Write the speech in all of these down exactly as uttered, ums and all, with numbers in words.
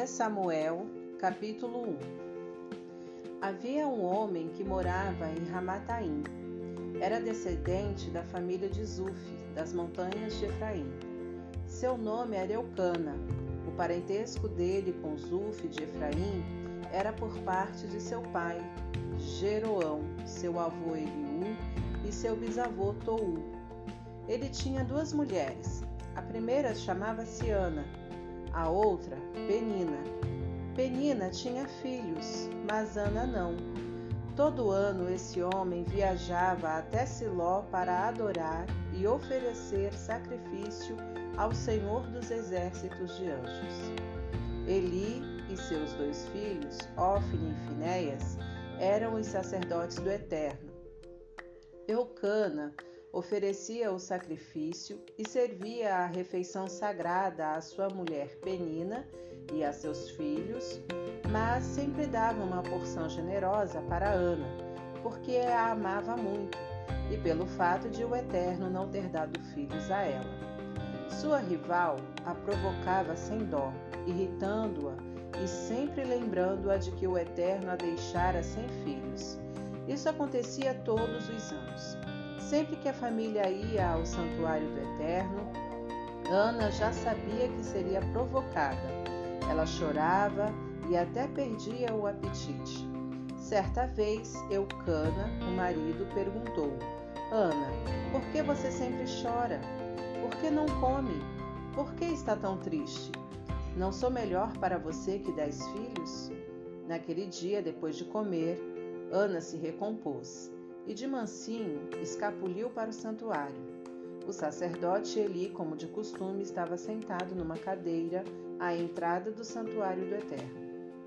Samuel, capítulo um. Havia um homem que morava em Ramataim. Era descendente da família de Zuf, das montanhas de Efraim. Seu nome era Eucana. O parentesco dele com Zuf de Efraim era por parte de seu pai, Jeroão, seu avô Eliú e seu bisavô Tou. Ele tinha duas mulheres. A primeira chamava-se Ana, a outra, Penina. Penina tinha filhos, mas Ana não. Todo ano esse homem viajava até Siló para adorar e oferecer sacrifício ao Senhor dos exércitos de anjos. Eli e seus dois filhos, Ofni e Finéias, eram os sacerdotes do Eterno. Eucana oferecia o sacrifício e servia a refeição sagrada à sua mulher Penina e a seus filhos, mas sempre dava uma porção generosa para Ana, porque a amava muito, e pelo fato de o Eterno não ter dado filhos a ela. Sua rival a provocava sem dó, irritando-a e sempre lembrando-a de que o Eterno a deixara sem filhos. Isso acontecia todos os anos. Sempre que a família ia ao santuário do Eterno, Ana já sabia que seria provocada. Ela chorava e até perdia o apetite. Certa vez, Eucana, o marido, perguntou: Ana, por que você sempre chora? Por que não come? Por que está tão triste? Não sou melhor para você que dez filhos? Naquele dia, depois de comer, Ana se recompôs e de mansinho escapuliu para o santuário. O sacerdote Eli, como de costume, estava sentado numa cadeira à entrada do santuário do Eterno.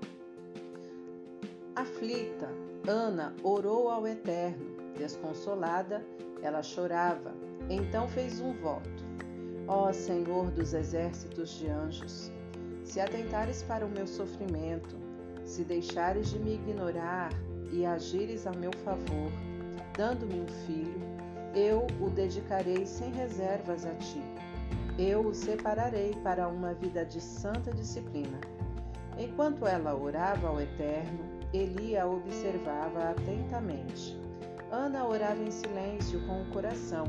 Aflita, Ana orou ao Eterno. Desconsolada, ela chorava. Então fez um voto: Ó Senhor dos exércitos de anjos, se atentares para o meu sofrimento, se deixares de me ignorar e agires a meu favor, dando-me um filho, eu o dedicarei sem reservas a ti. Eu o separarei para uma vida de santa disciplina. Enquanto ela orava ao Eterno, Eli a observava atentamente. Ana orava em silêncio com o coração.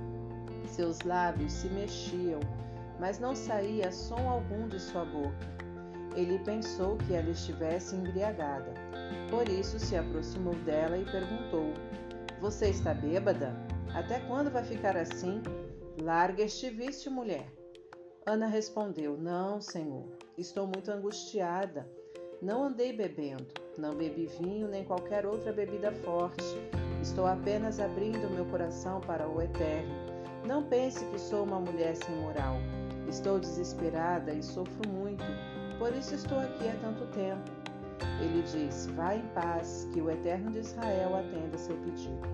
Seus lábios se mexiam, mas não saía som algum de sua boca. Ele pensou que ela estivesse embriagada. Por isso se aproximou dela e perguntou: Você está bêbada? Até quando vai ficar assim? Larga este vício, mulher. Ana respondeu: Não, Senhor, estou muito angustiada. Não andei bebendo, não bebi vinho nem qualquer outra bebida forte. Estou apenas abrindo meu coração para o Eterno. Não pense que sou uma mulher sem moral. Estou desesperada e sofro muito, por isso estou aqui há tanto tempo. Ele disse: Vá em paz, que o Eterno de Israel atenda seu pedido.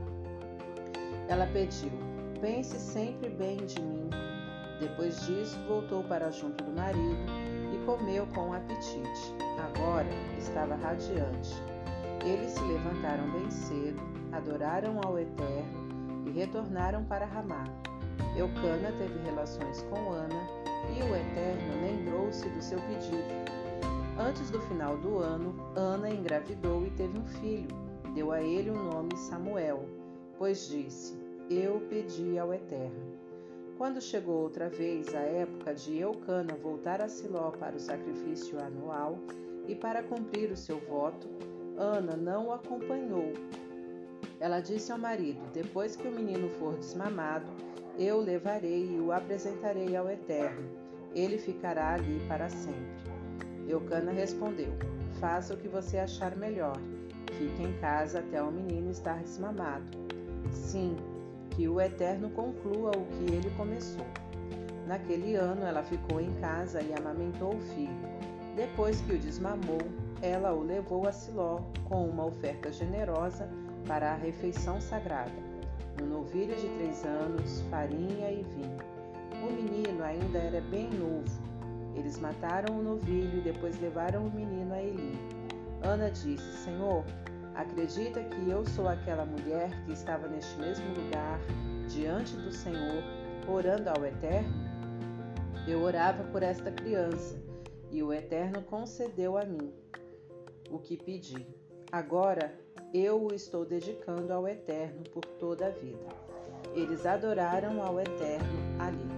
Ela pediu: Pense sempre bem de mim. Depois disso, voltou para junto do marido e comeu com apetite. Agora estava radiante. Eles se levantaram bem cedo, adoraram ao Eterno e retornaram para Ramá. Eucana teve relações com Ana e o Eterno lembrou-se do seu pedido. Antes do final do ano, Ana engravidou e teve um filho. Deu a ele o nome Samuel, pois disse: Eu pedi ao Eterno. Quando chegou outra vez a época de Eucana voltar a Siló para o sacrifício anual e para cumprir o seu voto, Ana não o acompanhou. Ela disse ao marido: Depois que o menino for desmamado, eu o levarei e o apresentarei ao Eterno. Ele ficará ali para sempre. Eucana respondeu: Faça o que você achar melhor. Fique em casa até o menino estar desmamado. Sim, que o Eterno conclua o que ele começou. Naquele ano ela ficou em casa e amamentou o filho. Depois que o desmamou, ela o levou a Siló com uma oferta generosa para a refeição sagrada: um novilho de três anos, farinha e vinho. O menino ainda era bem novo. Eles mataram o novilho e depois levaram o menino a Eli. Ana disse: Senhor, acredita que eu sou aquela mulher que estava neste mesmo lugar, diante do Senhor, orando ao Eterno? Eu orava por esta criança, e o Eterno concedeu a mim o que pedi. Agora eu o estou dedicando ao Eterno por toda a vida. Eles adoraram ao Eterno ali.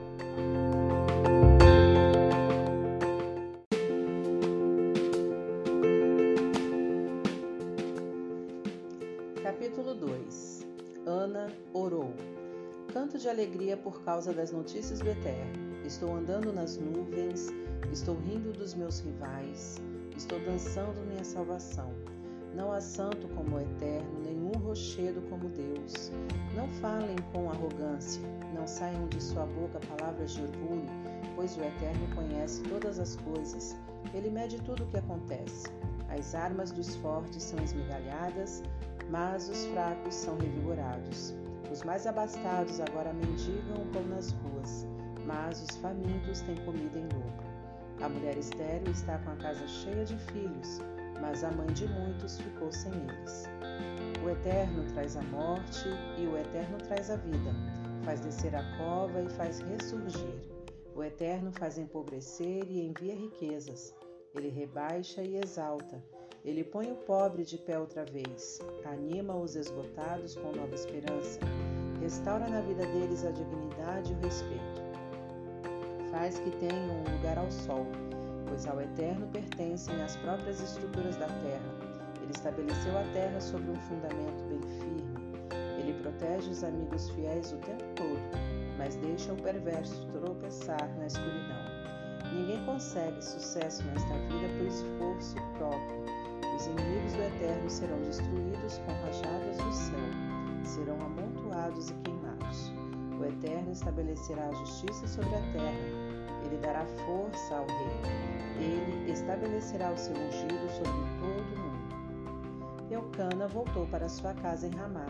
Capítulo dois. Ana orou. Canto de alegria por causa das notícias do Eterno. Estou andando nas nuvens, estou rindo dos meus rivais, estou dançando minha salvação. Não há santo como o Eterno, nenhum rochedo como Deus. Não falem com arrogância, não saiam de sua boca palavras de orgulho, pois o Eterno conhece todas as coisas. Ele mede tudo o que acontece. As armas dos fortes são esmigalhadas, mas os fracos são revigorados. Os mais abastados agora mendigam o pão nas ruas, mas os famintos têm comida em dobro. A mulher estéril está com a casa cheia de filhos, mas a mãe de muitos ficou sem eles. O Eterno traz a morte e o Eterno traz a vida, faz descer a cova e faz ressurgir. O Eterno faz empobrecer e envia riquezas. Ele rebaixa e exalta. Ele põe o pobre de pé outra vez, anima os esgotados com nova esperança, restaura na vida deles a dignidade e o respeito. Faz que tenham um lugar ao sol, pois ao Eterno pertencem as próprias estruturas da terra. Ele estabeleceu a terra sobre um fundamento bem firme. Ele protege os amigos fiéis o tempo todo, mas deixa o perverso tropeçar na escuridão. Ninguém consegue sucesso nesta vida por esforço próprio. Os inimigos do Eterno serão destruídos com rajadas do céu, serão amontoados e queimados. O Eterno estabelecerá a justiça sobre a terra, ele dará força ao rei, ele estabelecerá o seu ungido sobre todo o mundo. Eucana voltou para sua casa em Ramá.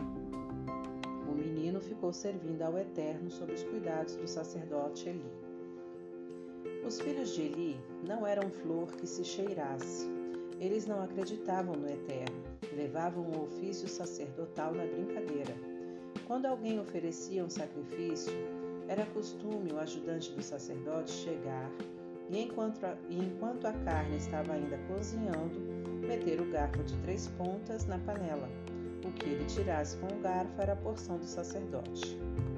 O menino ficou servindo ao Eterno sob os cuidados do sacerdote Eli. Os filhos de Eli não eram flor que se cheirasse. Eles não acreditavam no Eterno, levavam o ofício sacerdotal na brincadeira. Quando alguém oferecia um sacrifício, era costume o ajudante do sacerdote chegar e, enquanto a, e enquanto a carne estava ainda cozinhando, meter o garfo de três pontas na panela. O que ele tirasse com o garfo era a porção do sacerdote.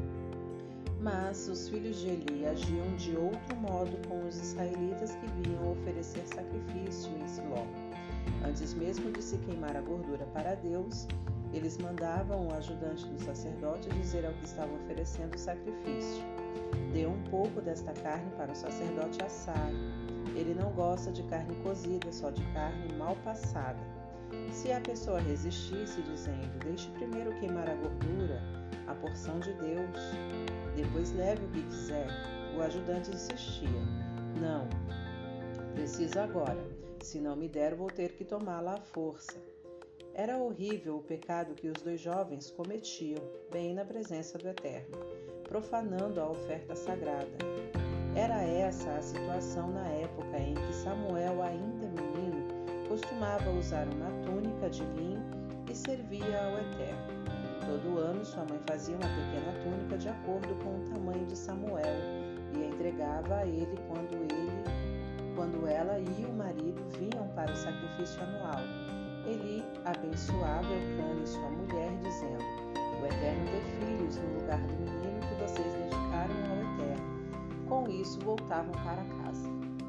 Mas os filhos de Eli agiam de outro modo com os israelitas que vinham oferecer sacrifício em Siló. Antes mesmo de se queimar a gordura para Deus, eles mandavam o ajudante do sacerdote dizer ao que estava oferecendo o sacrifício: dê um pouco desta carne para o sacerdote assar. Ele não gosta de carne cozida, só de carne mal passada. Se a pessoa resistisse, dizendo: deixe primeiro queimar a gordura, a porção de Deus, depois leve o que quiser, o ajudante insistia: não, preciso agora. Se não me der, vou ter que tomá-la à força. Era horrível o pecado que os dois jovens cometiam, bem na presença do Eterno, profanando a oferta sagrada. Era essa a situação na época em que Samuel, ainda menino, costumava usar uma túnica de linho e servia ao Eterno. Todo ano sua mãe fazia uma pequena túnica de acordo com o tamanho de Samuel e a entregava a ele quando ele Quando ela e o marido vinham para o sacrifício anual. Eli abençoava Eucana e sua mulher, dizendo: o Eterno dê filhos no lugar do menino que vocês dedicaram ao Eterno. Com isso, voltavam para casa.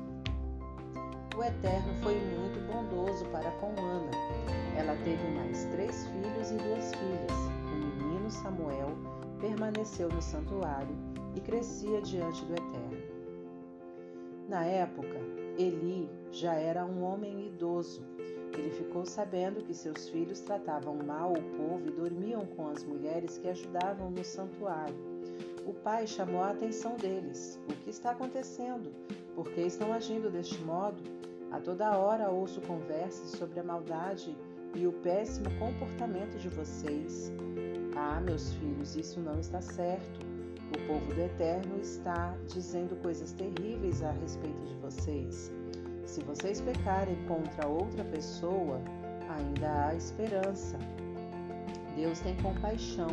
O Eterno foi muito bondoso para com Ana. Ela teve mais três filhos e duas filhas. O menino Samuel permaneceu no santuário e crescia diante do Eterno. Na época, Eli já era um homem idoso. Ele ficou sabendo que seus filhos tratavam mal o povo e dormiam com as mulheres que ajudavam no santuário. O pai chamou a atenção deles. O que está acontecendo? Por que estão agindo deste modo? A toda hora ouço conversas sobre a maldade e o péssimo comportamento de vocês. Ah, meus filhos, isso não está certo. O povo do Eterno está dizendo coisas terríveis a respeito de vocês. Se vocês pecarem contra outra pessoa, ainda há esperança. Deus tem compaixão,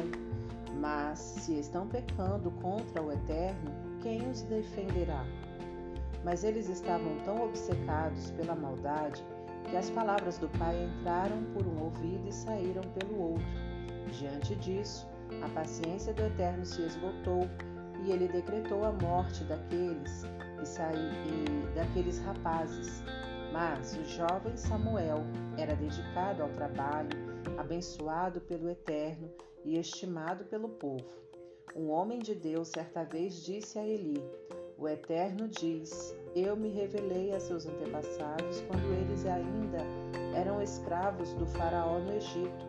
mas se estão pecando contra o Eterno, quem os defenderá? Mas eles estavam tão obcecados pela maldade que as palavras do pai entraram por um ouvido e saíram pelo outro. Diante disso, a paciência do Eterno se esgotou e ele decretou a morte daqueles e, saí, e daqueles rapazes. Mas o jovem Samuel era dedicado ao trabalho, abençoado pelo Eterno e estimado pelo povo. Um homem de Deus certa vez disse a Eli: o Eterno diz, eu me revelei a seus antepassados quando eles ainda eram escravos do faraó no Egito.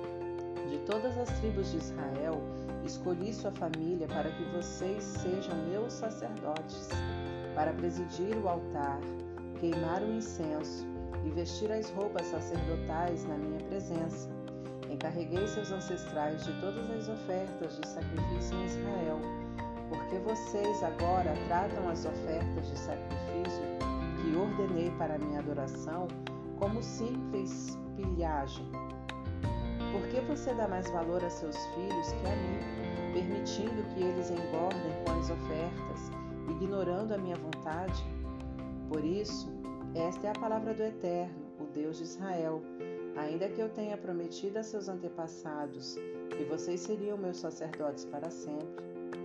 De todas as tribos de Israel, escolhi sua família para que vocês sejam meus sacerdotes, para presidir o altar, queimar o incenso e vestir as roupas sacerdotais na minha presença. Encarreguei seus ancestrais de todas as ofertas de sacrifício em Israel, porque vocês agora tratam as ofertas de sacrifício que ordenei para minha adoração como simples pilhagem. Por que você dá mais valor a seus filhos que a mim, permitindo que eles engordem com as ofertas, ignorando a minha vontade? Por isso, esta é a palavra do Eterno, o Deus de Israel. Ainda que eu tenha prometido a seus antepassados que vocês seriam meus sacerdotes para sempre,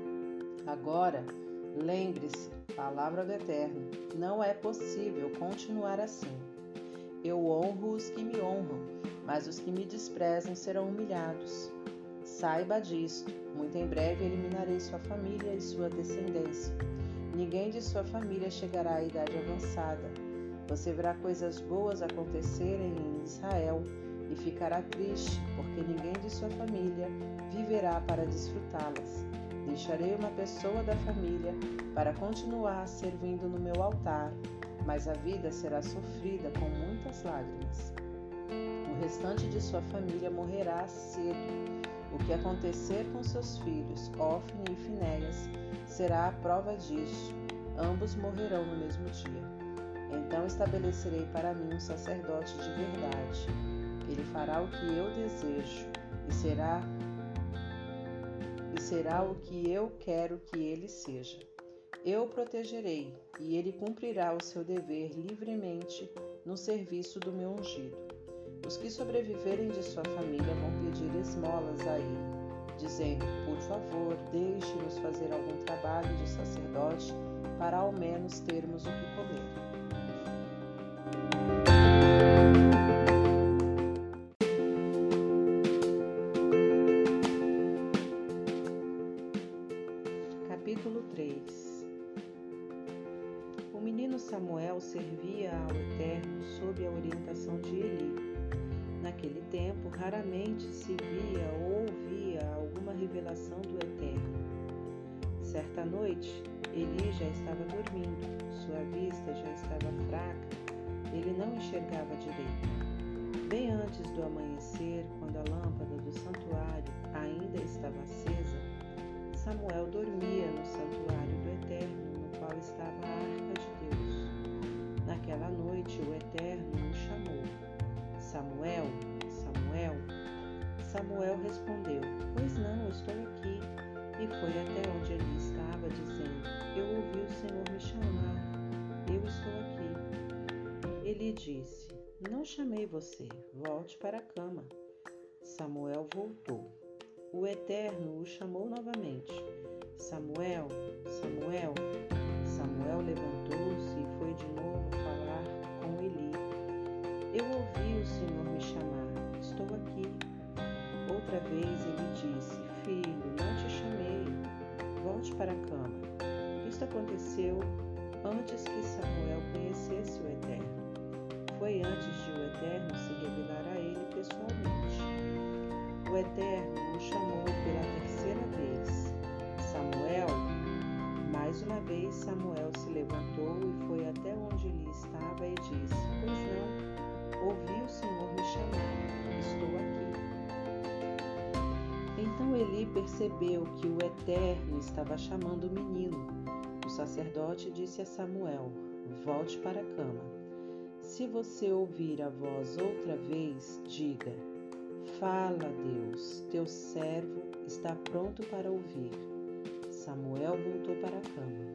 agora, lembre-se, palavra do Eterno, não é possível continuar assim. Eu honro os que me honram, mas os que me desprezam serão humilhados. Saiba disto, muito em breve eliminarei sua família e sua descendência. Ninguém de sua família chegará à idade avançada. Você verá coisas boas acontecerem em Israel e ficará triste, porque ninguém de sua família viverá para desfrutá-las. Deixarei uma pessoa da família para continuar servindo no meu altar, mas a vida será sofrida com muitas lágrimas. O restante de sua família morrerá cedo. O que acontecer com seus filhos, Ofni e Finéias, será a prova disso. Ambos morrerão no mesmo dia. Então estabelecerei para mim um sacerdote de verdade. Ele fará o que eu desejo e será, e será o que eu quero que ele seja. Eu o protegerei e ele cumprirá o seu dever livremente no serviço do meu ungido. Os que sobreviverem de sua família vão pedir esmolas a ele, dizendo, por favor, deixe-nos fazer algum trabalho de sacerdote para ao menos termos o que comer. Capítulo três. O menino Samuel servia ao Eterno sob a orientação de Eli. Naquele tempo, raramente se via ou ouvia alguma revelação do Eterno. Certa noite, Eli já estava dormindo, sua vista já estava fraca, ele não enxergava direito. Bem antes do amanhecer, quando a lâmpada do santuário ainda estava acesa, Samuel dormia no santuário do Eterno, no qual estava a arca de Deus. Naquela noite, o Eterno o chamou. Samuel, Samuel. Samuel respondeu, pois não, eu estou aqui. E foi até onde ele estava, dizendo, eu ouvi o Senhor me chamar, eu estou aqui. Ele disse, não chamei você, volte para a cama. Samuel voltou. O Eterno o chamou novamente. Samuel, Samuel. Samuel levantou-se e foi de novo falar com Eli. Eu ouvi o Senhor me chamar, estou aqui. Outra vez ele disse, filho, não te chamei, volte para a cama. Isto aconteceu antes que Samuel conhecesse o Eterno. Foi antes de o Eterno se revelar a ele pessoalmente. O Eterno o chamou pela terceira vez. Samuel, mais uma vez Samuel se levantou e foi até onde ele estava e disse, pois não, ouvi o Senhor me chamar, estou aqui. Então Eli percebeu que o Eterno estava chamando o menino. O sacerdote disse a Samuel, volte para a cama. Se você ouvir a voz outra vez, diga, fala, Deus, teu servo está pronto para ouvir. Samuel voltou para a cama.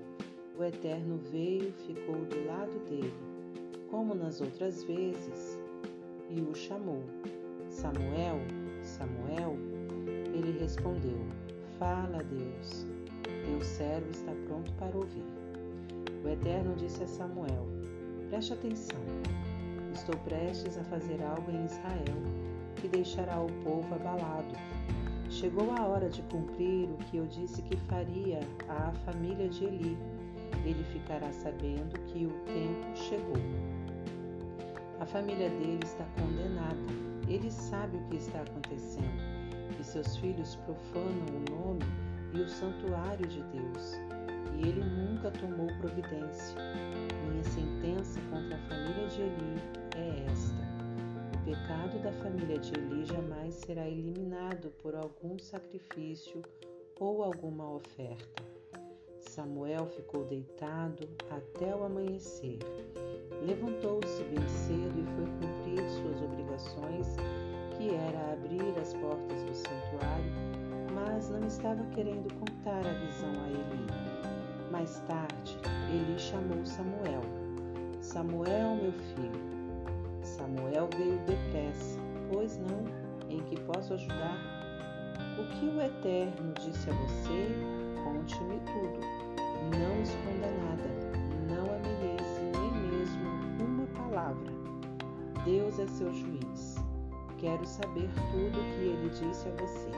O Eterno veio e ficou do lado dele, como nas outras vezes, e o chamou: Samuel, Samuel. Ele respondeu: Fala, Deus, teu servo está pronto para ouvir. O Eterno disse a Samuel: Preste atenção, estou prestes a fazer algo em Israel que deixará o povo abalado. Chegou a hora de cumprir o que eu disse que faria à família de Eli. Ele ficará sabendo que o tempo chegou. A família dele está condenada. Ele sabe o que está acontecendo, que seus filhos profanam o nome e o santuário de Deus, e ele nunca tomou providência. Minha sentença contra a família de Eli é esta: o pecado da família de Eli jamais será eliminado por algum sacrifício ou alguma oferta. Samuel ficou deitado até o amanhecer. Levantou-se bem cedo e foi cumprir suas obrigações, que era abrir as portas do santuário, mas não estava querendo contar a visão a Eli. Mais tarde, Eli chamou Samuel. Samuel, meu filho. Samuel veio depressa. Pois não, em que posso ajudar? O que o Eterno disse a você, conte-me tudo. Não esconda nada, não amenize nem mesmo uma palavra. Deus é seu juiz. Quero saber tudo o que ele disse a você.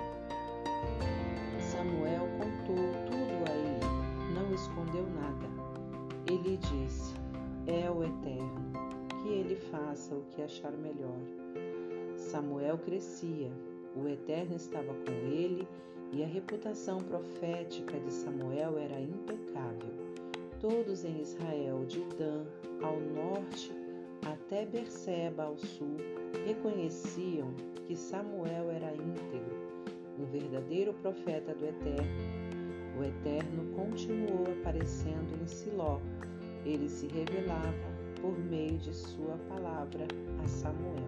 Samuel contou tudo a Eli, não escondeu nada. Ele disse: É o Eterno, que ele faça o que achar melhor. Samuel crescia, o Eterno estava com ele e a reputação profética de Samuel era impecável. Todos em Israel, de Dan ao norte até Berseba ao sul, reconheciam que Samuel era íntegro, um verdadeiro profeta do Eterno. O Eterno continuou aparecendo em Siló. Ele se revelava por meio de sua palavra a Samuel.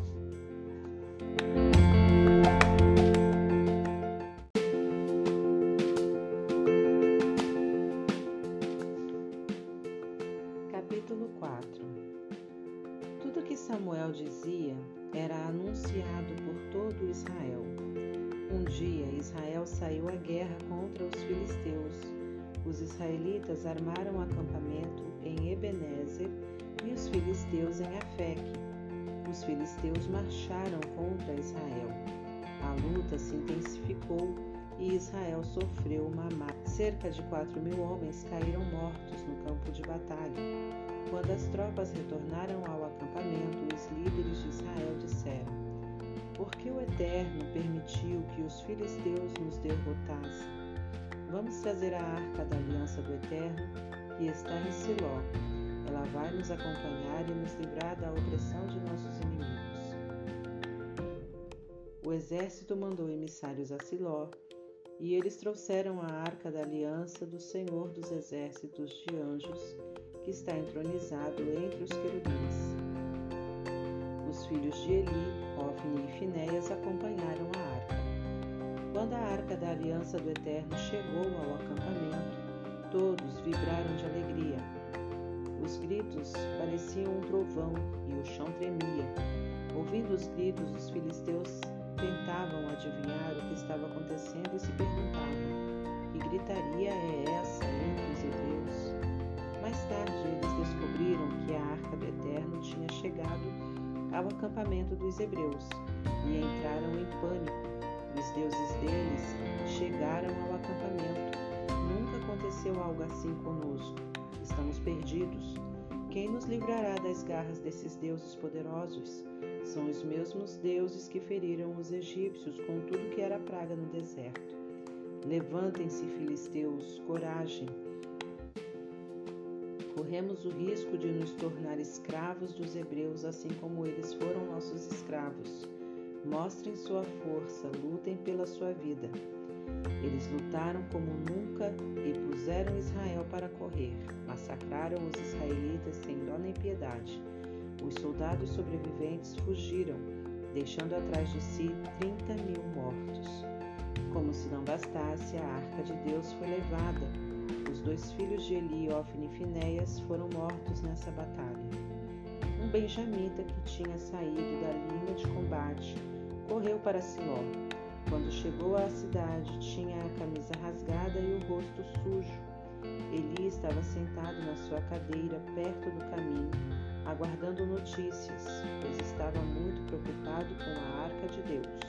Capítulo quatro. Tudo que Samuel dizia era anunciado por todo Israel. Um dia Israel saiu à guerra contra os filisteus. Os israelitas armaram acampamento em Ebenezer e os filisteus em Afeque. Os filisteus marcharam contra Israel. A luta se intensificou e Israel sofreu uma má. Cerca de quatro mil homens caíram mortos no campo de batalha. Quando as tropas retornaram ao acampamento, os líderes de Israel disseram: Por que o Eterno permitiu que os filisteus nos derrotassem? Vamos trazer a arca da aliança do Eterno, que está em Siló. Ela vai nos acompanhar e nos livrar da opressão de nossos inimigos. O exército mandou emissários a Siló, e eles trouxeram a arca da aliança do Senhor dos exércitos de anjos, que está entronizado entre os querubins. Os filhos de Eli, Ofni e Finéias, acompanharam a arca. Quando a arca da aliança do Eterno chegou ao acampamento, todos vibraram de alegria. Os gritos pareciam um trovão e o chão tremia. Ouvindo os gritos, os filisteus tentavam adivinhar o que estava acontecendo e se perguntavam: que gritaria é essa entre os hebreus? Mais tarde, eles descobriram que a arca do Eterno tinha chegado ao acampamento dos hebreus e entraram em pânico. Os deuses deles chegaram ao acampamento. Nunca aconteceu algo assim conosco. Estamos perdidos. Quem nos livrará das garras desses deuses poderosos? São os mesmos deuses que feriram os egípcios com tudo que era praga no deserto. Levantem-se, filisteus, coragem. Corremos o risco de nos tornar escravos dos hebreus, assim como eles foram nossos escravos. Mostrem sua força, lutem pela sua vida. Eles lutaram como nunca e puseram Israel para correr. Massacraram os israelitas sem dó nem piedade. Os soldados sobreviventes fugiram, deixando atrás de si trinta mil mortos. Como se não bastasse, a arca de Deus foi levada. Os dois filhos de Eli, Ofni e Finéias, foram mortos nessa batalha. Um benjamita que tinha saído da linha de combate correu para Siló. Quando chegou à cidade, tinha a camisa rasgada e o rosto sujo. Eli estava sentado na sua cadeira perto do caminho, aguardando notícias, pois estava muito preocupado com a arca de Deus.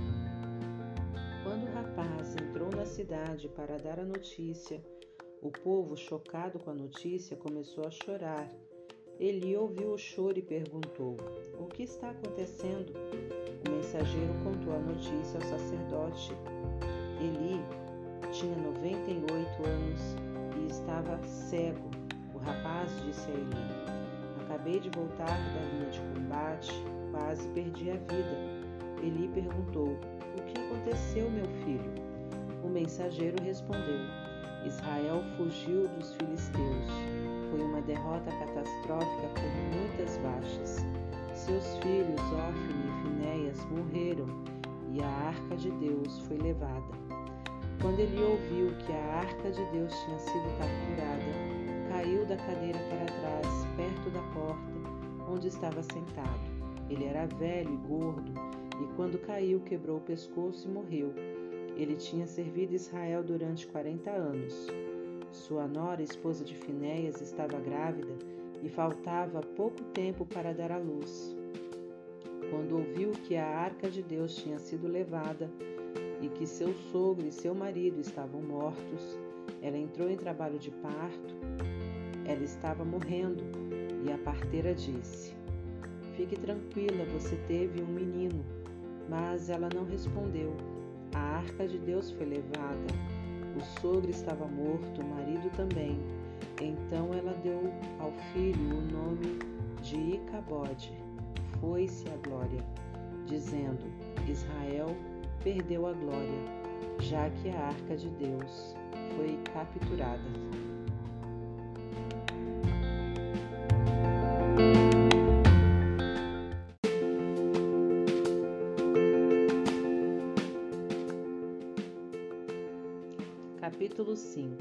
Quando o rapaz entrou na cidade para dar a notícia, o povo, chocado com a notícia, começou a chorar. Eli ouviu o choro e perguntou: "O que está acontecendo?" O mensageiro contou a notícia ao sacerdote. Eli tinha noventa e oito anos e estava cego. O rapaz disse a Eli: "Acabei de voltar da linha de combate, quase perdi a vida." Eli perguntou: "O que aconteceu, meu filho?" O mensageiro respondeu: "Israel fugiu dos filisteus. Foi uma derrota catastrófica com muitas baixas. Seus filhos, Ofni e Finéias, morreram e a arca de Deus foi levada." Quando ele ouviu que a arca de Deus tinha sido capturada, caiu da cadeira para trás, perto da porta, onde estava sentado. Ele era velho e gordo, e quando caiu, quebrou o pescoço e morreu. Ele tinha servido Israel durante quarenta anos. Sua nora, esposa de Finéias, estava grávida e faltava pouco tempo para dar à luz. Quando ouviu que a arca de Deus tinha sido levada e que seu sogro e seu marido estavam mortos, ela entrou em trabalho de parto. Ela estava morrendo e a parteira disse: "Fique tranquila, você teve um menino." Mas ela não respondeu. A arca de Deus foi levada. O sogro estava morto, o marido também. Então ela deu ao filho o nome de Icabode, foi-se a glória, dizendo: Israel perdeu a glória, já que a arca de Deus foi capturada. Capítulo cinco.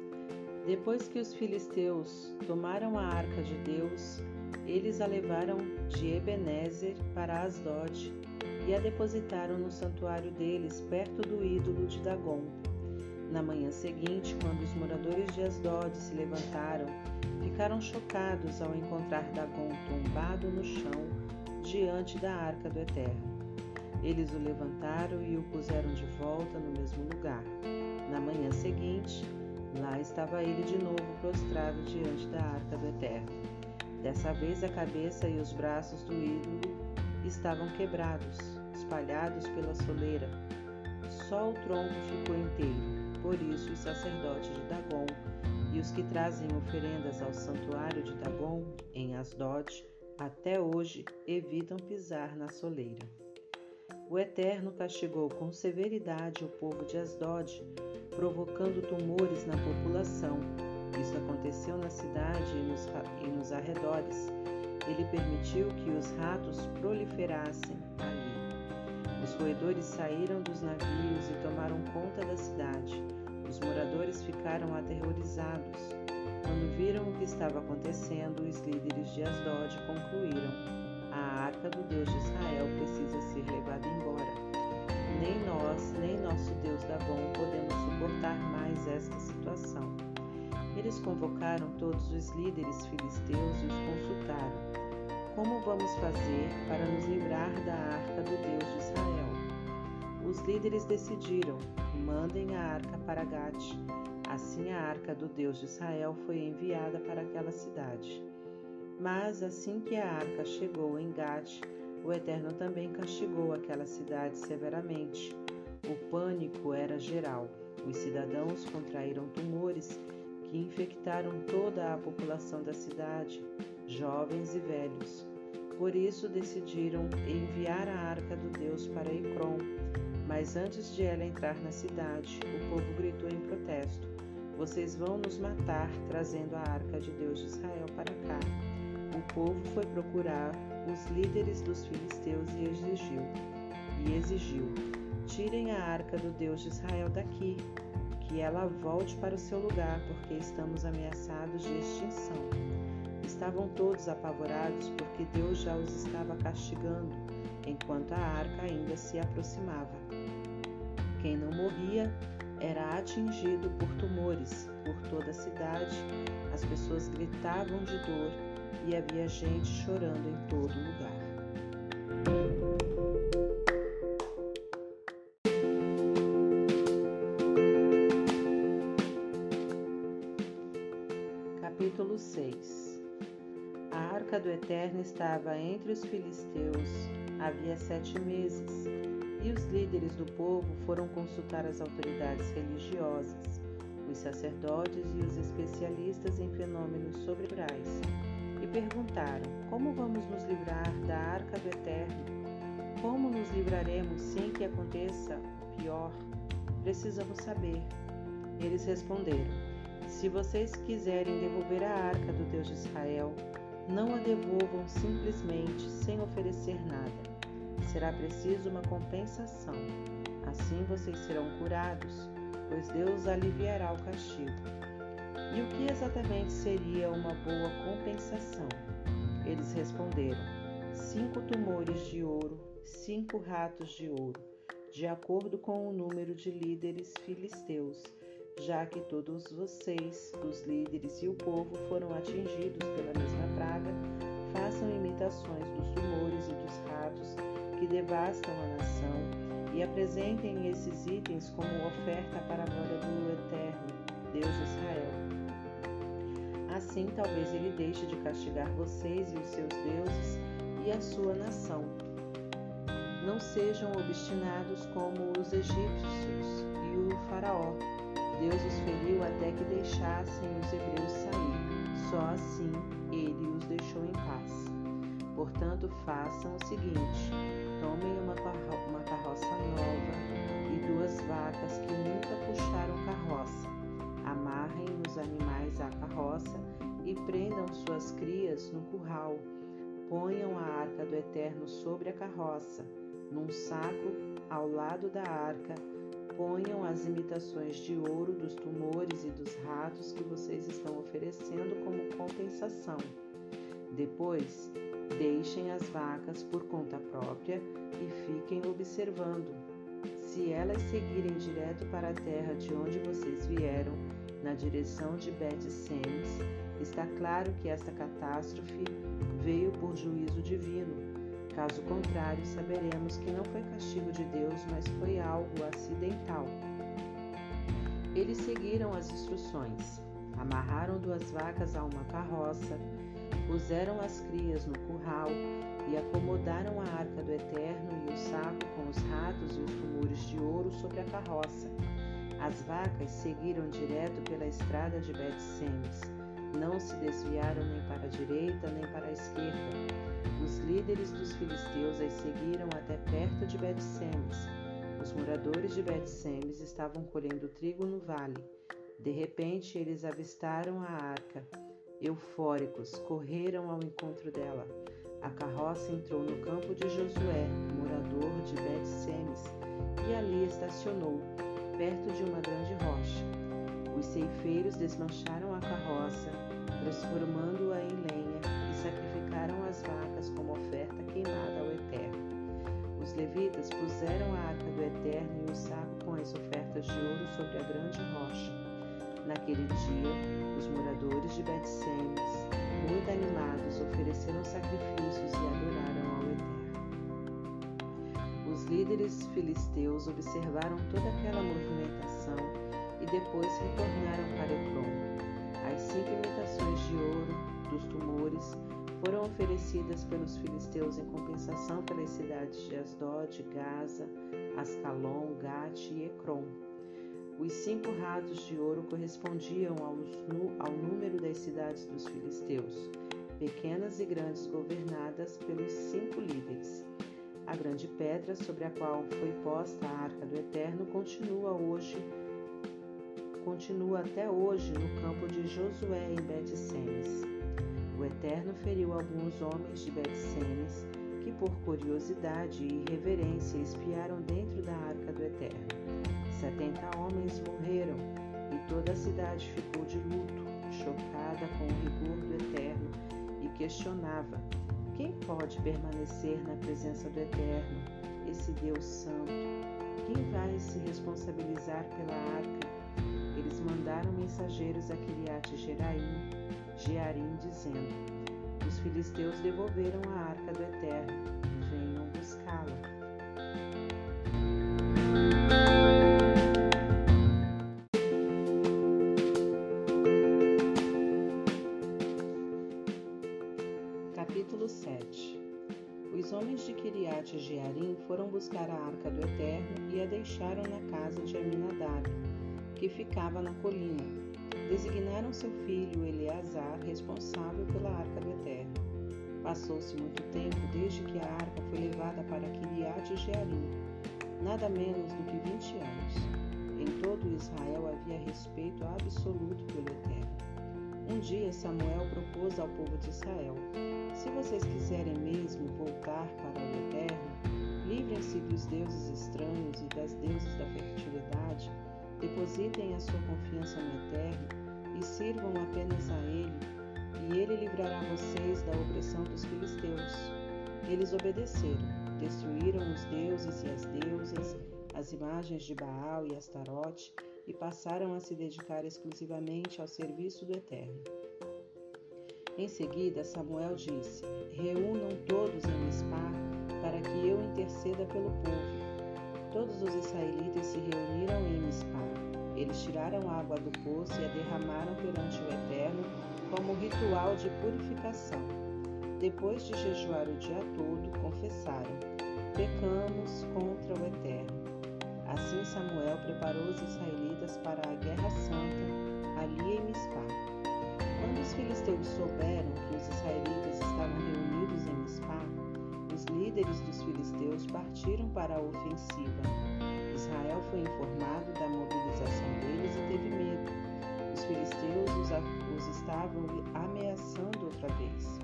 Depois que os filisteus tomaram a arca de Deus, eles a levaram de Ebenezer para Asdod e a depositaram no santuário deles, perto do ídolo de Dagom. Na manhã seguinte, quando os moradores de Asdod se levantaram, ficaram chocados ao encontrar Dagom tombado no chão diante da arca do Eterno. Eles o levantaram e o puseram de volta no mesmo lugar. Na manhã seguinte, lá estava ele de novo prostrado diante da arca do Eterno. Dessa vez a cabeça e os braços do ídolo estavam quebrados, espalhados pela soleira. Só o tronco ficou inteiro. Por isso os sacerdotes de Dagom e os que trazem oferendas ao santuário de Dagom em Asdod, até hoje evitam pisar na soleira. O Eterno castigou com severidade o povo de Asdod, provocando tumores na população. Isso aconteceu na cidade e nos, e nos arredores. Ele permitiu que os ratos proliferassem ali. Os roedores saíram dos navios e tomaram conta da cidade. Os moradores ficaram aterrorizados. Quando viram o que estava acontecendo, os líderes de Asdod concluíram: a arca do Deus de Israel precisa ser levada embora. Nem nós, nem nosso Deus Dagom podemos suportar mais esta situação. Eles convocaram todos os líderes filisteus e os consultaram. Como vamos fazer para nos livrar da arca do Deus de Israel? Os líderes decidiram: mandem a arca para Gate. Assim a arca do Deus de Israel foi enviada para aquela cidade. Mas assim que a arca chegou em Gate, o Eterno também castigou aquela cidade severamente. O pânico era geral. Os cidadãos contraíram tumores que infectaram toda a população da cidade, jovens e velhos. Por isso decidiram enviar a arca do Deus para Ecrom. Mas antes de ela entrar na cidade, o povo gritou em protesto: vocês vão nos matar trazendo a arca de Deus de Israel para cá. O povo foi procurar os líderes dos filisteus e exigiu, e exigiu: tirem a arca do Deus de Israel daqui, que ela volte para o seu lugar, porque estamos ameaçados de extinção. Estavam todos apavorados, porque Deus já os estava castigando, enquanto a arca ainda se aproximava. Quem não morria era atingido por tumores por toda a cidade, as pessoas gritavam de dor e havia gente chorando em todo lugar. Capítulo seis. A arca do Eterno estava entre os filisteus havia sete meses, e os líderes do povo foram consultar as autoridades religiosas, os sacerdotes e os especialistas em fenômenos sobrenaturais, e perguntaram: como vamos nos livrar da arca do Eterno? Como nos livraremos sem que aconteça o pior? Precisamos saber. Eles responderam: se vocês quiserem devolver a arca do Deus de Israel, não a devolvam simplesmente sem oferecer nada. Será preciso uma compensação. Assim vocês serão curados, pois Deus aliviará o castigo. E o que exatamente seria uma boa compensação? Eles responderam: cinco tumores de ouro, cinco ratos de ouro, de acordo com o número de líderes filisteus, já que todos vocês, os líderes e o povo, foram atingidos pela mesma praga. Façam imitações dos tumores e dos ratos que devastam a nação e apresentem esses itens como oferta para a glória do Eterno, Deus de Israel. Assim, talvez ele deixe de castigar vocês e os seus deuses e a sua nação. Não sejam obstinados como os egípcios e o faraó. Deus os feriu até que deixassem os hebreus sair. Só assim ele os deixou em paz. Portanto, façam o seguinte: tomem uma, carro- uma carroça nova e duas vacas que nunca puxaram carroça. Amarrem os animais à carroça e prendam suas crias no curral. Ponham a arca do Eterno sobre a carroça. Num saco ao lado da arca, ponham as imitações de ouro dos tumores e dos ratos que vocês estão oferecendo como compensação. Depois, deixem as vacas por conta própria e fiquem observando. Se elas seguirem direto para a terra de onde vocês vieram, na direção de Bet-Semes, está claro que esta catástrofe veio por juízo divino. Caso contrário, saberemos que não foi castigo de Deus, mas foi algo acidental. Eles seguiram as instruções. Amarraram duas vacas a uma carroça, puseram as crias no curral e acomodaram a arca do Eterno e o saco com os ratos e os tumores de ouro sobre a carroça. As vacas seguiram direto pela estrada de Bet-Semes. Não se desviaram nem para a direita nem para a esquerda. Os líderes dos filisteus as seguiram até perto de Bet-Semes. Os moradores de Bet-Semes estavam colhendo trigo no vale. De repente, eles avistaram a arca. Eufóricos, correram ao encontro dela. A carroça entrou no campo de Josué, morador de Bet-Semes, e ali estacionou, perto de uma grande rocha. Os ceifeiros desmancharam a carroça, transformando-a em lenha, e sacrificaram as vacas como oferta queimada ao Eterno. Os levitas puseram a arca do Eterno e o saco com as ofertas de ouro sobre a grande rocha. Naquele dia, os moradores de Bet-Semes, muito animados, ofereceram sacrifícios e adoraram ao Eterno. Os líderes filisteus observaram toda aquela movimentação e depois retornaram para Ecrom. As cinco imitações de ouro dos tumores foram oferecidas pelos filisteus em compensação pelas cidades de Asdod, Gaza, Ascalon, Gate e Ecrom. Os cinco ratos de ouro correspondiam ao, ao número das cidades dos filisteus, pequenas e grandes, governadas pelos cinco líderes. A grande pedra sobre a qual foi posta a arca do Eterno continua hoje, continua até hoje no campo de Josué em Bet-Semes. O Eterno feriu alguns homens de Bet-Semes, que por curiosidade e reverência espiaram dentro da arca do Eterno. Setenta homens morreram, e toda a cidade ficou de luto, chocada com o rigor do Eterno, e questionava: quem pode permanecer na presença do Eterno, esse Deus santo? Quem vai se responsabilizar pela arca? Eles mandaram mensageiros a Quiriate Jearim, Jearim, dizendo: os filisteus devolveram a arca do Eterno, venham buscá-la. Capítulo sete. Os homens de Quiriate Jearim foram buscar a arca do Eterno e a deixaram na casa de Aminadab, que ficava na colina. Designaram seu filho Eleazar responsável pela arca do Eterno. Passou-se muito tempo desde que a arca foi levada para Quiriate Jearim, nada menos do que vinte anos. Em todo Israel havia respeito absoluto pelo Eterno. Um dia Samuel propôs ao povo de Israel: se vocês quiserem mesmo voltar para o Eterno, livrem-se dos deuses estranhos e das deusas da fertilidade, depositem a sua confiança no Eterno e sirvam apenas a Ele, e Ele livrará vocês da opressão dos filisteus. Eles obedeceram, destruíram os deuses e as deusas, as imagens de Baal e Astarote, e passaram a se dedicar exclusivamente ao serviço do Eterno. Em seguida, Samuel disse: reúnam todos em Mispa, para que eu interceda pelo povo. Todos os israelitas se reuniram em Mispa. Eles tiraram água do poço e a derramaram perante o Eterno como ritual de purificação. Depois de jejuar o dia todo, confessaram: pecamos contra o Eterno. Assim Samuel preparou os israelitas para a guerra santa ali em Mispa. Quando os filisteus souberam que os israelitas estavam reunidos em Mispa, os líderes dos filisteus partiram para a ofensiva. Israel foi informado da mobilização deles e teve medo. Os filisteus os, os estavam ameaçando outra vez.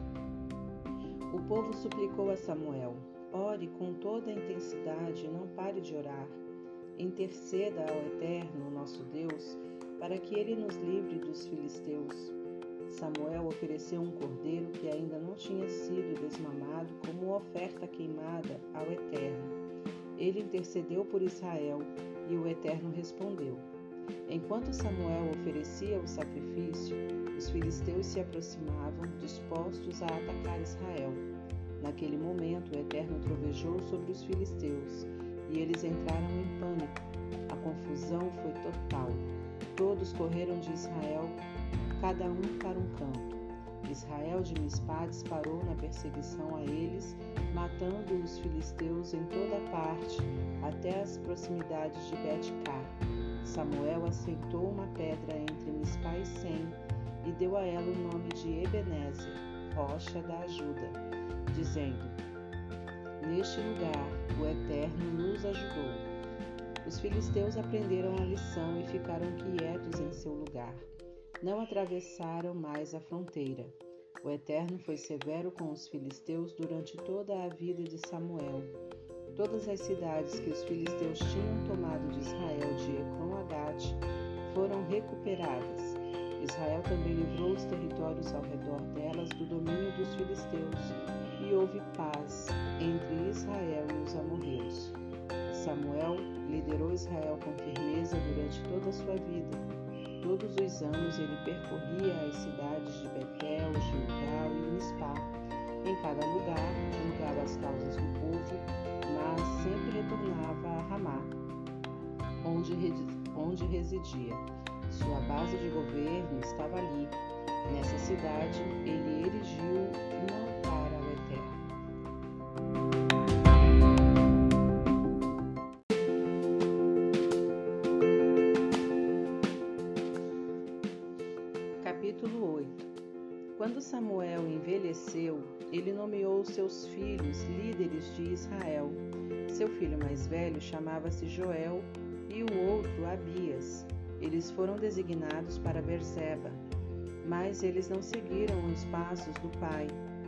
O povo suplicou a Samuel: ore com toda a intensidade e não pare de orar. Interceda ao Eterno, nosso Deus, para que ele nos livre dos filisteus. Samuel ofereceu um cordeiro que ainda não tinha sido desmamado como oferta queimada ao Eterno. Ele intercedeu por Israel e o Eterno respondeu. Enquanto Samuel oferecia o sacrifício, os filisteus se aproximavam, dispostos a atacar Israel. Naquele momento, o Eterno trovejou sobre os filisteus e eles entraram em pânico. A confusão foi total. Todos correram de Israel, cada um para um canto. Israel de Mispa disparou na perseguição a eles, matando os filisteus em toda parte, até as proximidades de Bet-Car. Samuel assentou uma pedra entre Mispa e Sem e deu a ela o nome de Ebenezer, rocha da ajuda, dizendo: neste lugar o Eterno nos ajudou. Os filisteus aprenderam a lição e ficaram quietos em seu lugar. Não atravessaram mais a fronteira. O Eterno foi severo com os filisteus durante toda a vida de Samuel. Todas as cidades que os filisteus tinham tomado de Israel de Ecrom a Gate foram recuperadas. Israel também livrou os territórios ao redor delas do domínio dos filisteus, e houve paz entre Israel e os amorreus. Samuel liderou Israel com firmeza durante toda a sua vida. Todos os anos ele percorria as cidades de Betel, Gilgal e Mispa. Em cada lugar, julgava as causas do povo, mas sempre retornava a Ramá, onde, onde residia. Sua base de governo estava ali. Nessa cidade, ele erigiu um altar ao Eterno. Capítulo oito. Quando Samuel envelheceu, ele nomeou seus filhos líderes de Israel. Seu filho mais velho chamava-se Joel e o outro Abias. Eles foram designados para Berseba, mas eles não seguiram os passos do pai.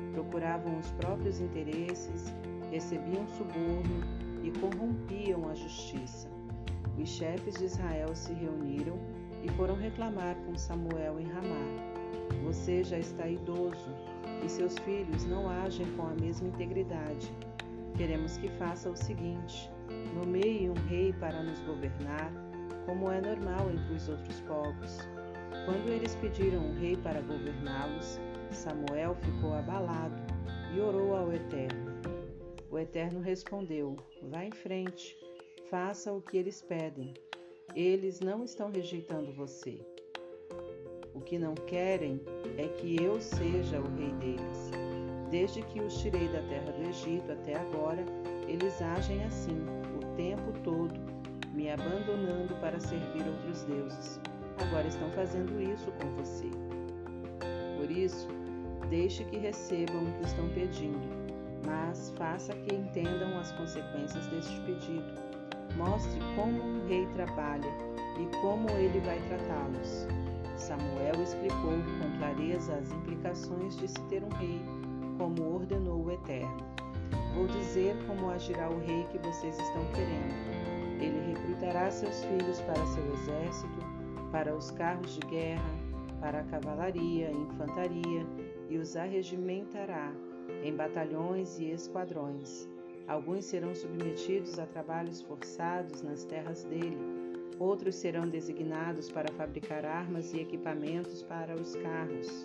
procuravam os próprios interesses, recebiam suborno e corrompiam a justiça. Os chefes de Israel se reuniram e foram reclamar com Samuel em Ramá. Você já está idoso e seus filhos não agem com a mesma integridade. Queremos que faça o seguinte: nomeie um rei para nos governar, como é normal entre os outros povos. Quando eles pediram um rei para governá-los, Samuel ficou abalado e orou ao Eterno. O Eterno respondeu: vá em frente, faça o que eles pedem. Eles não estão rejeitando você. O que não querem é que eu seja o rei deles. Desde que os tirei da terra do Egito até agora, eles agem assim, o tempo todo, me abandonando para servir outros deuses. Agora estão fazendo isso com você. Por isso, deixe que recebam o que estão pedindo, mas faça que entendam as consequências deste pedido. Mostre como um rei trabalha e como ele vai tratá-los. Samuel explicou com clareza as implicações de se ter um rei, como ordenou o Eterno. Vou dizer como agirá o rei que vocês estão querendo. Ele recrutará seus filhos para seu exército, para os carros de guerra, para a cavalaria e infantaria, e os arregimentará em batalhões e esquadrões. Alguns serão submetidos a trabalhos forçados nas terras dele, outros serão designados para fabricar armas e equipamentos para os carros.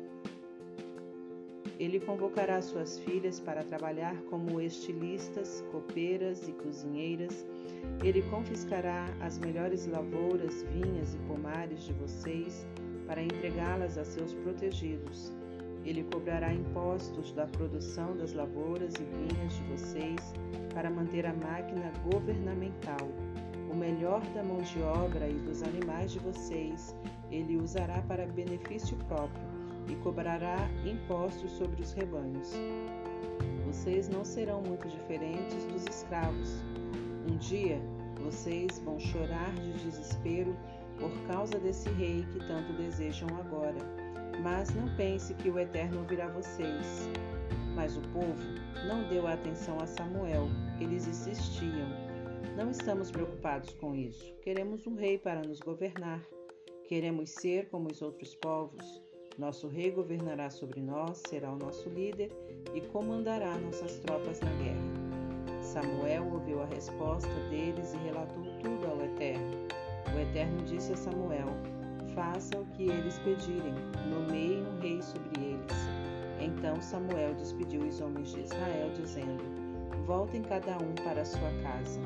Ele convocará suas filhas para trabalhar como estilistas, copeiras e cozinheiras. Ele confiscará as melhores lavouras, vinhas e pomares de vocês para entregá-las a seus protegidos. Ele cobrará impostos da produção das lavouras e vinhas de vocês para manter a máquina governamental. O melhor da mão de obra e dos animais de vocês ele usará para benefício próprio e cobrará impostos sobre os rebanhos. Vocês não serão muito diferentes dos escravos. Um dia, vocês vão chorar de desespero por causa desse rei que tanto desejam agora. Mas não pense que o Eterno ouvirá vocês. Mas o povo não deu atenção a Samuel. Eles insistiam: não estamos preocupados com isso. Queremos um rei para nos governar. Queremos ser como os outros povos. Nosso rei governará sobre nós, será o nosso líder e comandará nossas tropas na guerra. Samuel ouviu a resposta deles e relatou tudo ao Eterno. O Eterno disse a Samuel: faça o que eles pedirem, nomeie um rei sobre eles. Então Samuel despediu os homens de Israel, dizendo: voltem cada um para a sua casa.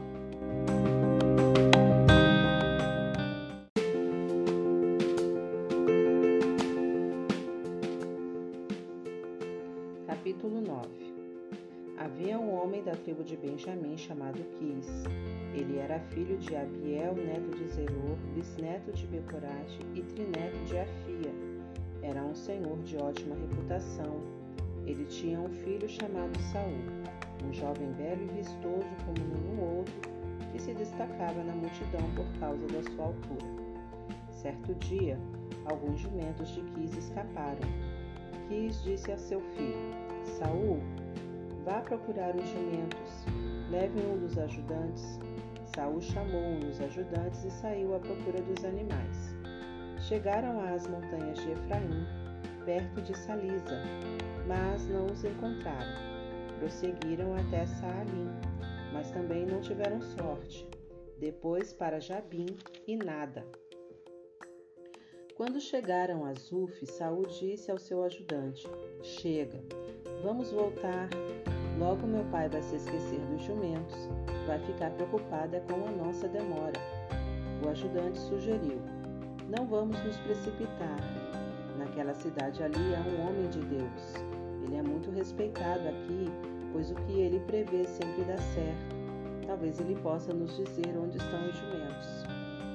Capítulo nove. Havia um homem da tribo de Benjamim chamado Quis. Ele era filho de Abiel, neto de Zeror, bisneto de Becorate e trineto de Afia. Era um senhor de ótima reputação. Ele tinha um filho chamado Saul, um jovem belo e vistoso como nenhum outro, que se destacava na multidão por causa da sua altura. Certo dia, alguns jumentos de Quis escaparam. Quis disse a seu filho: Saul, vá procurar os jumentos, leve um dos ajudantes. Saul chamou um dos ajudantes e saiu à procura dos animais. Chegaram às montanhas de Efraim, perto de Salisa, mas não os encontraram. Prosseguiram até Saalim, mas também não tiveram sorte. Depois para Jabim e nada. Quando chegaram a Zuf, Saul disse ao seu ajudante: chega, vamos voltar. Logo meu pai vai se esquecer dos jumentos, vai ficar preocupada com a nossa demora. O ajudante sugeriu: não vamos nos precipitar. Naquela cidade ali há um homem de Deus. Ele é muito respeitado aqui, pois o que ele prevê sempre dá certo. Talvez ele possa nos dizer onde estão os jumentos.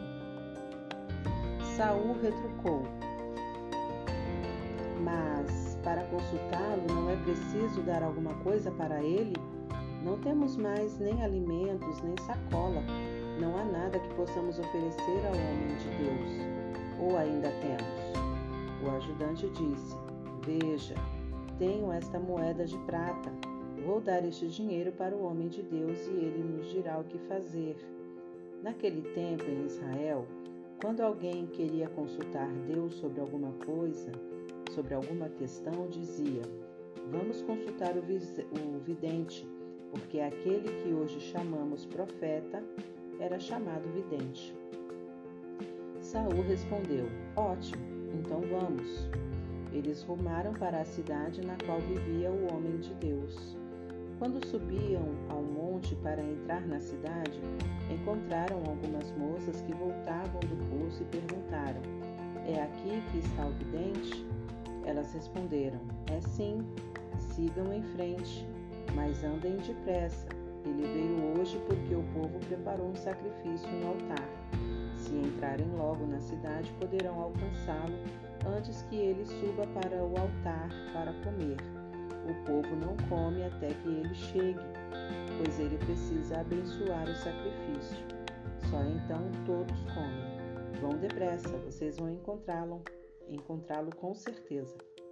Saul retrucou: mas para consultá-lo não é preciso dar alguma coisa para ele? Não temos mais nem alimentos, nem sacola. Não há nada que possamos oferecer ao homem de Deus. Ou ainda temos? O ajudante disse: veja, tenho esta moeda de prata. Vou dar este dinheiro para o homem de Deus e ele nos dirá o que fazer. Naquele tempo, em Israel, quando alguém queria consultar Deus sobre alguma coisa, sobre alguma questão, dizia: vamos consultar o vidente, porque aquele que hoje chamamos profeta era chamado vidente. Saul respondeu: ótimo, então vamos. Eles rumaram para a cidade na qual vivia o homem de Deus. Quando subiam ao monte para entrar na cidade, encontraram algumas moças que voltavam do poço e perguntaram: é aqui que está o vidente? Elas responderam: é sim, sigam em frente, mas andem depressa. Ele veio hoje porque o povo preparou um sacrifício no altar. Se entrarem logo na cidade, poderão alcançá-lo antes que ele suba para o altar para comer. O povo não come até que ele chegue, pois ele precisa abençoar o sacrifício. Só então todos comem. Vão depressa, vocês vão encontrá-lo, encontrá-lo com certeza.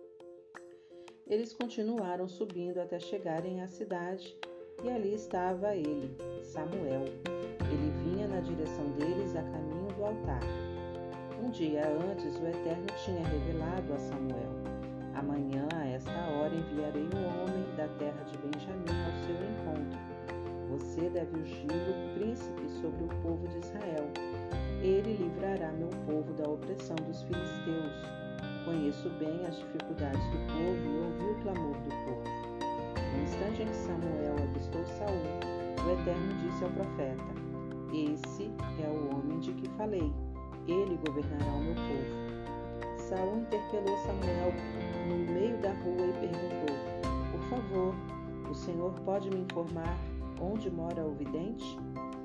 Eles continuaram subindo até chegarem à cidade, e ali estava ele, Samuel. Ele vinha na direção deles a caminho do altar. Um dia antes, o Eterno tinha revelado a Samuel: amanhã, a esta hora, enviarei um homem da terra de Benjamim ao seu encontro. Você deve ungí-lo príncipe sobre o povo de Israel. Ele livrará meu povo da opressão dos filisteus. Conheço bem as dificuldades do povo e ouvi o clamor do povo. No instante em que Samuel avistou Saul, o Eterno disse ao profeta: esse é o homem de que falei. Ele governará o meu povo. Saul interpelou Samuel no meio da rua e perguntou: por favor, o Senhor pode me informar onde mora o vidente?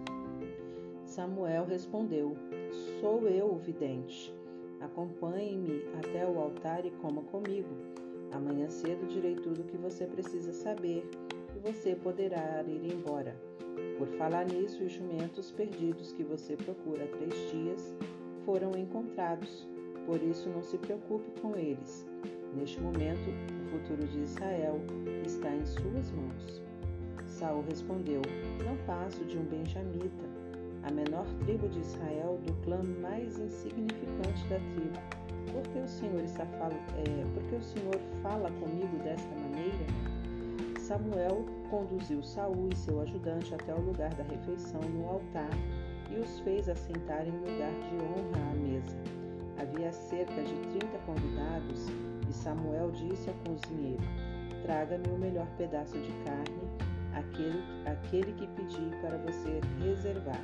Samuel respondeu: sou eu o vidente. Acompanhe-me até o altar e coma comigo. Amanhã cedo direi tudo o que você precisa saber e você poderá ir embora. Por falar nisso, os jumentos perdidos que você procura há três dias foram encontrados. Por isso, não se preocupe com eles. Neste momento, o futuro de Israel está em suas mãos. Saul respondeu: não passo de um benjamita, a menor tribo de Israel, do clã mais insignificante da tribo. Por que o Senhor está fal... é... Por que o Senhor fala comigo desta maneira? Samuel conduziu Saul e seu ajudante até o lugar da refeição no altar e os fez assentar em lugar de honra à mesa. Havia cerca de trinta convidados e Samuel disse ao cozinheiro: traga-me o melhor pedaço de carne, aquele, aquele que pedi para você reservar.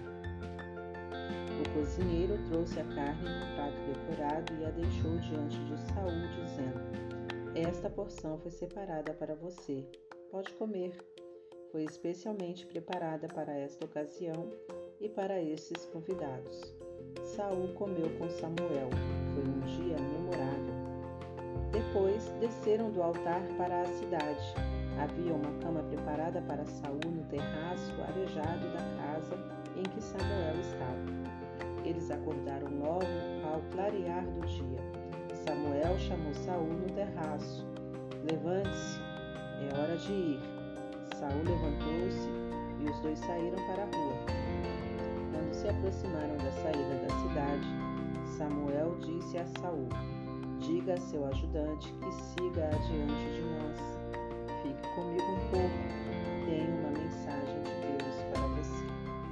O cozinheiro trouxe a carne num prato decorado e a deixou diante de Saul, dizendo: esta porção foi separada para você. Pode comer. Foi especialmente preparada para esta ocasião e para estes convidados. Saul comeu com Samuel. Foi um dia memorável. Depois desceram do altar para a cidade. Havia uma cama preparada para Saul no terraço arejado da casa em que Samuel estava. Eles acordaram logo ao clarear do dia. Samuel chamou Saul no terraço. Levante-se, é hora de ir. Saul levantou-se e os dois saíram para a rua. Quando se aproximaram da saída da cidade, Samuel disse a Saul: diga a seu ajudante que siga adiante de nós. Fique comigo um pouco. Tenho uma mensagem de Deus para você.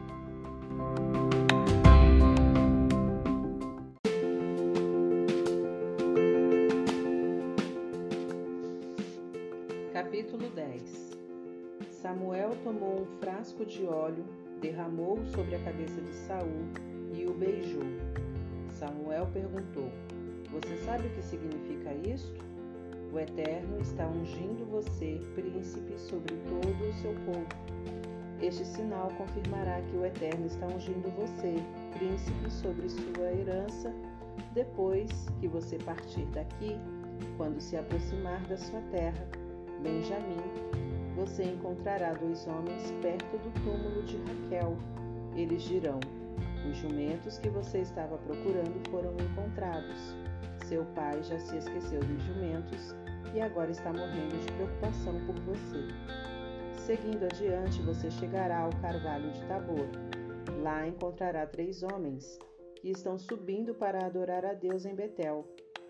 Capítulo dez. Samuel tomou um frasco de óleo, derramou-o sobre a cabeça de Saul e o beijou. Samuel perguntou: você sabe o que significa isto? O Eterno está ungindo você príncipe sobre todo o seu povo. Este sinal confirmará que o Eterno está ungindo você príncipe sobre sua herança depois que você partir daqui. Quando se aproximar da sua terra, Benjamim, você encontrará dois homens perto do túmulo de Raquel. Eles dirão: os jumentos que você estava procurando foram encontrados. Seu pai já se esqueceu dos jumentos e agora está morrendo de preocupação por você. Seguindo adiante, você chegará ao carvalho de Tabor. Lá encontrará três homens que estão subindo para adorar a Deus em Betel.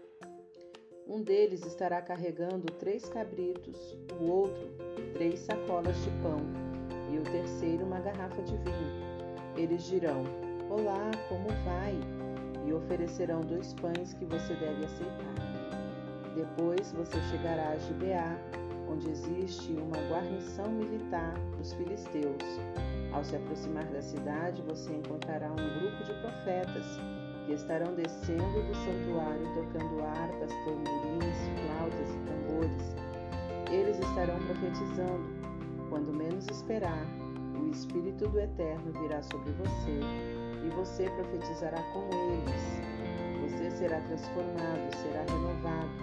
Um deles estará carregando três cabritos, o outro três sacolas de pão e o terceiro uma garrafa de vinho. Eles dirão: "Olá, como vai?" e oferecerão dois pães que você deve aceitar. Depois você chegará a Gibeá, onde existe uma guarnição militar dos filisteus. Ao se aproximar da cidade, você encontrará um grupo de profetas que estarão descendo do santuário tocando harpas, tamborins, flautas e tambores. Eles estarão profetizando. Quando menos esperar, o Espírito do Eterno virá sobre você e você profetizará com eles. Você será transformado, será renovado.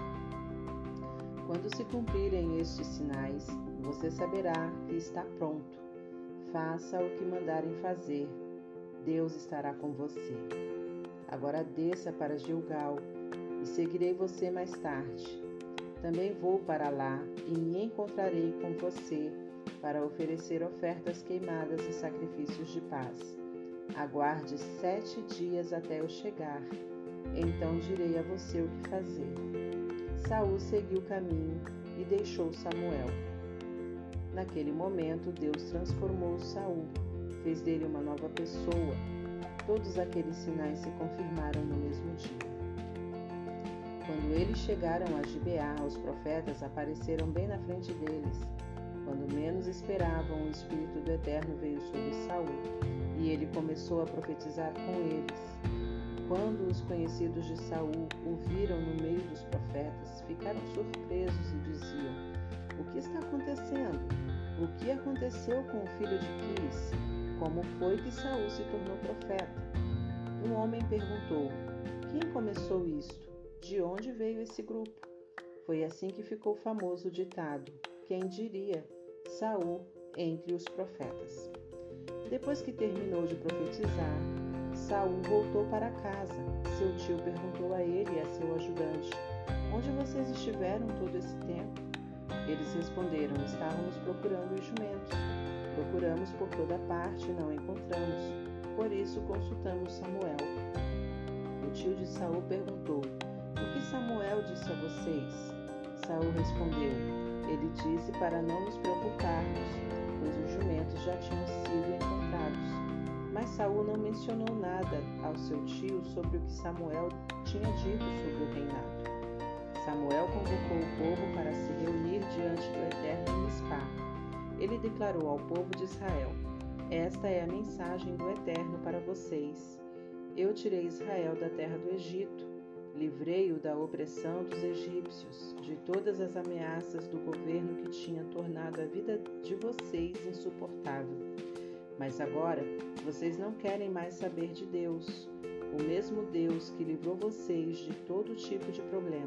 Quando se cumprirem estes sinais, você saberá que está pronto. Faça o que mandarem fazer. Deus estará com você. Agora desça para Gilgal e seguirei você mais tarde. Também vou para lá e me encontrarei com você para oferecer ofertas queimadas e sacrifícios de paz. Aguarde sete dias até eu chegar. Então direi a você o que fazer. Saul seguiu o caminho e deixou Samuel. Naquele momento, Deus transformou Saul, fez dele uma nova pessoa. Todos aqueles sinais se confirmaram no mesmo dia. Quando eles chegaram a Gibeá, os profetas apareceram bem na frente deles. Quando menos esperavam, o Espírito do Eterno veio sobre Saul, e ele começou a profetizar com eles. Quando os conhecidos de Saul o viram no meio dos profetas, ficaram surpresos e diziam: "O que está acontecendo? O que aconteceu com o filho de Quis? Como foi que Saul se tornou profeta?" Um homem perguntou: "Quem começou isto? De onde veio esse grupo?" Foi assim que ficou famoso o ditado: "Quem diria? Saul entre os profetas." Depois que terminou de profetizar, Saul voltou para casa. Seu tio perguntou a ele e a seu ajudante: "Onde vocês estiveram todo esse tempo?" Eles responderam: "Estávamos procurando os jumentos. Procuramos por toda parte e não encontramos. Por isso consultamos Samuel." O tio de Saul perguntou: "O que Samuel disse a vocês?" Saul respondeu: "Ele disse para não nos preocuparmos, pois os jumentos já tinham sido encontrados." Mas Saul não mencionou nada ao seu tio sobre o que Samuel tinha dito sobre o reinado. Samuel convocou o povo para se reunir diante do Eterno em Mispá. Ele declarou ao povo de Israel: "Esta é a mensagem do Eterno para vocês. Eu tirei Israel da terra do Egito, livrei-o da opressão dos egípcios, de todas as ameaças do governo que tinha tornado a vida de vocês insuportável. Mas agora vocês não querem mais saber de Deus, o mesmo Deus que livrou vocês de todo tipo de problema.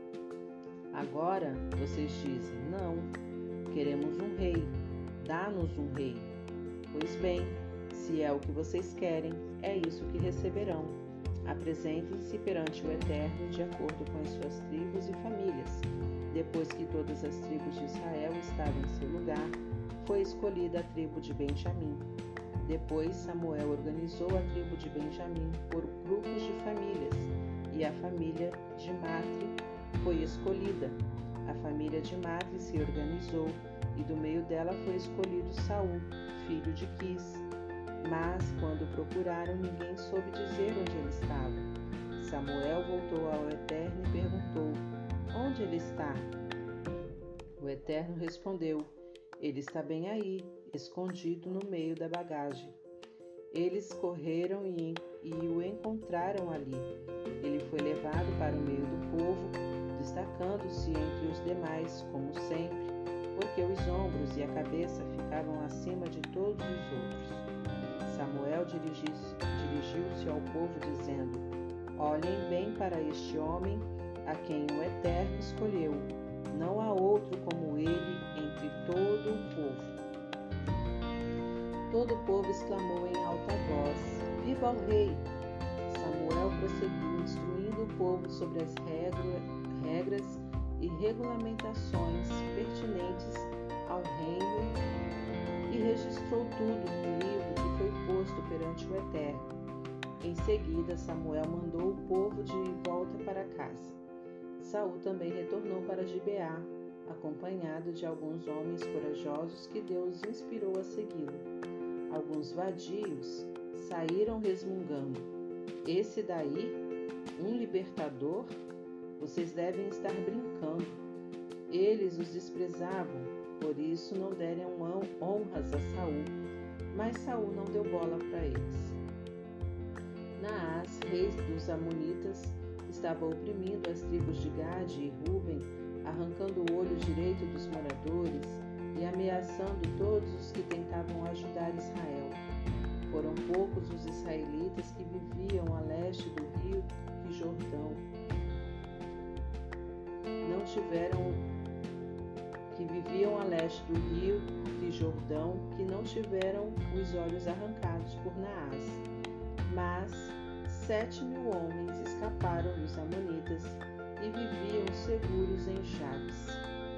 Agora vocês dizem: não, queremos um rei, dá-nos um rei. Pois bem, se é o que vocês querem, é isso que receberão. Apresentem-se perante o Eterno de acordo com as suas tribos e famílias." Depois que todas as tribos de Israel estavam em seu lugar, foi escolhida a tribo de Benjamim. Depois Samuel organizou a tribo de Benjamim por grupos de famílias, e a família de Matri foi escolhida. A família de Matri se organizou, e do meio dela foi escolhido Saul, filho de Quis. Mas, quando procuraram, ninguém soube dizer onde ele estava. Samuel voltou ao Eterno e perguntou: "Onde ele está?" O Eterno respondeu: "Ele está bem aí, escondido no meio da bagagem." Eles correram e, e o encontraram ali. Ele foi levado para o meio do povo, destacando-se entre os demais, como sempre, porque os ombros e a cabeça ficavam acima de todos os outros. Samuel dirigi-se, dirigiu-se ao povo, dizendo: "Olhem bem para este homem, a quem o Eterno escolheu. Não há outro como ele entre todo o povo." Todo o povo exclamou em alta voz: "Viva o rei!" Samuel prosseguiu instruindo o povo sobre as regras e regulamentações pertinentes ao reino e registrou tudo num livro que foi posto perante o Eterno. Em seguida, Samuel mandou o povo de volta para casa. Saul também retornou para Gibeá, acompanhado de alguns homens corajosos que Deus inspirou a segui-lo. Alguns vadios saíram resmungando: "Esse daí, um libertador? Vocês devem estar brincando." Eles os desprezavam, por isso não deram honras a Saul, mas Saul não deu bola para eles. Naás, rei dos Amonitas, estava oprimindo as tribos de Gade e Ruben, arrancando o olho direito dos moradores e ameaçando todos os que tentavam ajudar Israel. Foram poucos os israelitas que viviam a leste do rio Jordão. Não tiveram que viviam a leste do rio Jordão, que não tiveram os olhos arrancados por Naás. Mas sete mil homens escaparam dos Amonitas e viviam seguros em Jabes.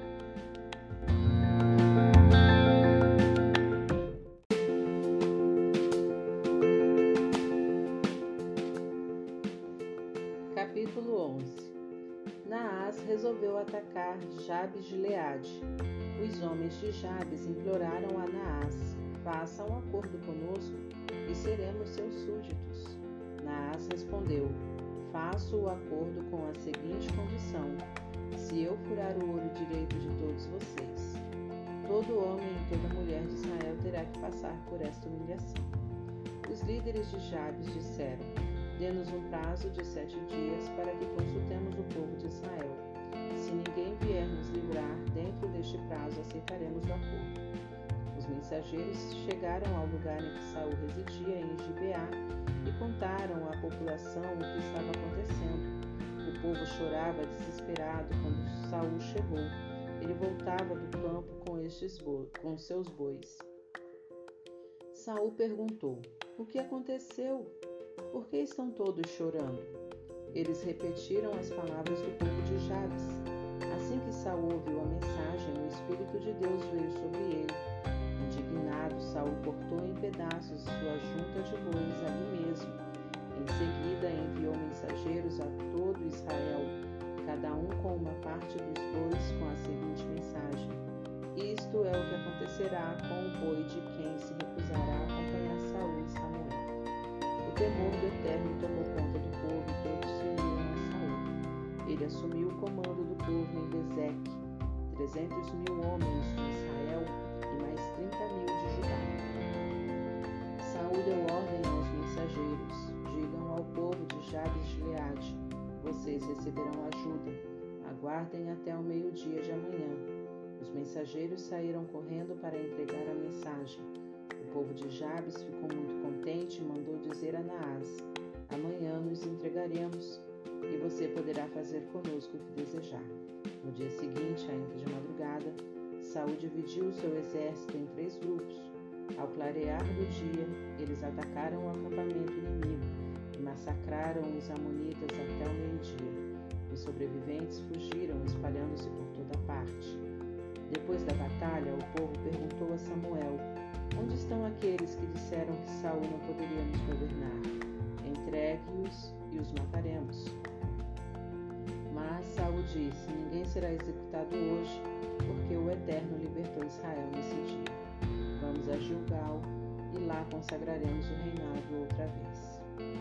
Capítulo onze. Naás resolveu atacar Jabes de Gileade. Os homens de Jabes imploraram a Naás: "Faça um acordo conosco e seremos seus súditos." Naás respondeu: "Faço o acordo com a seguinte condição: se eu furar o olho direito de todos vocês, todo homem e toda mulher de Israel terá que passar por esta humilhação." Os líderes de Jabes disseram: "Dê-nos um prazo de sete dias para que consultemos o povo de Israel. Se ninguém vier nos livrar dentro deste prazo, aceitaremos o acordo." Os mensageiros chegaram ao lugar em que Saul residia, em Gibeá, e contaram à população o que estava acontecendo. O povo chorava desesperado quando Saul chegou. Ele voltava do campo com, estes bo- com seus bois. Saul perguntou: "O que aconteceu? Por que estão todos chorando?" Eles repetiram as palavras do povo de Jabes. Assim que Saul ouviu a mensagem, o Espírito de Deus veio sobre ele. Indignado, Saul cortou em pedaços sua junta de bois ali mesmo. Em seguida, enviou mensageiros a todo Israel, cada um com uma parte dos bois, com a seguinte mensagem: "Isto é o que acontecerá com o boi de quem se recusará a acompanhar Saul e Samuel." O temor do Eterno tomou conta do povo e todos se uniram a Saul. Ele assumiu o comando do povo em Bezeque, trezentos mil homens de Israel e mais trinta mil de Judá. Saul deu ordem aos mensageiros: "Digam ao povo de Jabes de Gileade: vocês receberão ajuda. Aguardem até o meio-dia de amanhã." Os mensageiros saíram correndo para entregar a mensagem. O povo de Jabes ficou muito contente e mandou dizer a Naás: "Amanhã nos entregaremos e você poderá fazer conosco o que desejar." No dia seguinte, ainda de madrugada, Saul dividiu o seu exército em três grupos. Ao clarear do dia, eles atacaram o acampamento inimigo e massacraram os amonitas até o meio-dia. Os sobreviventes fugiram, espalhando-se por toda parte. Depois da batalha, o povo perguntou a Samuel: "Onde estão aqueles que disseram que Saul não poderia nos governar? Entregue-os e os mataremos." Mas Saul disse: "Ninguém será executado hoje, porque o Eterno libertou Israel nesse dia. Vamos a Gilgal e lá consagraremos o reinado outra vez."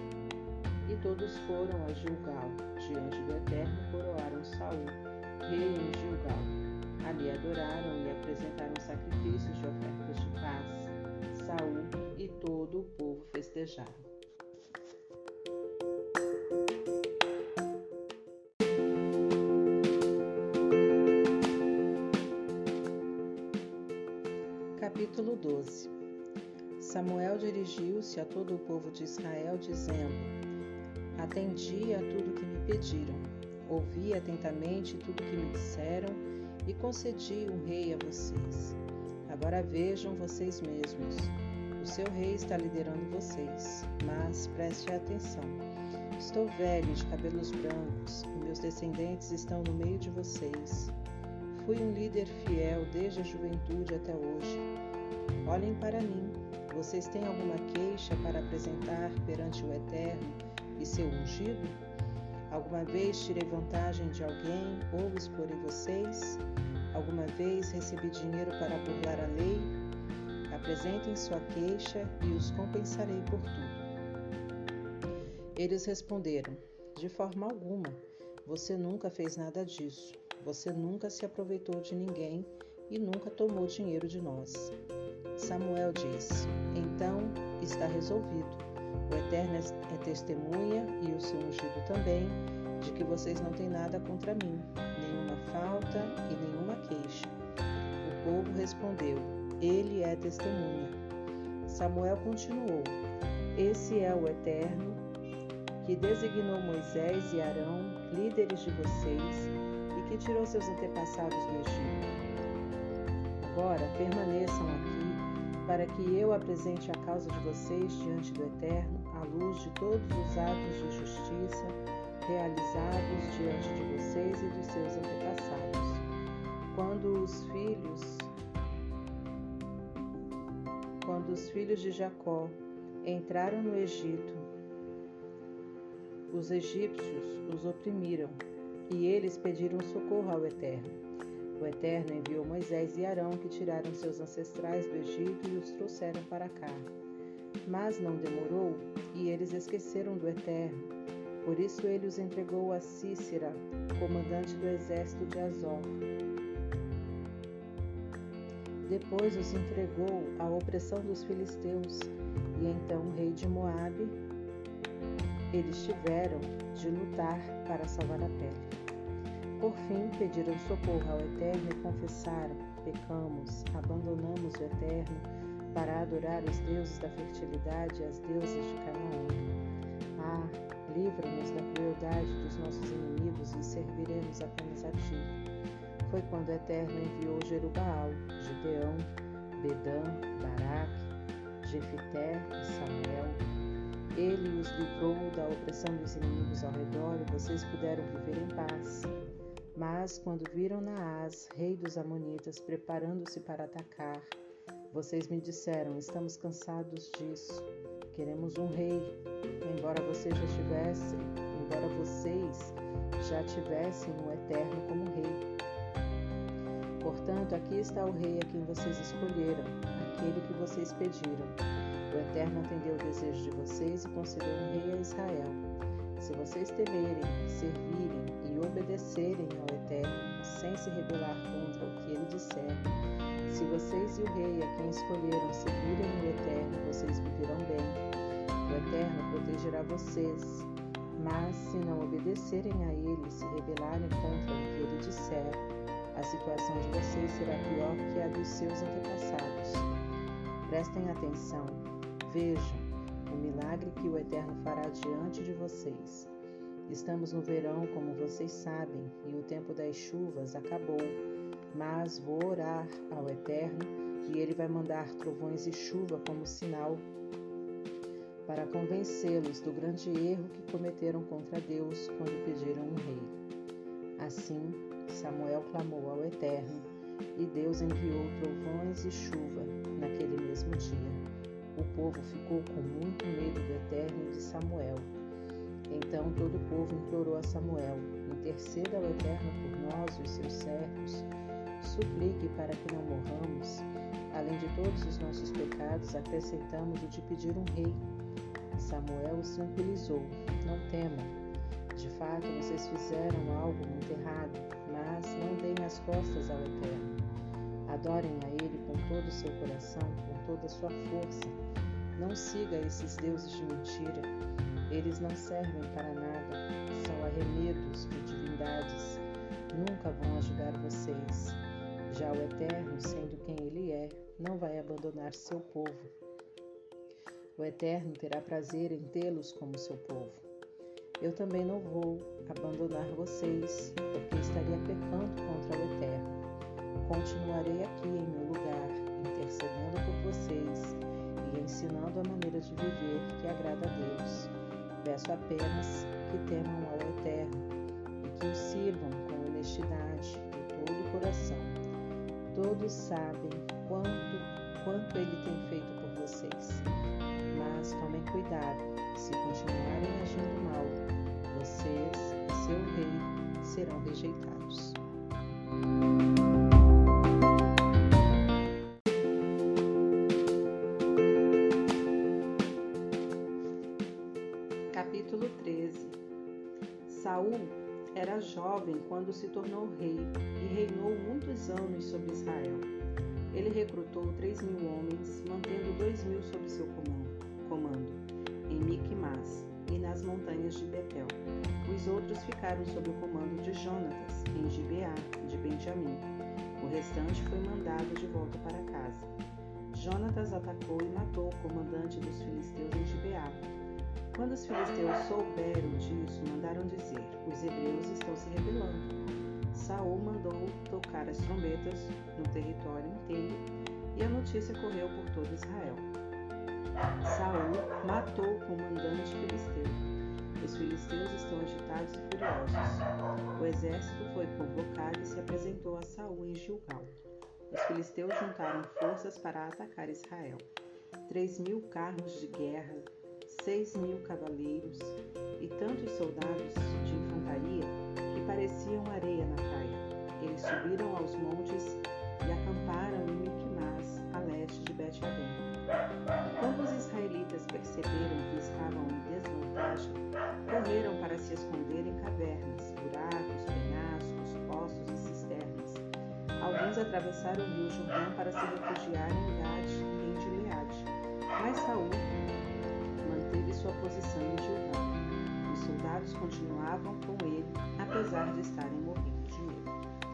E todos foram a Gilgal, diante do Eterno, e coroaram Saul, rei em Gilgal. Ali adoraram e apresentaram sacrifícios de ofertas de paz. Saul e todo o povo festejaram. Capítulo doze. Samuel dirigiu-se a todo o povo de Israel, dizendo: "Atendi a tudo que me pediram, ouvi atentamente tudo que me disseram e concedi um rei a vocês. Agora vejam vocês mesmos. O seu rei está liderando vocês, mas preste atenção. Estou velho, de cabelos brancos, e meu meus descendentes estão no meio de vocês. Fui um líder fiel desde a juventude até hoje. Olhem para mim. Vocês têm alguma queixa para apresentar perante o Eterno e seu ungido? Alguma vez tirei vantagem de alguém ou explorei vocês? Alguma vez recebi dinheiro para burlar a lei? Apresentem sua queixa e os compensarei por tudo. Eles responderam: de forma alguma, você nunca fez nada disso. Você nunca se aproveitou de ninguém e nunca tomou dinheiro de nós. Samuel disse: então está resolvido. O Eterno é testemunha, e o seu ungido também, de que vocês não têm nada contra mim, nenhuma falta e nenhuma queixa. O povo respondeu: ele é testemunha. Samuel continuou: esse é o Eterno, que designou Moisés e Arão, líderes de vocês, e que tirou seus antepassados do Egito. Agora permaneçam aqui, para que eu apresente a causa de vocês diante do Eterno, à luz de todos os atos de justiça realizados diante de vocês e dos seus antepassados. Quando os filhos, quando os filhos de Jacó entraram no Egito, os egípcios os oprimiram, e eles pediram socorro ao Eterno. O Eterno enviou Moisés e Arão, que tiraram seus ancestrais do Egito e os trouxeram para cá. Mas não demorou, e eles esqueceram do Eterno. Por isso ele os entregou a Sísera, comandante do exército de Azor. Depois os entregou à opressão dos filisteus, e então o rei de Moabe, eles tiveram de lutar para salvar a pele. Por fim, pediram socorro ao Eterno e confessaram: pecamos, abandonamos o Eterno para adorar os deuses da fertilidade e as deusas de Canaã. Ah, livra-nos da crueldade dos nossos inimigos e serviremos apenas a Ti. Foi quando o Eterno enviou Jerubaal, Gideão, Bedã, Baraque, Jefité e Samuel. Ele os livrou da opressão dos inimigos ao redor e vocês puderam viver em paz. Mas quando viram Naás, rei dos Amonitas, preparando-se para atacar, vocês me disseram: estamos cansados disso, queremos um rei. Embora vocês já tivessem, embora vocês já tivessem o Eterno como rei. Portanto, aqui está o rei a quem vocês escolheram, aquele que vocês pediram. O Eterno atendeu o desejo de vocês e concedeu um rei a Israel. Se vocês temerem, servirem e obedecerem ao Eterno, sem se rebelar contra o que ele disser, se vocês e o rei a quem escolheram servirem o Eterno, vocês viverão bem. O Eterno protegerá vocês. Mas se não obedecerem a ele e se rebelarem contra o que ele disser, a situação de vocês será pior que a dos seus antepassados. Prestem atenção. Vejam o milagre que o Eterno fará diante de vocês. Estamos no verão, como vocês sabem, e o tempo das chuvas acabou. Mas vou orar ao Eterno, e ele vai mandar trovões e chuva como sinal para convencê-los do grande erro que cometeram contra Deus quando pediram um rei. Assim, Samuel clamou ao Eterno, e Deus enviou trovões e chuva naquele mesmo dia. O povo ficou com muito medo do Eterno e de Samuel. Então todo o povo implorou a Samuel: interceda ao Eterno por nós, os seus servos. Suplique para que não morramos. Além de todos os nossos pecados, acrescentamos o de pedir um rei. Samuel os tranquilizou: não temam. De fato, vocês fizeram algo muito errado, mas não deem as costas ao Eterno. Adorem a Ele com todo o seu coração, com toda a sua força. Não siga esses deuses de mentira. Eles não servem para nada, são arremedos de divindades. Nunca vão ajudar vocês. Já o Eterno, sendo quem Ele é, não vai abandonar seu povo. O Eterno terá prazer em tê-los como seu povo. Eu também não vou abandonar vocês, porque estaria pecando contra o Eterno. Continuarei aqui em meu lugar, intercedendo por vocês e ensinando a maneira de viver que agrada a Deus. Peço apenas que temam ao Eterno e nos sirvam com honestidade de todo o coração. Todos sabem quanto, quanto Ele tem feito por vocês. Mas tomem cuidado, se continuarem agindo mal, vocês e seu rei serão rejeitados. Capítulo treze. Saul era jovem quando se tornou rei e reinou muitos anos sobre Israel. Ele recrutou três mil homens, mantendo dois mil sob seu comando, em Miquimás e nas montanhas de Betel. Os outros ficaram sob o comando de Jonatas, em Gibeá de Benjamim. O restante foi mandado de volta para casa. Jonatas atacou e matou o comandante dos filisteus em Gibeá. Quando os filisteus souberam disso, mandaram dizer: os hebreus estão se rebelando. Saul mandou tocar as trombetas no território inteiro e a notícia correu por todo Israel. Saul matou o comandante filisteu. Os filisteus estão agitados e furiosos. O exército foi convocado e se apresentou a Saul em Gilgal. Os filisteus juntaram forças para atacar Israel. Três mil carros de guerra, seis mil cavaleiros e tantos soldados de infantaria que pareciam areia na praia. Eles subiram aos montes e acamparam em Miquimás, a leste de Bet-Aven. Quando os israelitas perceberam que estavam em desvantagem, correram para se esconder em cavernas, buracos, penhascos, poços e cisternas. Alguns atravessaram o rio Jordão para se refugiar em Gade e em Gileade. Mas Saul manteve sua posição em Gilgal. Os soldados continuavam com ele, apesar de estarem morrendo de medo.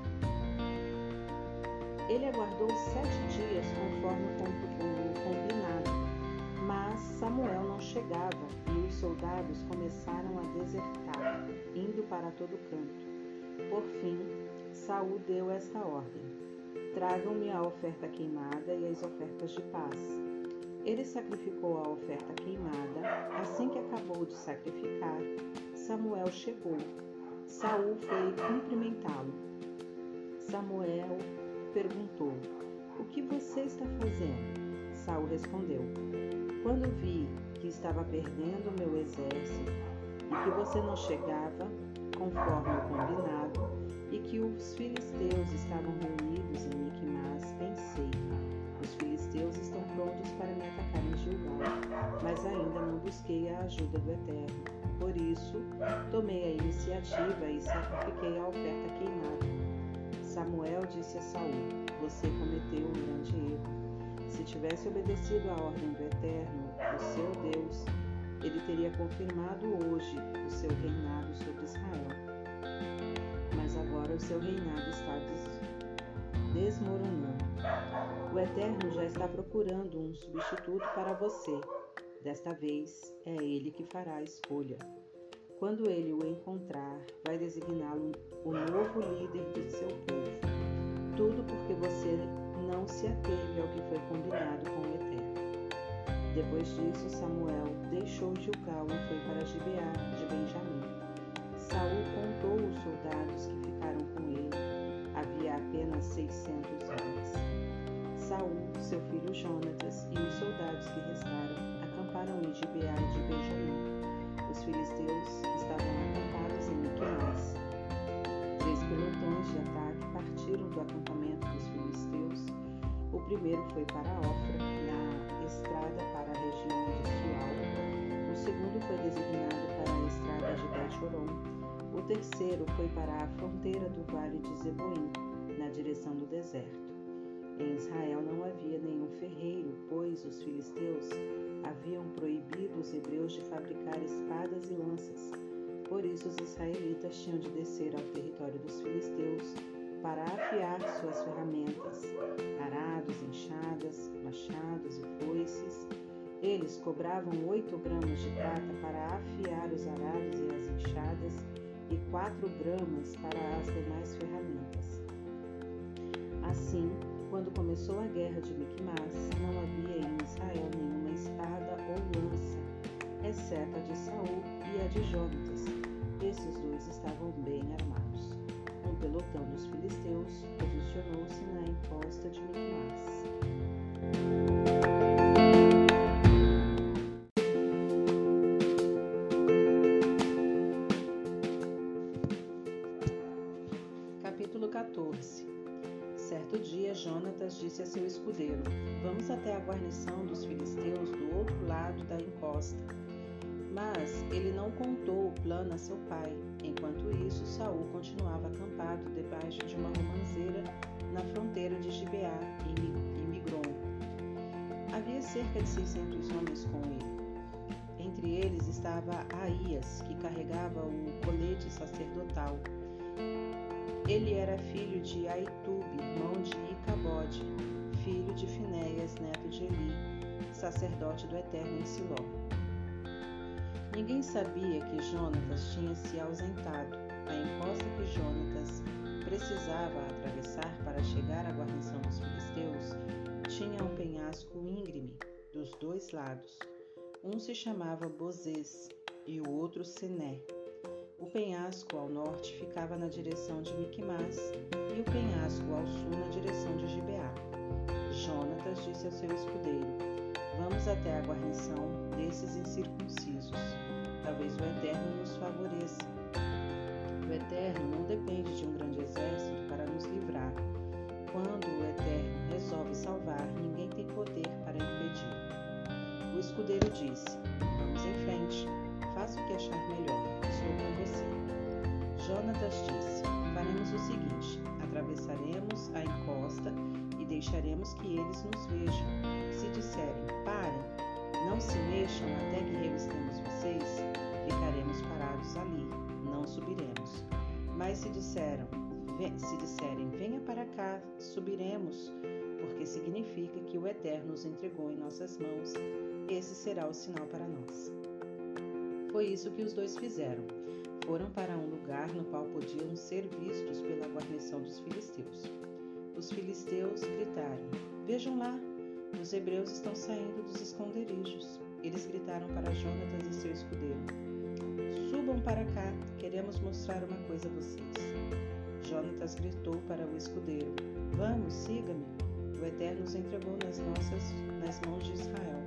Ele aguardou sete dias conforme o combinado, mas Samuel não chegava e os soldados começaram a desertar, indo para todo canto. Por fim, Saul deu esta ordem: tragam-me a oferta queimada e as ofertas de paz. Ele sacrificou a oferta queimada. Assim que acabou de sacrificar, Samuel chegou. Saul foi cumprimentá-lo. Samuel perguntou: o que você está fazendo? Saul respondeu: quando vi que estava perdendo meu exército e que você não chegava conforme o combinado e que os filisteus estavam reunidos em Miquimás, pensei: os filisteus estão prontos para me atacar em Gilgal, mas ainda não busquei a ajuda do Eterno. Por isso, tomei a iniciativa e sacrifiquei a oferta queimada. Samuel disse a Saul: você cometeu um grande erro. Se tivesse obedecido à ordem do Eterno, o seu Deus, ele teria confirmado hoje o seu reinado sobre Israel. Mas agora o seu reinado está desmoronando. O Eterno já está procurando um substituto para você. Desta vez, é ele que fará a escolha. Quando ele o encontrar, vai designá-lo o novo líder de seu povo. Tudo porque você não se ateve ao que foi combinado com o Eterno. Depois disso, Samuel deixou Gilgal e foi para Gibeá de Benjamim. Saul contou os soldados que ficaram com ele. Havia apenas seiscentos homens. Saul, seu filho Jonatas e os soldados que restaram acamparam em Gibeá de Benjamim. Os filisteus estavam acampados em Miquimás. Três pelotões de ataque partiram do acampamento dos filisteus. O primeiro foi para Ofra, na estrada para a região de Sual. O segundo foi designado para a estrada de Bet-Horon. O terceiro foi para a fronteira do vale de Zeboim, na direção do deserto. Em Israel não havia nenhum ferreiro, pois os filisteus haviam proibido os hebreus de fabricar espadas e lanças. Por isso os israelitas tinham de descer ao território dos filisteus para afiar suas ferramentas, arados, enxadas, machados e foices. Eles cobravam oito gramas de prata para afiar os arados e as enxadas e quatro gramas para as demais ferramentas. Assim, quando começou a guerra de Miquimás, não havia em Israel nenhuma espada ou lança, exceto a de Saul e a de Jonatas. Esses dois estavam bem armados. Um pelotão dos filisteus posicionou-se na encosta de Miquimás. Capítulo quatorze. Certo dia, Jonatas disse a seu escudeiro: Vamos até a guarnição dos filisteus do outro lado da encosta. Mas ele não contou o plano a seu pai. Enquanto isso, Saul continuava acampado debaixo de uma romanceira na fronteira de Gibeá e Migron. Havia cerca de seiscentos homens com ele. Entre eles estava Aías, que carregava o colete sacerdotal. Ele era filho de Aitube, irmão de Icabode, filho de Finéias, neto de Eli, sacerdote do Eterno em Siló. Ninguém sabia que Jonatas tinha se ausentado. A encosta que Jonatas precisava atravessar para chegar à guarnição dos filisteus tinha um penhasco íngreme dos dois lados. Um se chamava Bozês e o outro Sené. O penhasco ao norte ficava na direção de Miquimás e o penhasco ao sul na direção de Gibeá. Jonatas disse ao seu escudeiro: Vamos até a guarnição desses incircuncisos. Talvez o Eterno nos favoreça. O Eterno não depende de um grande exército para nos livrar. Quando o Eterno resolve salvar, ninguém tem poder para impedir. O escudeiro disse: Vamos em frente. Faça o que achar melhor. Estou com você. Jonatas disse: Faremos o seguinte: atravessaremos a encosta e deixaremos que eles nos vejam. Se disserem: Parem, não se mexam até que revistemos vocês, ficaremos parados ali, não subiremos. Mas se disseram, se disserem, venha para cá, subiremos, porque significa que o Eterno nos entregou em nossas mãos. Esse será o sinal para nós. Foi isso que os dois fizeram. Foram para um lugar no qual podiam ser vistos pela guarnição dos filisteus. Os filisteus gritaram: Vejam lá, os hebreus estão saindo dos esconderijos. Eles gritaram para Jonatas e seu escudeiro: Subam para cá, queremos mostrar uma coisa a vocês. Jonatas gritou para o escudeiro: Vamos, siga-me. O Eterno nos entregou nas nossas, nas mãos de Israel.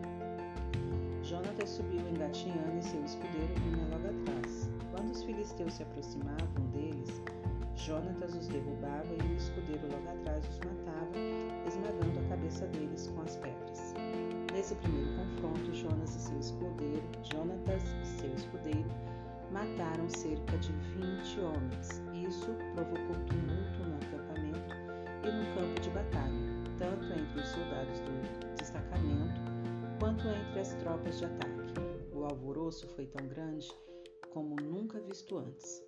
Jonatas subiu engatinhando e seu escudeiro vinha logo atrás. Quando os filisteus se aproximavam deles, Jonatas os derrubava e o escudeiro logo atrás os matava, esmagando a cabeça deles com as pedras. Nesse primeiro confronto, Jonas e seu escudeiro, Jonatas e seu escudeiro mataram cerca de vinte homens. Isso provocou tumulto no acampamento e no campo de batalha, tanto entre os soldados do destacamento quanto entre as tropas de ataque. O alvoroço foi tão grande como nunca visto antes.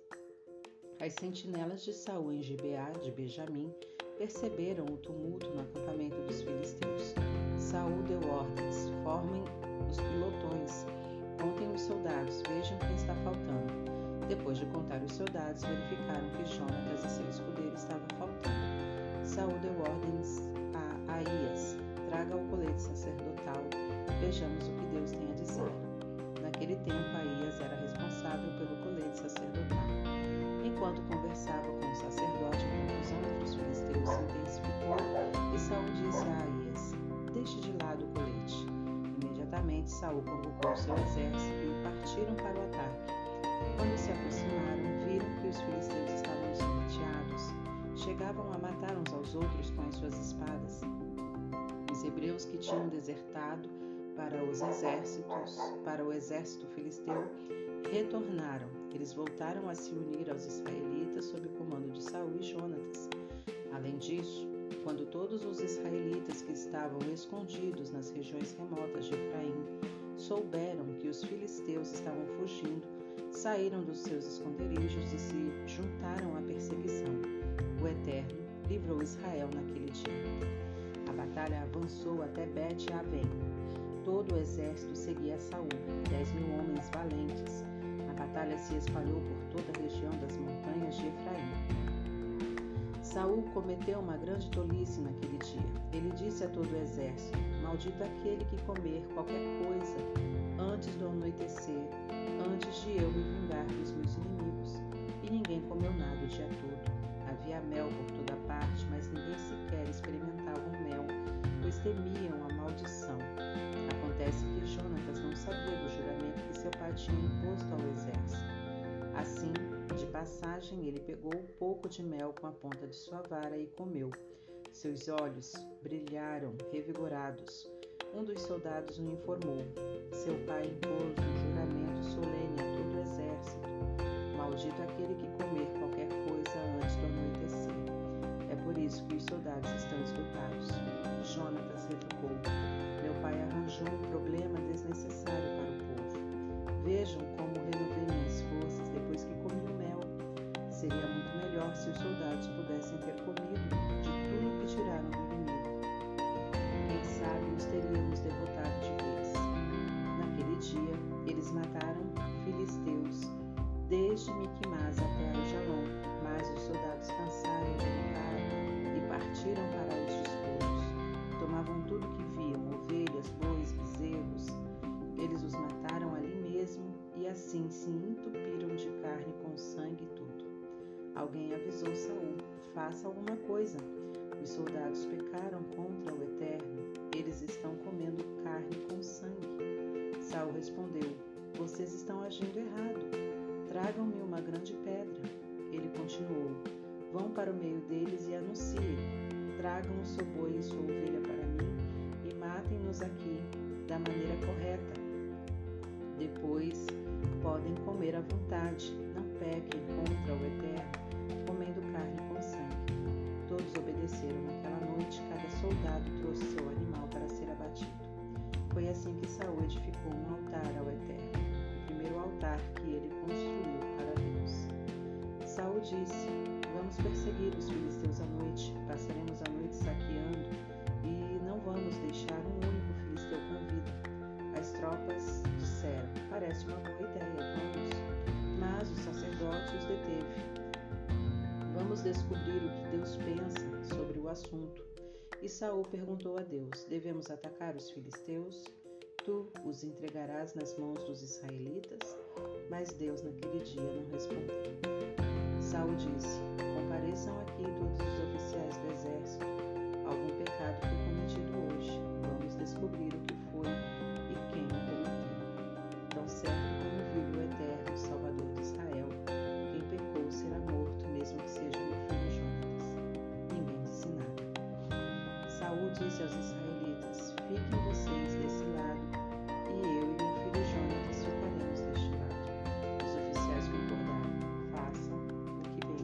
As sentinelas de Saul em Gibeá de Benjamim perceberam o tumulto no acampamento dos filisteus. Saul deu ordens: formem os pilotões, contem os soldados, vejam quem está faltando. Depois de contar os soldados, verificaram que Jonatas e seu escudeiro estavam faltando. Saul deu ordens a Aías: traga o colete sacerdotal, vejamos o que Deus tem a dizer. Naquele tempo, Aías era responsável pelo colete sacerdotal. Enquanto conversava com o sacerdote, a confusão entre os filisteus se intensificou e Saul disse a Aías: Deixe de lado o colete. Imediatamente, Saul convocou seu exército e partiram para o ataque. Quando se aproximaram, viram que os filisteus estavam desnorteados. Chegavam a matar uns aos outros com as suas espadas. Os hebreus que tinham desertado para os exércitos, para o exército filisteu, retornaram. Eles voltaram a se unir aos israelitas sob o comando de Saul e Jonatas. Além disso, quando todos os israelitas que estavam escondidos nas regiões remotas de Efraim souberam que os filisteus estavam fugindo, saíram dos seus esconderijos e se juntaram à perseguição. O Eterno livrou Israel naquele dia. A batalha avançou até Bet-Aven. Todo o exército seguia Saul, dez mil homens valentes. A batalha se espalhou por toda a região das montanhas de Efraim. Saul cometeu uma grande tolice naquele dia. Ele disse a todo o exército: Maldito aquele que comer qualquer coisa antes do anoitecer, antes antes de eu me vingar dos meus inimigos. E ninguém comeu nada o dia todo. Havia mel por toda parte, mas ninguém sequer experimentava o mel, pois temiam a maldição. Acontece que Jonatas não sabia do juramento que seu pai tinha imposto ao exército. Assim, de passagem, ele pegou um pouco de mel com a ponta de sua vara e comeu. Seus olhos brilharam, revigorados. Um dos soldados o informou. Seu pai impôs um juramento solene a todo o exército. Maldito aquele que comer qualquer coisa antes do anoitecer. É por isso que os soldados estão esgotados. Jonatas retrucou. Meu pai arranjou um problema desnecessário para o povo. Vejam como renovei minhas forças depois que comi o mel. Seria muito melhor se os soldados pudessem ter comido de tudo que tiraram do inimigo. Quem sabe os teríamos derrotado de vez. Naquele dia, eles mataram filisteus, desde Miquimás até Aijalon, mas os soldados cansaram de lutar e partiram para os despojos. Tomavam tudo que viam, ovelhas, bois, bezerros. Eles os mataram ali mesmo e assim se entupiram de carne com sangue e tudo. Alguém avisou Saul, faça alguma coisa. Os soldados pecaram contra o Eterno. Eles estão comendo carne com sangue. Saul respondeu, vocês estão agindo errado. Tragam-me uma grande pedra. Ele continuou, vão para o meio deles e anunciem. Tragam o seu boi e sua ovelha para mim e matem-nos aqui da maneira correta. Depois podem comer à vontade. Não pequem contra o Eterno, comendo carne com sangue. Todos obedeceram naquela noite. Cada soldado trouxe seu animal para ser abatido. Foi assim que Saul edificou um altar ao Eterno, o primeiro altar que ele construiu para Deus. Saul disse, vamos perseguir os filisteus à noite, passaremos a noite saqueando e não vamos deixar um único filisteu com vida. As tropas disseram, parece uma boa ideia, vamos. Mas o sacerdote os deteve. Vamos descobrir o que Deus pensa sobre o assunto. E Saul perguntou a Deus, devemos atacar os filisteus? Tu os entregarás nas mãos dos israelitas? Mas Deus naquele dia não respondeu. Saul disse, compareçam aqui todos os oficiais do exército. Algum pecado foi cometido hoje. Vamos descobrir o que foi e quem o cometeu. Tão certo como vive o Eterno, Salvador de Israel, quem pecou será morto, mesmo que seja meu filho Jonatas. Ninguém disse nada. Saul disse aos israelitas, fiquem vocês desse lado, e eu e meu filho Jonatas ficaremos deste lado. Os oficiais concordaram, façam o que bem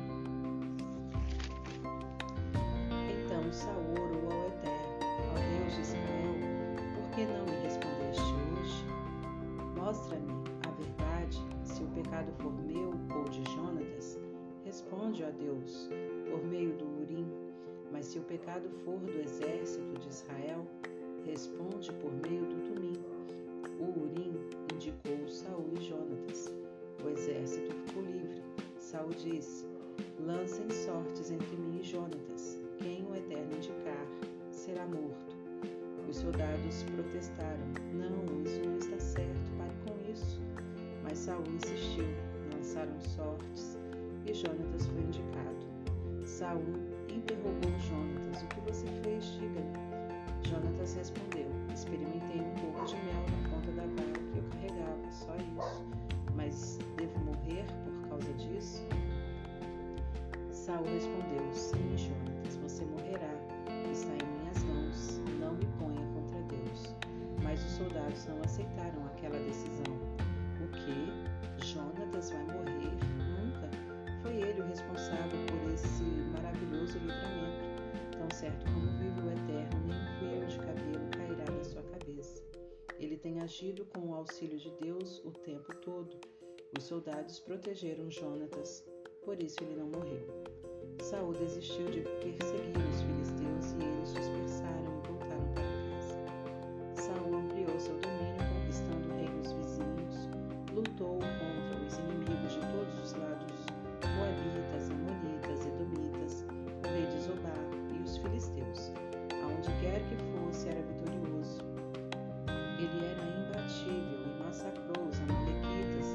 entender. Então Saul orou ao Eterno, ó Deus de Israel, por que não me respondeste hoje? Mostra-me a verdade, se o pecado for meu ou de Jonatas, responde, ó Deus, por meio do Urim. Mas se o pecado for do exército de Israel, responde por meio do Tumim. O Urim indicou Saul e Jonatas. O exército ficou livre. Saul disse, lancem sortes entre mim e Jonatas. Quem o Eterno indicar será morto. Os soldados protestaram, não, isso não está certo, pare com isso. Mas Saul insistiu, lançaram sortes e Jonatas foi indicado. Saul interrogou Jonatas, o que você fez, diga-me. Jonatas respondeu, experimentei um pouco de mel na ponta da vara que eu carregava, só isso. Mas devo morrer por causa disso? Saul respondeu, sim, Jonatas, você morrerá. Está em minhas mãos, não me ponha contra Deus. Mas os soldados não aceitaram aquela decisão. O quê? Jonatas vai morrer? Nunca. Foi ele o responsável por esse maravilhoso livramento. Tão certo como vive o Eterno, nem um fio de cabelo cairá da sua cabeça. Ele tem agido com o auxílio de Deus o tempo todo. Os soldados protegeram Jonatas, por isso ele não morreu. Saul desistiu de perseguir os filisteus e eles dispersaram e voltaram para casa. Saul ampliou seu domínio, conquistando reinos vizinhos, lutou contra os inimigos de todos os lados, moabitas, amonitas, edomitas, o rei de Zobá e os filisteus. Aonde quer que fosse, era vitorioso. Ele era imbatível e massacrou os amalequitas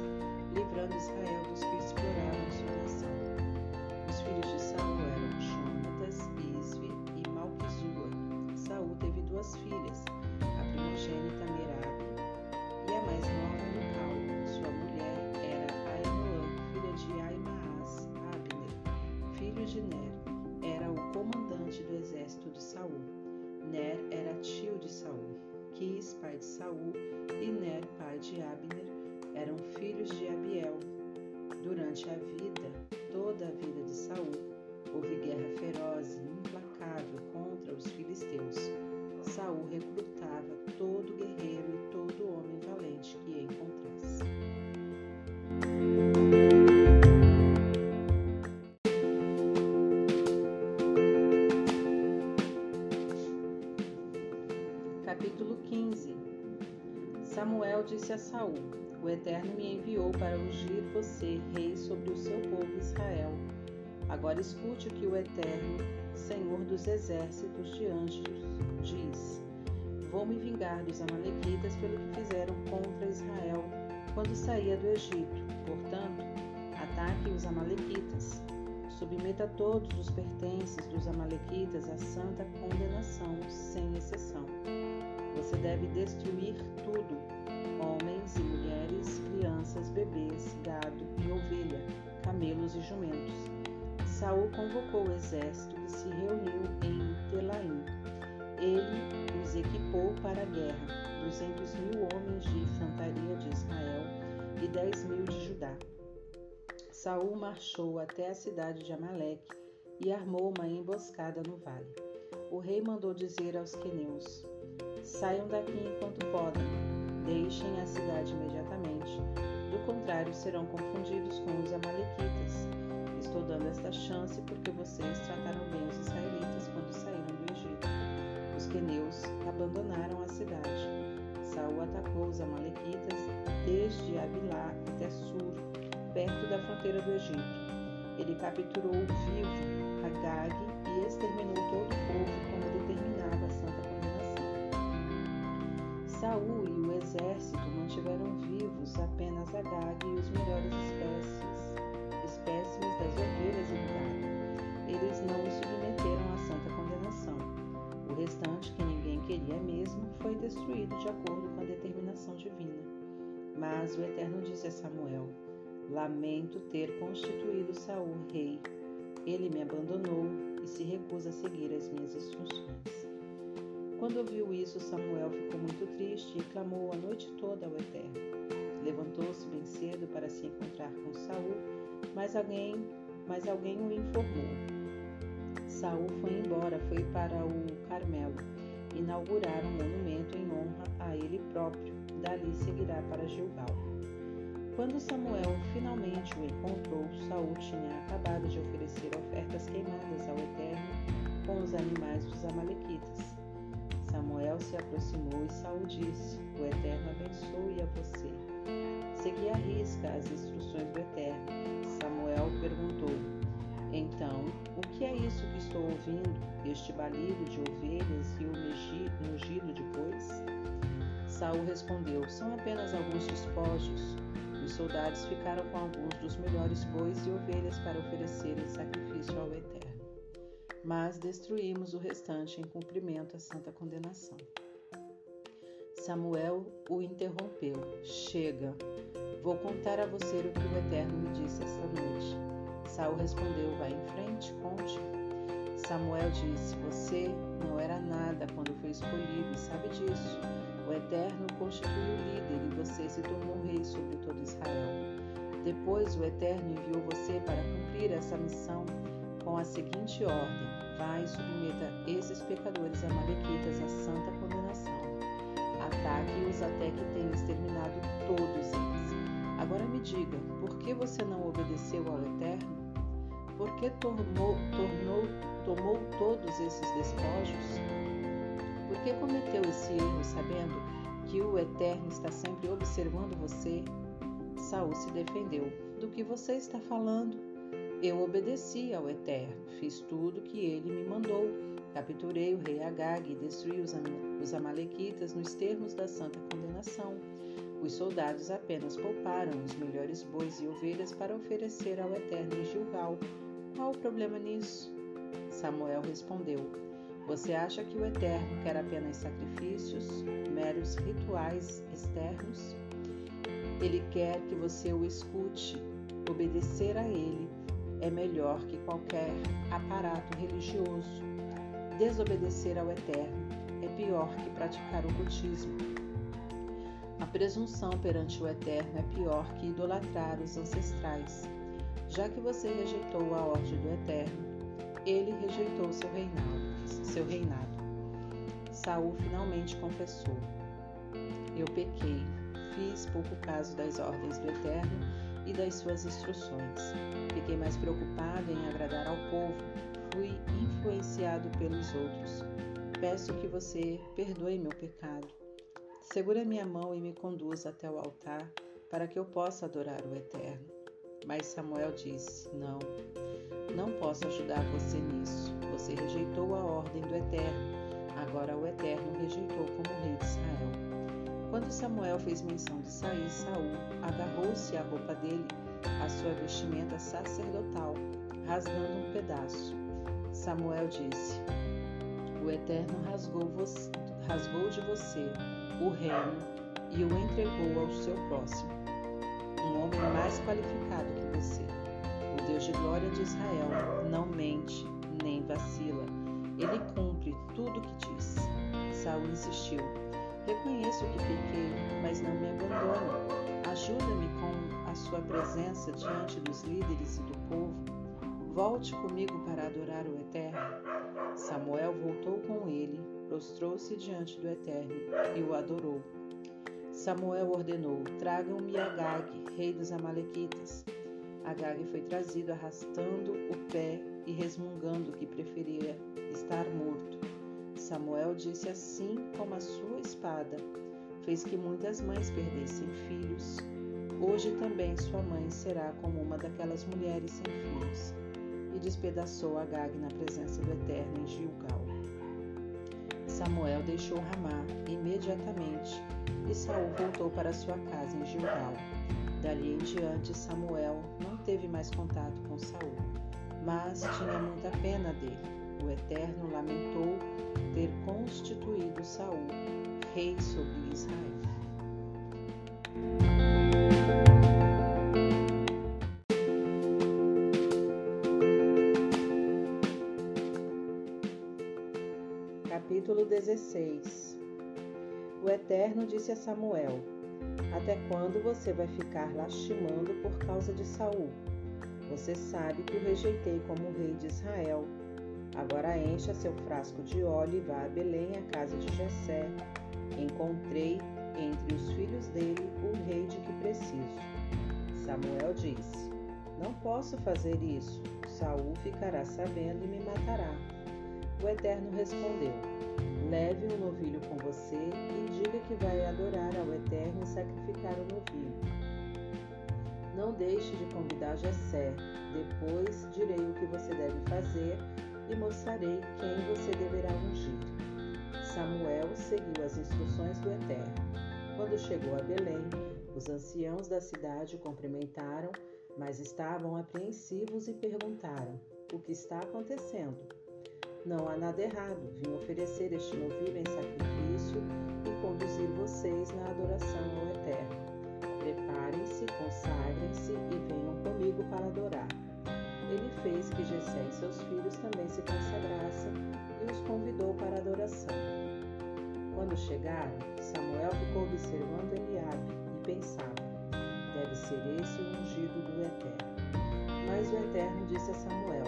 de Ner, era o comandante do exército de Saul. Ner era tio de Saul. Quis, pai de Saul, e Ner, pai de Abner, eram filhos de Abiel. Durante a vida, toda a vida de Saul, houve guerra feroz e implacável contra os filisteus. Saul recrutava todo guerreiro e todo homem valente que encontrasse. Capítulo quinze. Samuel disse a Saul: O Eterno me enviou para ungir você rei sobre o seu povo Israel. Agora escute o que o Eterno, Senhor dos exércitos de anjos, diz: Vou me vingar dos amalequitas pelo que fizeram contra Israel quando saía do Egito. Portanto, ataque os amalequitas. Submeta todos os pertences dos amalequitas à santa condenação, sem exceção. Você deve destruir tudo: homens e mulheres, crianças, bebês, gado e ovelha, camelos e jumentos. Saul convocou o exército que se reuniu em Telaim. Ele os equipou para a guerra, duzentos mil homens de infantaria de Israel e dez mil de Judá. Saul marchou até a cidade de Amaleque e armou uma emboscada no vale. O rei mandou dizer aos queneus: Saiam daqui enquanto podem, deixem a cidade imediatamente, do contrário serão confundidos com os amalequitas. Estou dando esta chance porque vocês trataram bem os israelitas quando saíram do Egito. Os queneus abandonaram a cidade. Saul atacou os amalequitas desde Avilá até Sur, perto da fronteira do Egito. Ele capturou vivo Agag e exterminou todo o povo como determinava a santa condenação. Saul e o exército mantiveram vivos apenas Agag e os melhores espécies, espécimes das ovelhas e do gado. Eles não os submeteram à santa condenação. O restante, que ninguém queria mesmo, foi destruído de acordo com a determinação divina. Mas o Eterno disse a Samuel: Lamento ter constituído Saul rei. Ele me abandonou e se recusa a seguir as minhas instruções. Quando ouviu isso, Samuel ficou muito triste e clamou a noite toda ao Eterno. Levantou-se bem cedo para se encontrar com Saul, mas alguém, mas alguém o informou. Saul foi embora, foi para o Carmelo, inaugurar um monumento em honra a ele próprio. Dali seguirá para Gilgal. Quando Samuel finalmente o encontrou, Saul tinha acabado de oferecer ofertas queimadas ao Eterno com os animais dos amalequitas. Samuel se aproximou e Saul disse: O Eterno abençoe a você. Segui à risca as instruções do Eterno. Samuel perguntou: Então, o que é isso que estou ouvindo, este balido de ovelhas e o mugido de bois? Saul respondeu: São apenas alguns despojos. Os soldados ficaram com alguns dos melhores bois e ovelhas para oferecer em sacrifício ao Eterno. Mas destruímos o restante em cumprimento à santa condenação. Samuel o interrompeu: Chega, vou contar a você o que o Eterno me disse esta noite. Saul respondeu: Vá em frente, conte. Samuel disse: Você não era nada quando foi escolhido e sabe disso. O Eterno o constituiu líder e você se tornou rei sobre todo Israel. Depois o Eterno enviou você para cumprir essa missão com a seguinte ordem: Vai e submeta esses pecadores amalequitas à santa condenação. Ataque-os até que tenha exterminado todos eles. Agora me diga, por que você não obedeceu ao Eterno? Por que tornou, tornou, tomou todos esses despojos? Por que cometeu esse erro sabendo que o Eterno está sempre observando você? Saul se defendeu: Do que você está falando? Eu obedeci ao Eterno, fiz tudo o que ele me mandou. Capturei o rei Agag e destruí os, am- os amalequitas nos termos da santa condenação. Os soldados apenas pouparam os melhores bois e ovelhas para oferecer ao Eterno em Gilgal. Qual o problema nisso? Samuel respondeu: Você acha que o Eterno quer apenas sacrifícios, meros rituais externos? Ele quer que você o escute. Obedecer a ele é melhor que qualquer aparato religioso. Desobedecer ao Eterno é pior que praticar o ocultismo. A presunção perante o Eterno é pior que idolatrar os ancestrais. Já que você rejeitou a ordem do Eterno, ele rejeitou seu reinado. Seu reinado. Saul finalmente confessou: eu pequei, fiz pouco caso das ordens do Eterno e das suas instruções. Fiquei mais preocupado em agradar ao povo, fui influenciado pelos outros. Peço que você perdoe meu pecado. Segura minha mão e me conduza até o altar para que eu possa adorar o Eterno. Mas Samuel disse: não, não posso ajudar você nisso. Você rejeitou a ordem do Eterno. Agora o Eterno rejeitou como rei de Israel. Quando Samuel fez menção de sair, Saul agarrou-se à roupa dele, à sua vestimenta sacerdotal, rasgando um pedaço. Samuel disse: o Eterno rasgou, você, rasgou de você o reino e o entregou ao seu próximo, um homem mais qualificado que você. O Deus de glória de Israel não mente nem vacila. Ele cumpre tudo o que diz. Saul insistiu: reconheço que pequei, mas não me abandone. Ajuda-me com a sua presença diante dos líderes e do povo. Volte comigo para adorar o Eterno. Samuel voltou com ele, prostrou-se diante do Eterno e o adorou. Samuel ordenou: tragam-me Agag, rei dos Amalequitas. Agag foi trazido arrastando o pé e resmungando que preferia estar morto. Samuel disse: assim como a sua espada fez que muitas mães perdessem filhos, hoje também sua mãe será como uma daquelas mulheres sem filhos. E despedaçou Agag na presença do Eterno em Gilgal. Samuel deixou Ramá imediatamente e Saul voltou para sua casa em Gilgal. Dali em diante, Samuel não teve mais contato com Saul, mas tinha muita pena dele. O Eterno lamentou ter constituído Saul rei sobre Israel. Capítulo dezesseis. O Eterno disse a Samuel: até quando você vai ficar lastimando por causa de Saul? Você sabe que o rejeitei como rei de Israel. Agora encha seu frasco de óleo e vá a Belém, à casa de Jessé. Encontrei entre os filhos dele o rei de que preciso. Samuel disse: não posso fazer isso. Saul ficará sabendo e me matará. O Eterno respondeu: leve um novilho com você e diga que vai adorar ao Eterno e sacrificar o novilho. Não deixe de convidar Jessé. Depois direi o que você deve fazer e mostrarei quem você deverá ungir. Samuel seguiu as instruções do Eterno. Quando chegou a Belém, os anciãos da cidade o cumprimentaram, mas estavam apreensivos e perguntaram: o que está acontecendo? Não há nada errado, vim oferecer este novilho em sacrifício e conduzir vocês na adoração ao Eterno. Preparem-se, consagrem-se e venham comigo para adorar. Ele fez que Jessé e seus filhos também se consagrassem e os convidou para a adoração. Quando chegaram, Samuel ficou observando Eliabe e pensava: deve ser esse o ungido do Eterno. Mas o Eterno disse a Samuel: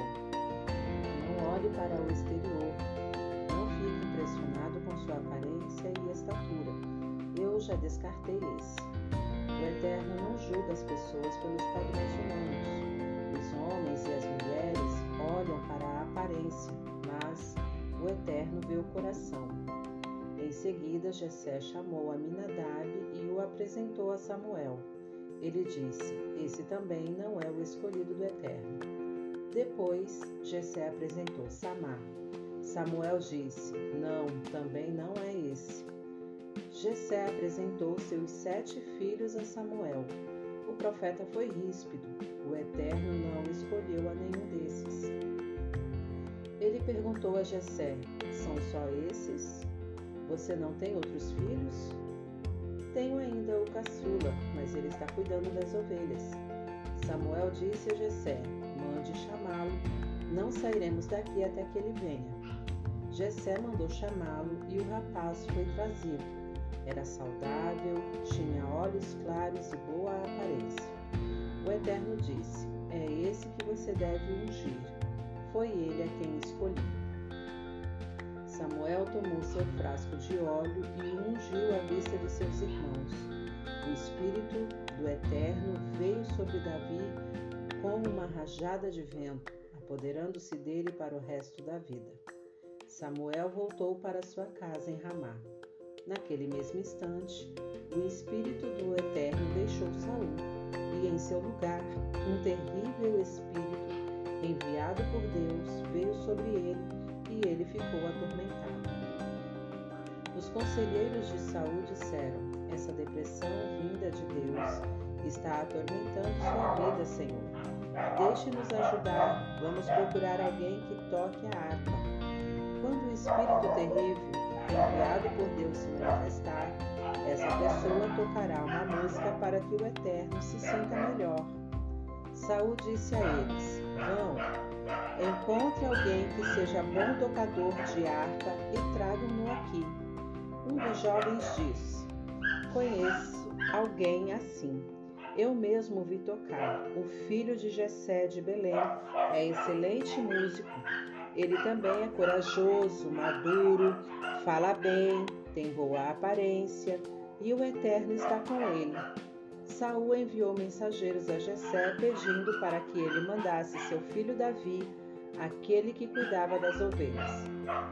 não olhe para o exterior, não fique impressionado com sua aparência e estatura. Eu já descartei esse. O Eterno não julga as pessoas pelos padrões humanos. Os homens e as mulheres olham para a aparência, mas o Eterno vê o coração. Em seguida, Jessé chamou Aminadab e o apresentou a Samuel. Ele disse: esse também não é o escolhido do Eterno. Depois, Jessé apresentou Samá. Samuel disse: não, também não é esse. Jessé apresentou seus sete filhos a Samuel. O profeta foi ríspido. O Eterno não escolheu a nenhum desses. Ele perguntou a Jessé: são só esses? Você não tem outros filhos? Tenho ainda o caçula, mas ele está cuidando das ovelhas. Samuel disse a Jessé: mande chamá-lo, não sairemos daqui até que ele venha. Jessé mandou chamá-lo e o rapaz foi trazido. Era saudável, tinha olhos claros e boa aparência. O Eterno disse: é esse que você deve ungir. Foi ele a quem escolhi. Samuel tomou seu frasco de óleo e o ungiu à vista de seus irmãos. O Espírito do Eterno veio sobre Davi como uma rajada de vento, apoderando-se dele para o resto da vida. Samuel voltou para sua casa em Ramá. Naquele mesmo instante, o Espírito do Eterno deixou Saul, e em seu lugar, um terrível espírito, enviado por Deus, veio sobre ele, e ele ficou atormentado. Os conselheiros de Saul disseram: essa depressão vinda de Deus está atormentando sua vida, Senhor. Deixe-nos ajudar, vamos procurar alguém que toque a harpa. Quando o espírito terrível, enviado por Deus, se manifestar, essa pessoa tocará uma música para que o Eterno se sinta melhor. Saul disse a eles: vão, encontre alguém que seja bom tocador de harpa e tragam-no aqui. Um dos jovens disse: conheço alguém assim. Eu mesmo vi tocar. O filho de Jessé de Belém é excelente músico. Ele também é corajoso, maduro, fala bem, tem boa aparência e o Eterno está com ele. Saul enviou mensageiros a Jessé pedindo para que ele mandasse seu filho Davi, aquele que cuidava das ovelhas.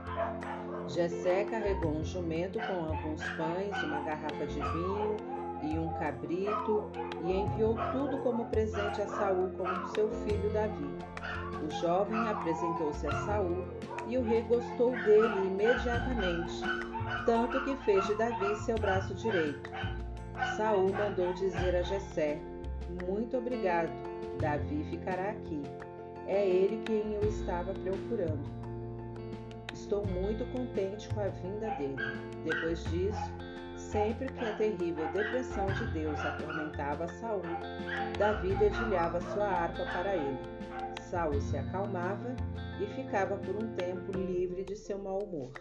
Jessé carregou um jumento com alguns pães, uma garrafa de vinho e um cabrito e enviou tudo como presente a Saul com seu filho Davi. O jovem apresentou-se a Saul e o rei gostou dele imediatamente, tanto que fez de Davi seu braço direito. Saul mandou dizer a Jessé: muito obrigado, Davi ficará aqui. É ele quem eu estava procurando. Estou muito contente com a vinda dele. Depois disso, sempre que a terrível depressão de Deus atormentava Saul, Davi dedilhava sua harpa para ele. Saul se acalmava e ficava por um tempo livre de seu mau humor.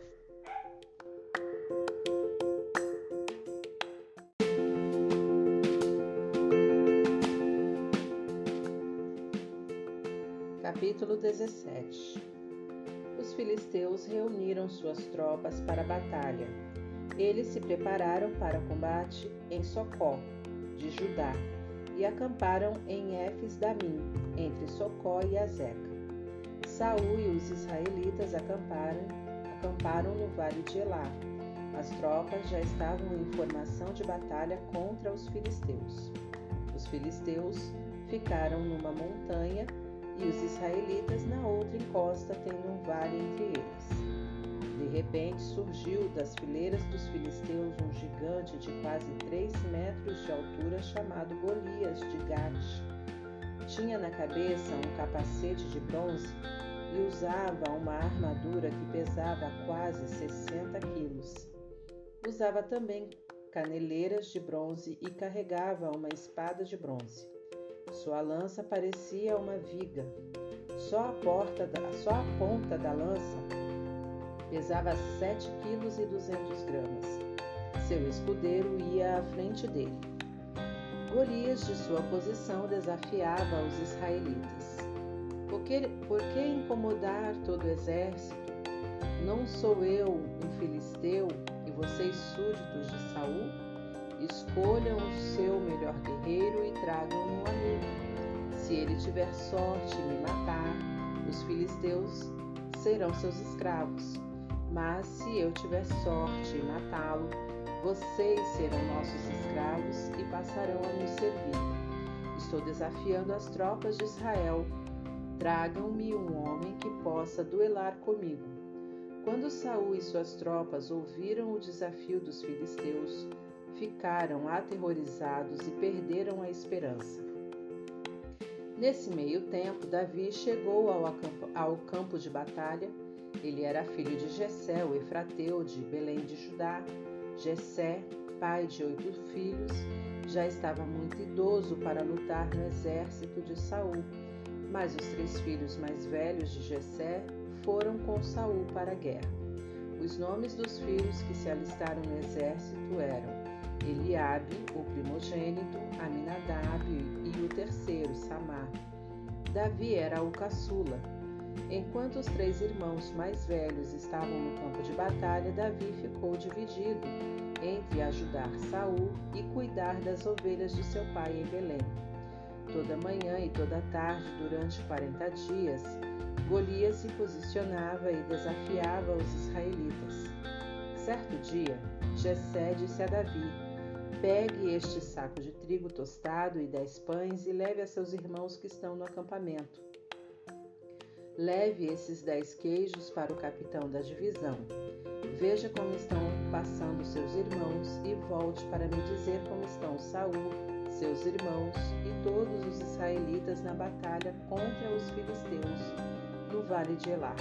Capítulo dezessete. Os filisteus reuniram suas tropas para a batalha. Eles se prepararam para o combate em Socó, de Judá, e acamparam em Éfes-Damim, entre Socó e Azeca. Saul e os israelitas acamparam, acamparam no vale de Elá. As tropas já estavam em formação de batalha contra os filisteus. Os filisteus ficaram numa montanha e os israelitas na outra encosta, tendo um vale entre eles. De repente surgiu das fileiras dos filisteus um gigante de quase três metros de altura chamado Golias de Gate. Tinha na cabeça um capacete de bronze e usava uma armadura que pesava quase sessenta quilos. Usava também caneleiras de bronze e carregava uma espada de bronze. Sua lança parecia uma viga. Só a, porta da, só a ponta da lança pesava sete quilos e duzentos gramas. Seu escudeiro ia à frente dele. Golias, de sua posição, desafiava os israelitas. Por que, por que incomodar todo o exército? Não sou eu um filisteu e vocês súditos de Saul? Escolham o seu melhor guerreiro e tragam-no a mim. Se ele tiver sorte em me matar, os filisteus serão seus escravos. Mas se eu tiver sorte em matá-lo, vocês serão nossos escravos e passarão a nos servir. Estou desafiando as tropas de Israel. Tragam-me um homem que possa duelar comigo. Quando Saul e suas tropas ouviram o desafio dos filisteus, ficaram aterrorizados e perderam a esperança. Nesse meio tempo, Davi chegou ao, ao campo de batalha. Ele era filho de Jessé, o efrateu de Belém de Judá. Jessé, pai de oito filhos, já estava muito idoso para lutar no exército de Saul. Mas os três filhos mais velhos de Jessé foram com Saul para a guerra. Os nomes dos filhos que se alistaram no exército eram Eliabe, o primogênito, Aminadab e o terceiro, Samar. Davi era o caçula. Enquanto os três irmãos mais velhos estavam no campo de batalha, Davi ficou dividido entre ajudar Saul e cuidar das ovelhas de seu pai em Belém. Toda manhã e toda tarde, durante quarenta dias, Golias se posicionava e desafiava os israelitas. Certo dia, Jessé disse a Davi: pegue este saco de trigo tostado e dez pães e leve a seus irmãos que estão no acampamento. Leve esses dez queijos para o capitão da divisão. Veja como estão passando seus irmãos e volte para me dizer como estão Saul, seus irmãos e todos os israelitas na batalha contra os filisteus no vale de Elá.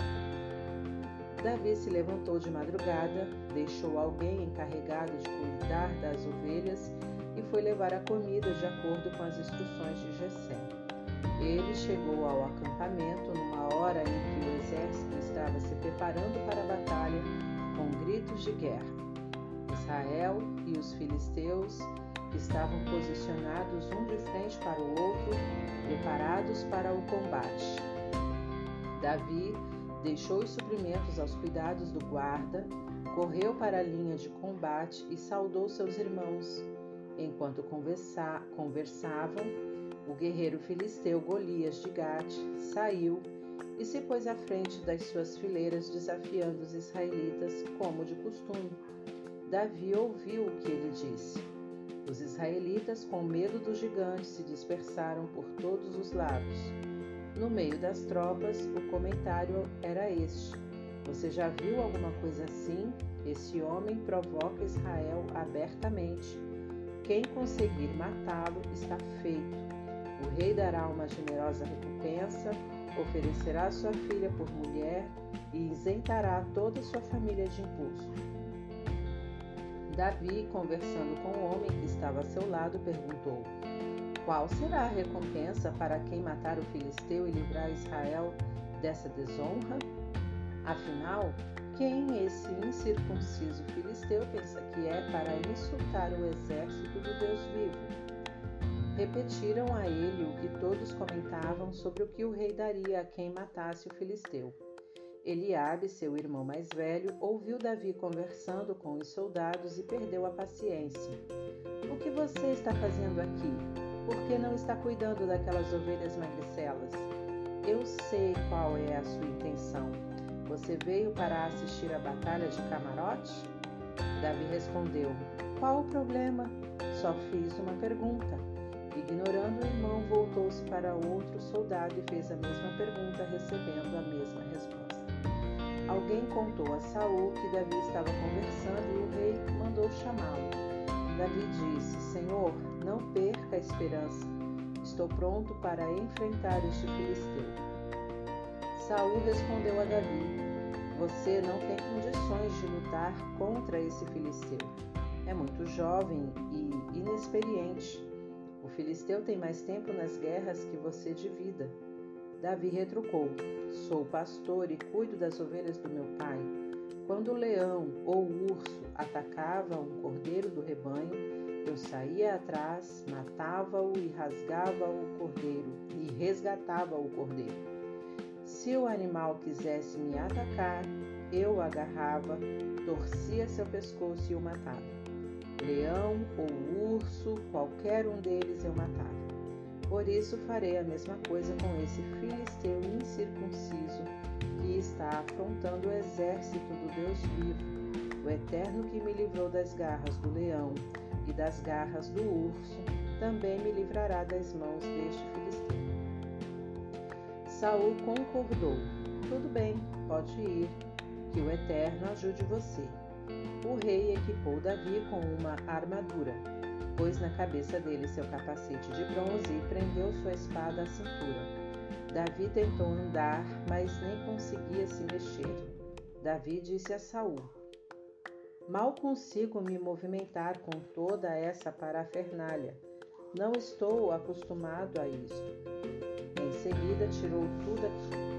Davi se levantou de madrugada, deixou alguém encarregado de cuidar das ovelhas e foi levar a comida de acordo com as instruções de Jessé. Ele chegou ao acampamento numa hora em que o exército estava se preparando para a batalha com gritos de guerra. Israel e os filisteus estavam posicionados um de frente para o outro, preparados para o combate. Davi deixou os suprimentos aos cuidados do guarda, correu para a linha de combate e saudou seus irmãos. Enquanto conversa- conversavam, o guerreiro filisteu Golias de Gate saiu e se pôs à frente das suas fileiras, desafiando os israelitas, como de costume. Davi ouviu o que ele disse. Os israelitas, com medo do gigante, se dispersaram por todos os lados. No meio das tropas, o comentário era este: você já viu alguma coisa assim? Esse homem provoca Israel abertamente. Quem conseguir matá-lo está feito. O rei dará uma generosa recompensa, oferecerá sua filha por mulher e isentará toda sua família de imposto. Davi, conversando com o homem que estava a seu lado, perguntou: qual será a recompensa para quem matar o filisteu e livrar Israel dessa desonra? Afinal, quem esse incircunciso filisteu pensa que é para insultar o exército do Deus vivo? Repetiram a ele o que todos comentavam sobre o que o rei daria a quem matasse o filisteu. Eliabe, seu irmão mais velho, ouviu Davi conversando com os soldados e perdeu a paciência. O que você está fazendo aqui? Por que não está cuidando daquelas ovelhas magricelas? Eu sei qual é a sua intenção. Você veio para assistir à batalha de Camarote? Davi respondeu: qual o problema? Só fiz uma pergunta. Ignorando o irmão, voltou-se para outro soldado e fez a mesma pergunta, recebendo a mesma resposta. Alguém contou a Saul que Davi estava conversando e o rei mandou chamá-lo. Davi disse: Senhor, não perca a esperança. Estou pronto para enfrentar este filisteu. Saul respondeu a Davi: Você não tem condições de lutar contra esse filisteu. É muito jovem e inexperiente. O filisteu tem mais tempo nas guerras que você de vida. Davi retrucou: Sou pastor e cuido das ovelhas do meu pai. Quando o leão ou o urso atacava um cordeiro do rebanho, eu saía atrás, matava-o e rasgava o cordeiro e resgatava o cordeiro. Se o animal quisesse me atacar, eu o agarrava, torcia seu pescoço e o matava. Leão ou urso, qualquer um deles eu matava. Por isso farei a mesma coisa com esse filisteu incircunciso que está afrontando o exército do Deus vivo. O Eterno que me livrou das garras do leão e das garras do urso, também me livrará das mãos deste filisteu. Saul concordou: Tudo bem, pode ir, que o Eterno ajude você. O rei equipou Davi com uma armadura, pôs na cabeça dele seu capacete de bronze e prendeu sua espada à cintura. Davi tentou andar, mas nem conseguia se mexer. Davi disse a Saul: Mal consigo me movimentar com toda essa parafernália. Não estou acostumado a isto. Em seguida tirou tudo aquilo.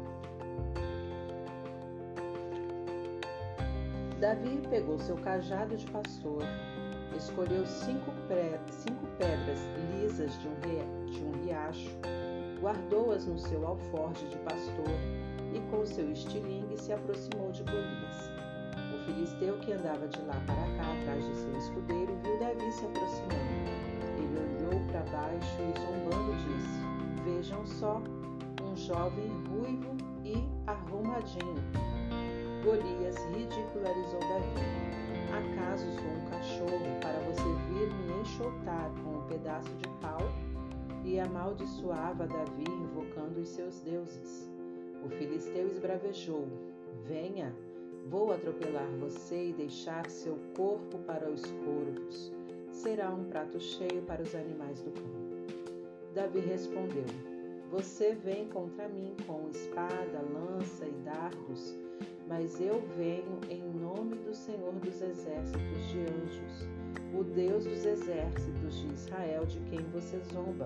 Davi pegou seu cajado de pastor, escolheu cinco, pré, cinco pedras lisas de um, ri, de um riacho, guardou-as no seu alforje de pastor e com seu estilingue se aproximou de Golias. O filisteu que andava de lá para cá atrás de seu escudeiro viu Davi se aproximando. Ele olhou para baixo e zombando disse: "Vejam só, um jovem ruivo e arrumadinho." Golias ridicularizou Davi. "Acaso sou um cachorro para você vir me enxotar com um pedaço de pau?" E amaldiçoava Davi invocando os seus deuses. O filisteu esbravejou: "Venha, vou atropelar você e deixar seu corpo para os corvos. Será um prato cheio para os animais do campo." Davi respondeu: "Você vem contra mim com espada, lança e dardos, mas eu venho em nome do Senhor dos exércitos de anjos, o Deus dos exércitos de Israel, de quem você zomba,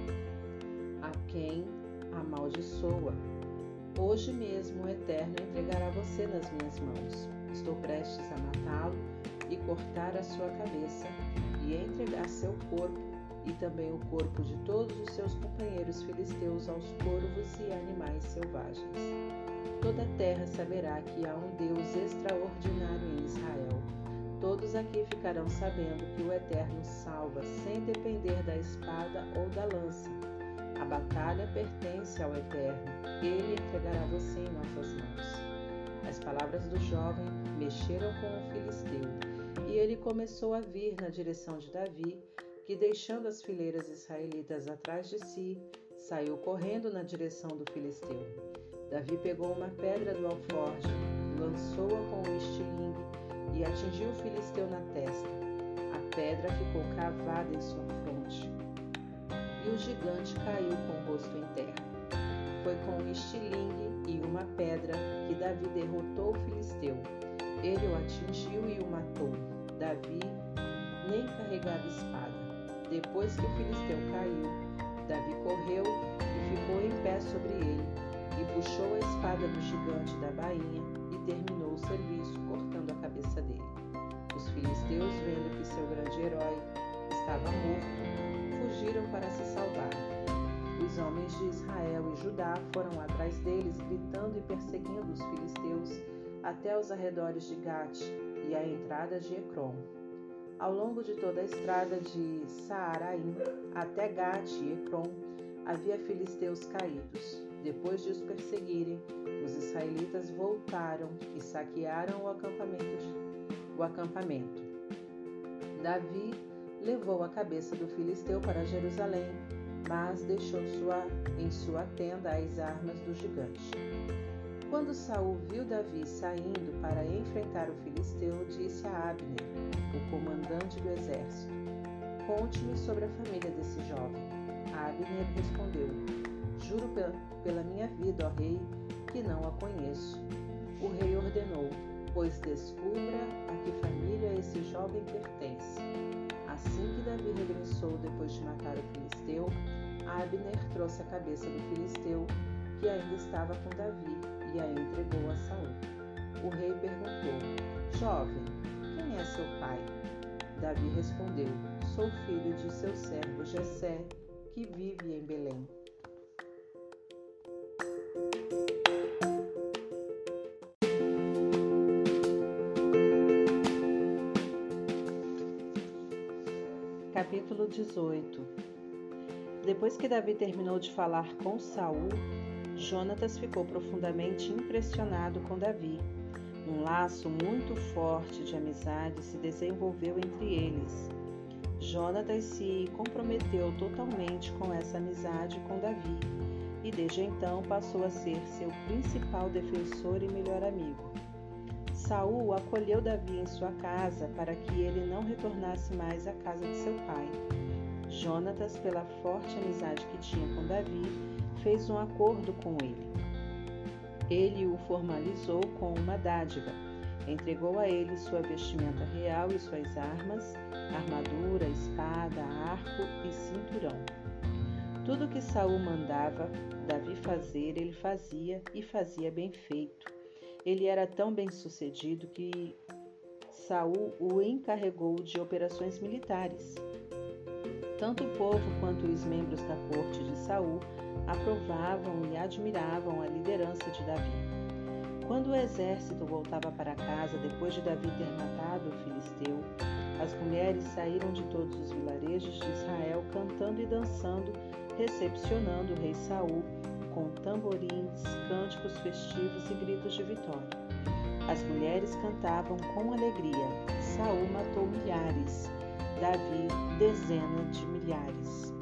a quem amaldiçoa. Hoje mesmo o Eterno entregará você nas minhas mãos. Estou prestes a matá-lo e cortar a sua cabeça e entregar seu corpo e também o corpo de todos os seus companheiros filisteus aos corvos e animais selvagens. Toda a terra saberá que há um Deus extraordinário em Israel. Todos aqui ficarão sabendo que o Eterno salva sem depender da espada ou da lança. A batalha pertence ao Eterno. Ele entregará você em nossas mãos." As palavras do jovem mexeram com o filisteu, e ele começou a vir na direção de Davi, que, deixando as fileiras israelitas atrás de si, saiu correndo na direção do filisteu. Davi pegou uma pedra do alforje, lançou-a com o estilingue e atingiu o filisteu na testa. A pedra ficou cravada em sua fronte, e o gigante caiu com o rosto em terra. Foi com o estilingue e uma pedra que Davi derrotou o filisteu. Ele o atingiu e o matou. Davi nem carregava espada. Depois que o filisteu caiu, Davi correu e ficou em pé sobre ele, e puxou a espada do gigante da bainha e terminou o serviço, cortando a cabeça dele. Os filisteus, vendo que seu grande herói estava morto, fugiram para se salvar. Os homens de Israel e Judá foram atrás deles, gritando e perseguindo os filisteus até os arredores de Gate e a entrada de Ecrom. Ao longo de toda a estrada de Saaraim até Gate e Ecrom havia filisteus caídos. Depois de os perseguirem, os israelitas voltaram e saquearam o acampamento. De, o acampamento. Davi levou a cabeça do filisteu para Jerusalém, mas deixou sua, em sua tenda as armas do gigante. Quando Saul viu Davi saindo para enfrentar o filisteu, disse a Abner, o comandante do exército: "Conte-me sobre a família desse jovem." Abner respondeu: "Juro pela minha vida, ó rei, que não a conheço." O rei ordenou: "Pois descubra a que família esse jovem pertence." Assim que Davi regressou depois de matar o filisteu, Abner trouxe a cabeça do filisteu, que ainda estava com Davi, e a entregou a Saul. O rei perguntou: "Jovem, quem é seu pai?" Davi respondeu: "Sou filho de seu servo Jessé, que vive em Belém." Capítulo dezoito. Depois que Davi terminou de falar com Saul, Jonatas ficou profundamente impressionado com Davi. Um laço muito forte de amizade se desenvolveu entre eles. Jonatas se comprometeu totalmente com essa amizade com Davi, e desde então passou a ser seu principal defensor e melhor amigo. Saul acolheu Davi em sua casa para que ele não retornasse mais à casa de seu pai. Jonatas, pela forte amizade que tinha com Davi, fez um acordo com ele. Ele o formalizou com uma dádiva. Entregou a ele sua vestimenta real e suas armas, armadura, espada, arco e cinturão. Tudo que Saul mandava Davi fazer, ele fazia e fazia bem feito. Ele era tão bem-sucedido que Saul o encarregou de operações militares. Tanto o povo quanto os membros da corte de Saul aprovavam e admiravam a liderança de Davi. Quando o exército voltava para casa depois de Davi ter matado o filisteu, as mulheres saíram de todos os vilarejos de Israel cantando e dançando, recepcionando o rei Saul com tamborins, cânticos festivos e gritos de vitória. As mulheres cantavam com alegria: Saul matou milhares, Davi dezenas de milhares.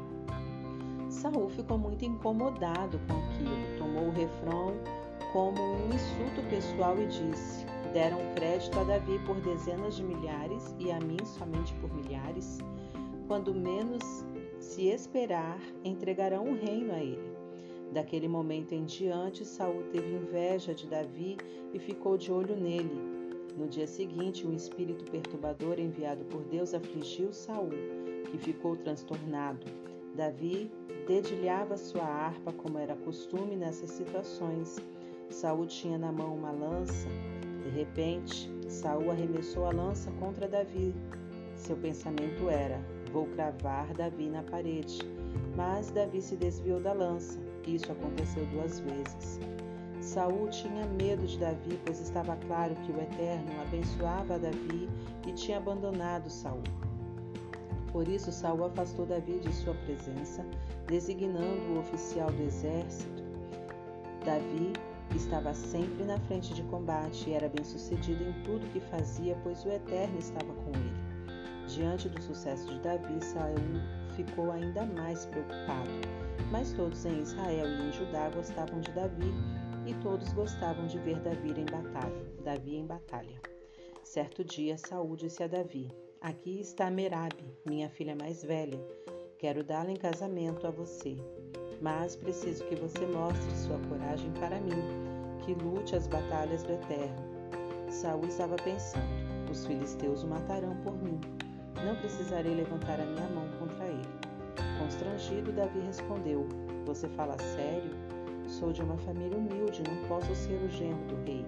Saul ficou muito incomodado com aquilo, tomou o refrão como um insulto pessoal e disse: deram crédito a Davi por dezenas de milhares e a mim somente por milhares? Quando menos se esperar, entregarão o reino a ele. Daquele momento em diante, Saul teve inveja de Davi e ficou de olho nele. No dia seguinte, um espírito perturbador enviado por Deus afligiu Saul, que ficou transtornado. Davi dedilhava sua harpa, como era costume nessas situações. Saul tinha na mão uma lança. De repente, Saul arremessou a lança contra Davi. Seu pensamento era: vou cravar Davi na parede. Mas Davi se desviou da lança. Isso aconteceu duas vezes. Saul tinha medo de Davi, pois estava claro que o Eterno abençoava Davi e tinha abandonado Saul. Por isso, Saul afastou Davi de sua presença, designando o oficial do exército. Davi estava sempre na frente de combate e era bem-sucedido em tudo que fazia, pois o Eterno estava com ele. Diante do sucesso de Davi, Saul ficou ainda mais preocupado. Mas todos em Israel e em Judá gostavam de Davi e todos gostavam de ver Davi em batalha. Davi em batalha. Certo dia, Saul disse a Davi: aqui está Merabe, minha filha mais velha. Quero dá-la em casamento a você. Mas preciso que você mostre sua coragem para mim, que lute as batalhas do Eterno. Saul estava pensando: os filisteus o matarão por mim. Não precisarei levantar a minha mão contra ele. Constrangido, Davi respondeu: você fala sério? Sou de uma família humilde, não posso ser o genro do rei.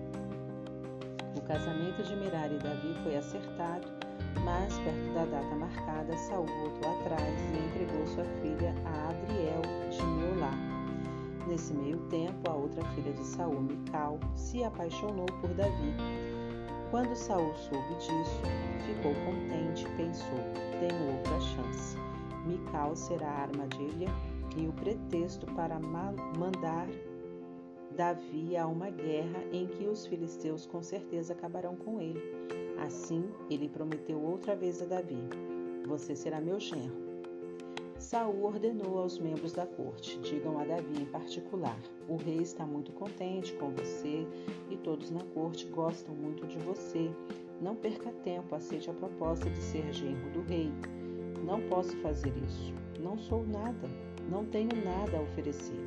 O casamento de Merabe e Davi foi acertado, mas perto da data marcada, Saul voltou atrás e entregou sua filha a Adriel de Meolá. Nesse meio tempo, a outra filha de Saul, Mical, se apaixonou por Davi. Quando Saul soube disso, ficou contente e pensou: tenho outra chance. Mical será a armadilha e o pretexto para mandar Davi a uma guerra em que os filisteus com certeza acabarão com ele. Assim, ele prometeu outra vez a Davi: você será meu genro. Saul ordenou aos membros da corte: digam a Davi em particular: o rei está muito contente com você e todos na corte gostam muito de você. Não perca tempo, aceite a proposta de ser genro do rei. Não posso fazer isso. Não sou nada. Não tenho nada a oferecer.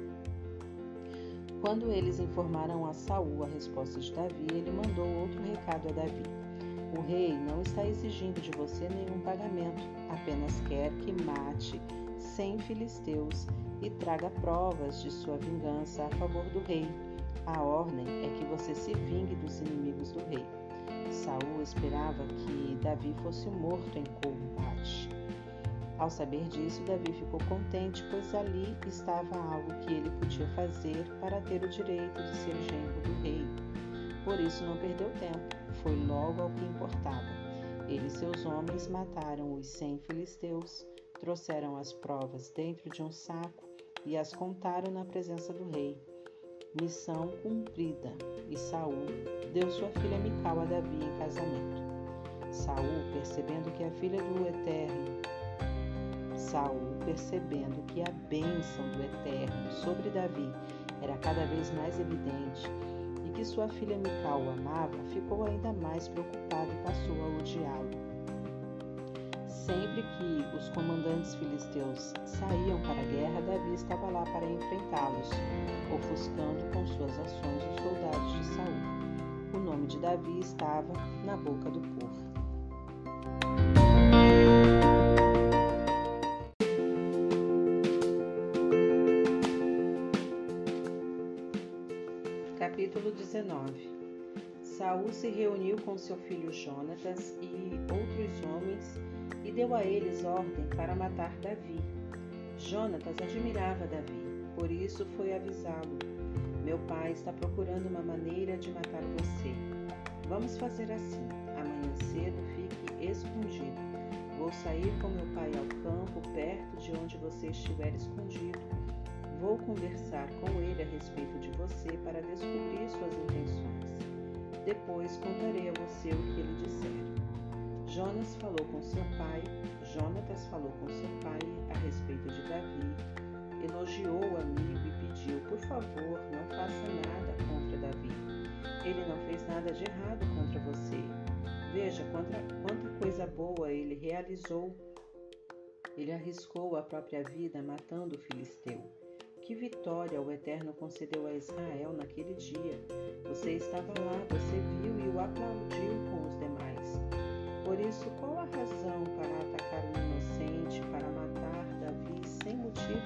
Quando eles informaram a Saul a resposta de Davi, ele mandou outro recado a Davi: o rei não está exigindo de você nenhum pagamento, apenas quer que mate cem filisteus e traga provas de sua vingança a favor do rei. A ordem é que você se vingue dos inimigos do rei. Saul esperava que Davi fosse morto em combate. Ao saber disso, Davi ficou contente, pois ali estava algo que ele podia fazer para ter o direito de ser genro do rei. Por isso não perdeu tempo, foi logo ao que importava. Ele e seus homens mataram os cem filisteus, trouxeram as provas dentro de um saco e as contaram na presença do rei. Missão cumprida, e Saul deu sua filha Mical a Davi em casamento. Saul, percebendo que a filha do Eterno Saul, percebendo que a bênção do Eterno sobre Davi era cada vez mais evidente e que sua filha Mical o amava, ficou ainda mais preocupado e passou a odiá-lo. Sempre que os comandantes filisteus saíam para a guerra, Davi estava lá para enfrentá-los, ofuscando com suas ações os soldados de Saul. O nome de Davi estava na boca do povo. dezenove. Saul se reuniu com seu filho Jonatas e outros homens e deu a eles ordem para matar Davi. Jonatas admirava Davi, por isso foi avisá-lo: meu pai está procurando uma maneira de matar você. Vamos fazer assim: amanhã cedo fique escondido. Vou sair com meu pai ao campo, perto de onde você estiver escondido. Vou conversar com ele a respeito de você para descobrir suas intenções. Depois contarei a você o que ele disser. Jonas falou com seu pai, Jonatas falou com seu pai a respeito de Davi, elogiou o amigo e pediu: por favor, não faça nada contra Davi. Ele não fez nada de errado contra você. Veja quanta, quanta coisa boa ele realizou. Ele arriscou a própria vida matando o filisteu. Que vitória o Eterno concedeu a Israel naquele dia. Você estava lá, você viu e o aplaudiu com os demais. Por isso, qual a razão para atacar o inocente, para matar Davi sem motivo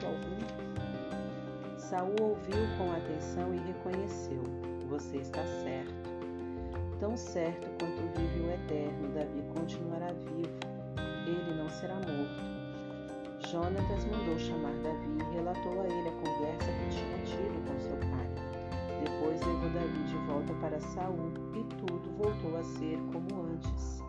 algum? Saul ouviu com atenção e reconheceu: você está certo. Tão certo quanto vive o Eterno, Davi continuará vivo. Ele não será morto. Jonatas mandou chamar Davi e relatou a ele a conversa que tinha tido com seu pai. Depois levou Davi de volta para Saul e tudo voltou a ser como antes.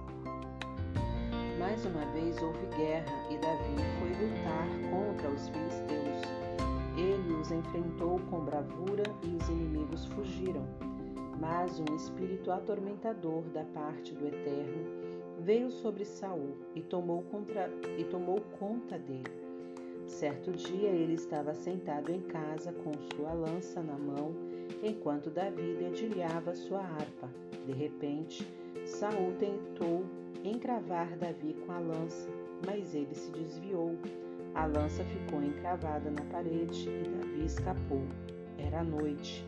Mais uma vez houve guerra e Davi foi lutar contra os filisteus. Ele os enfrentou com bravura e os inimigos fugiram. Mas um espírito atormentador da parte do Eterno veio sobre Saul e tomou, contra, e tomou conta dele. Certo dia ele estava sentado em casa com sua lança na mão, enquanto Davi dedilhava sua harpa. De repente, Saul tentou encravar Davi com a lança, mas ele se desviou. A lança ficou encravada na parede e Davi escapou. Era noite.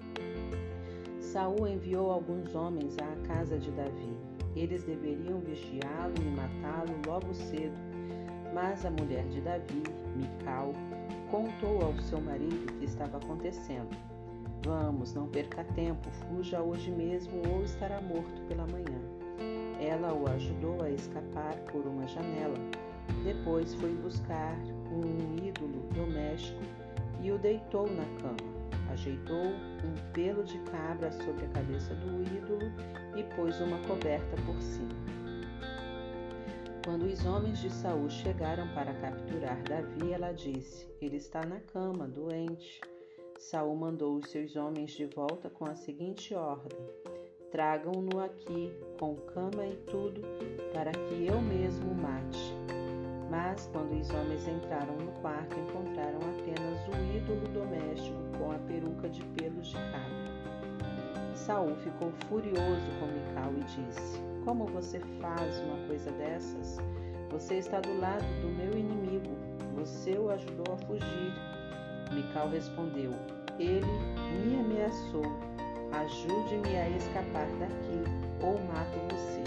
Saul enviou alguns homens à casa de Davi. Eles deveriam vigiá-lo e matá-lo logo cedo, mas a mulher de Davi, Mical, contou ao seu marido o que estava acontecendo. Vamos, não perca tempo, fuja hoje mesmo ou estará morto pela manhã. Ela o ajudou a escapar por uma janela. Depois foi buscar um ídolo doméstico e o deitou na cama. Ajeitou um pelo de cabra sobre a cabeça do ídolo e pôs uma coberta por cima. Quando os homens de Saul chegaram para capturar Davi, ela disse: ele está na cama, doente. Saul mandou os seus homens de volta com a seguinte ordem: tragam-no aqui, com cama e tudo, para que eu mesmo o mate. Mas, quando os homens entraram no quarto, encontraram apenas o ídolo doméstico com a peruca de pelos de cabra. Saul ficou furioso com Mical e disse: como você faz uma coisa dessas? Você está do lado do meu inimigo. Você o ajudou a fugir. Mical respondeu: ele me ameaçou. Ajude-me a escapar daqui, ou mato você.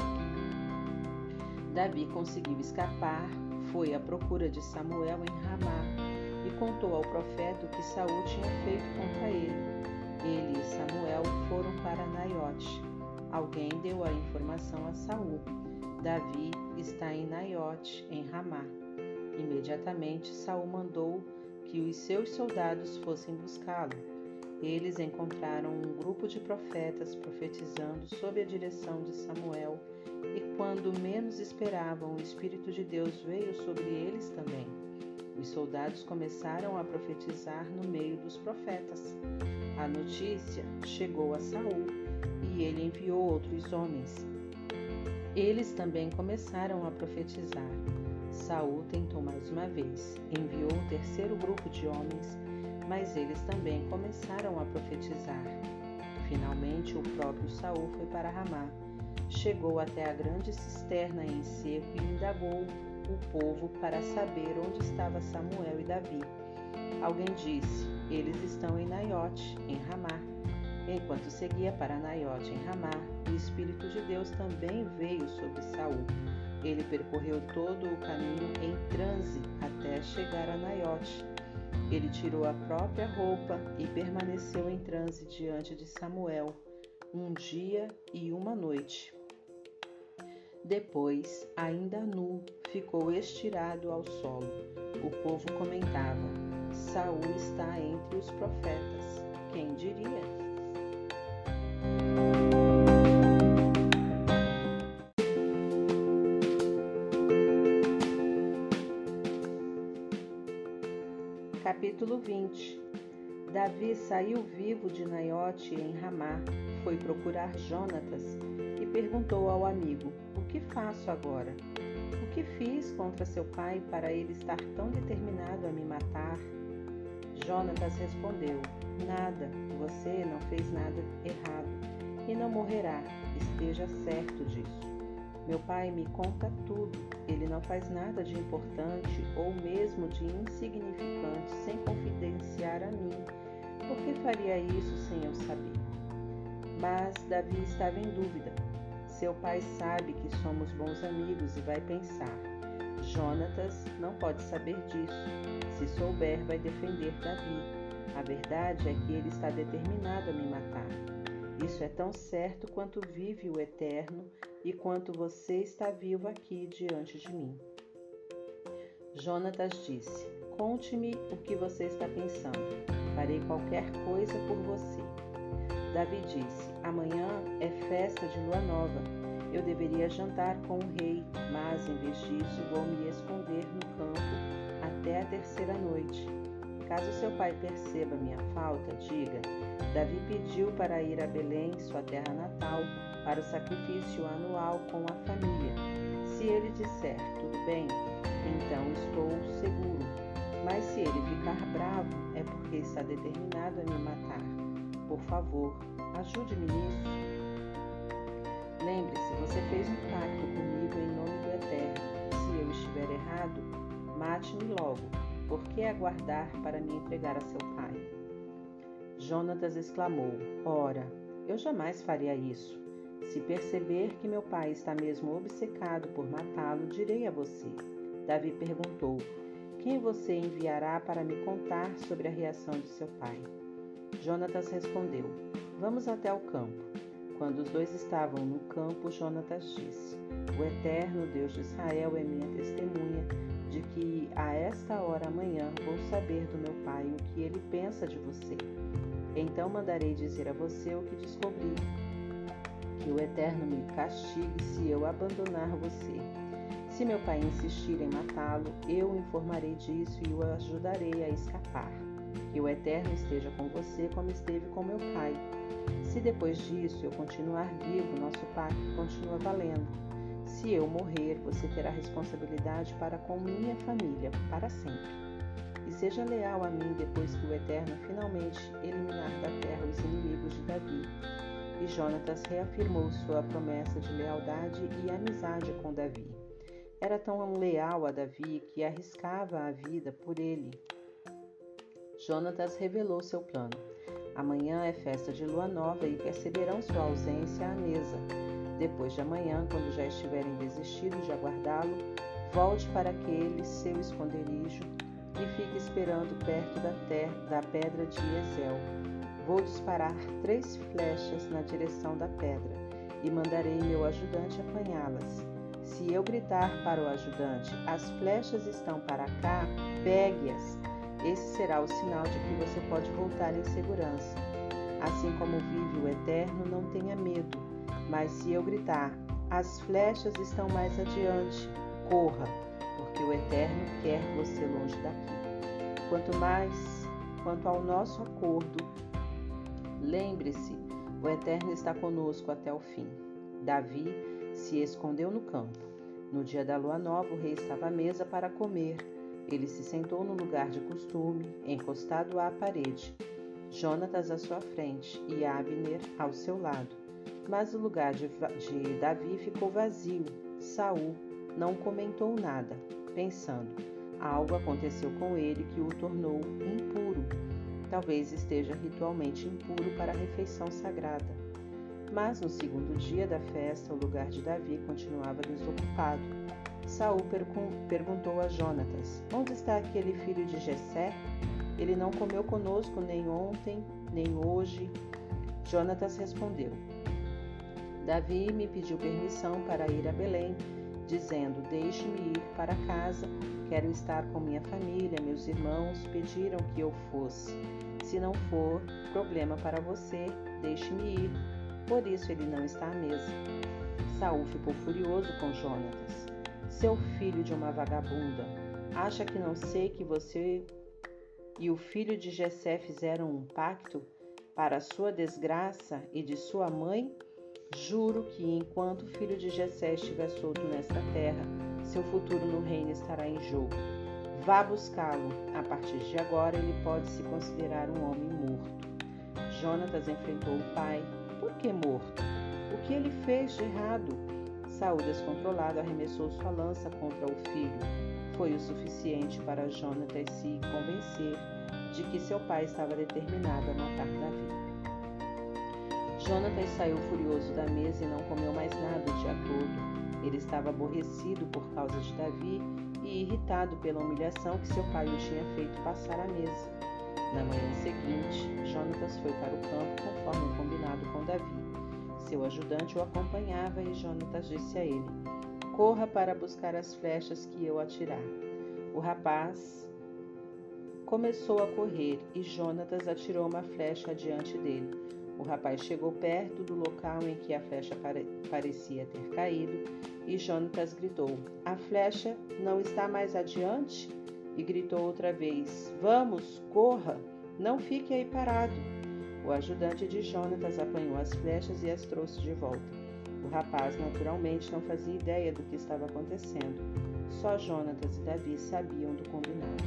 Davi conseguiu escapar, foi à procura de Samuel em Ramá e contou ao profeta o que Saul tinha feito contra ele. Ele e Samuel foram para Naiote. Alguém deu a informação a Saul: Davi está em Naiote, em Ramá. Imediatamente Saul mandou que os seus soldados fossem buscá-lo. Eles encontraram um grupo de profetas profetizando sob a direção de Samuel, e quando menos esperavam, o Espírito de Deus veio sobre eles também. Os soldados começaram a profetizar no meio dos profetas. A notícia chegou a Saul e ele enviou outros homens. Eles também começaram a profetizar. Saul tentou mais uma vez, enviou um terceiro grupo de homens, mas eles também começaram a profetizar. Finalmente, o próprio Saul foi para Ramá. Chegou até a grande cisterna em seco e indagou o povo para saber onde estava Samuel e Davi. Alguém disse: eles estão em Naiote, em Ramá. Enquanto seguia para Naiote, em Ramá, o Espírito de Deus também veio sobre Saul. Ele percorreu todo o caminho em transe até chegar a Naiote. Ele tirou a própria roupa e permaneceu em transe diante de Samuel, um dia e uma noite. Depois, ainda nu, ficou estirado ao solo. O povo comentava: Saul está entre os profetas. Quem diria? Capítulo vinte. Davi saiu vivo de Naiote em Ramá, foi procurar Jonatas e perguntou ao amigo: O que faço agora? O que fiz contra seu pai para ele estar tão determinado a me matar? Jonatas respondeu: Nada, você não fez nada errado e não morrerá, esteja certo disso. Meu pai me conta tudo, ele não faz nada de importante ou mesmo de insignificante sem confidenciar a mim. Por que faria isso sem eu saber? Mas Davi estava em dúvida. Seu pai sabe que somos bons amigos e vai pensar: Jonatas não pode saber disso. Se souber, vai defender Davi. A verdade é que ele está determinado a me matar. Isso é tão certo quanto vive o Eterno e quanto você está vivo aqui diante de mim. Jonatas disse: Conte-me o que você está pensando. Farei qualquer coisa por você. Davi disse: Amanhã é festa de lua nova. Eu deveria jantar com o rei, mas em vez disso vou me esconder no campo até a terceira noite. Caso seu pai perceba minha falta, diga: Davi pediu para ir a Belém, sua terra natal, para o sacrifício anual com a família. Se ele disser tudo bem, então estou seguro. Mas se ele ficar bravo, é porque está determinado a me matar. Por favor, ajude-me nisso. Lembre-se, você fez um pacto comigo em nome do Eterno. Se eu estiver errado, mate-me logo. Por que aguardar para me entregar a seu pai? Jonatas exclamou: Ora, eu jamais faria isso. Se perceber que meu pai está mesmo obcecado por matá-lo, direi a você. Davi perguntou: Quem você enviará para me contar sobre a reação de seu pai? Jonatas respondeu: Vamos até o campo. Quando os dois estavam no campo, Jonatas disse: O Eterno Deus de Israel é minha testemunha de que a esta hora amanhã vou saber do meu pai o que ele pensa de você. Então mandarei dizer a você o que descobri, que o Eterno me castigue se eu abandonar você. Se meu pai insistir em matá-lo, eu o informarei disso e o ajudarei a escapar. Que o Eterno esteja com você como esteve com meu pai. Se depois disso eu continuar vivo, nosso pacto continua valendo. Se eu morrer, você terá responsabilidade para com minha família, para sempre. E seja leal a mim depois que o Eterno finalmente eliminar da terra os inimigos de Davi. E Jonatas reafirmou sua promessa de lealdade e amizade com Davi. Era tão leal a Davi que arriscava a vida por ele. Jonatas revelou seu plano. Amanhã é festa de lua nova e perceberão sua ausência à mesa. Depois de amanhã, quando já estiverem desistidos de aguardá-lo, volte para aquele seu esconderijo e fique esperando perto da, terra, da pedra de Ezel. Vou disparar três flechas na direção da pedra e mandarei meu ajudante apanhá-las. Se eu gritar para o ajudante: as flechas estão para cá, pegue-as. Esse será o sinal de que você pode voltar em segurança. Assim como vive o Eterno, não tenha medo. Mas se eu gritar: as flechas estão mais adiante, corra, porque o Eterno quer você longe daqui. Quanto mais, quanto ao nosso acordo, lembre-se, o Eterno está conosco até o fim. Davi se escondeu no campo. No dia da lua nova, o rei estava à mesa para comer. Ele se sentou no lugar de costume, encostado à parede, Jonatas à sua frente e Abner ao seu lado. Mas o lugar de, de Davi ficou vazio. Saul não comentou nada, pensando: algo aconteceu com ele que o tornou impuro. Talvez esteja ritualmente impuro para a refeição sagrada. Mas no segundo dia da festa, o lugar de Davi continuava desocupado. Saul perguntou a Jonatas: onde está aquele filho de Jessé? Ele não comeu conosco nem ontem, nem hoje. Jonatas respondeu: Davi me pediu permissão para ir a Belém, dizendo: deixe-me ir para casa, quero estar com minha família, meus irmãos pediram que eu fosse. Se não for problema para você, deixe-me ir. Por isso ele não está à mesa. Saul ficou furioso com Jonatas. Seu filho de uma vagabunda, acha que não sei que você e o filho de Jessé fizeram um pacto para a sua desgraça e de sua mãe? Juro que enquanto o filho de Jessé estiver solto nesta terra, seu futuro no reino estará em jogo. Vá buscá-lo. A partir de agora ele pode se considerar um homem morto. Jonatas enfrentou o pai. Por que morto? O que ele fez de errado? Saul, descontrolado, arremessou sua lança contra o filho. Foi o suficiente para Jonatas se convencer de que seu pai estava determinado a matar Davi. Jonatas saiu furioso da mesa e não comeu mais nada o dia todo. Ele estava aborrecido por causa de Davi e irritado pela humilhação que seu pai o tinha feito passar à mesa. Na manhã seguinte, Jonatas foi para o campo conforme combinado com Davi. Seu ajudante o acompanhava e Jonatas disse a ele: corra para buscar as flechas que eu atirar. O rapaz começou a correr e Jonatas atirou uma flecha adiante dele. O rapaz chegou perto do local em que a flecha pare- parecia ter caído e Jonatas gritou: a flecha não está mais adiante? E gritou outra vez: vamos, corra, não fique aí parado. O ajudante de Jonatas apanhou as flechas e as trouxe de volta. O rapaz naturalmente não fazia ideia do que estava acontecendo. Só Jonatas e Davi sabiam do combinado.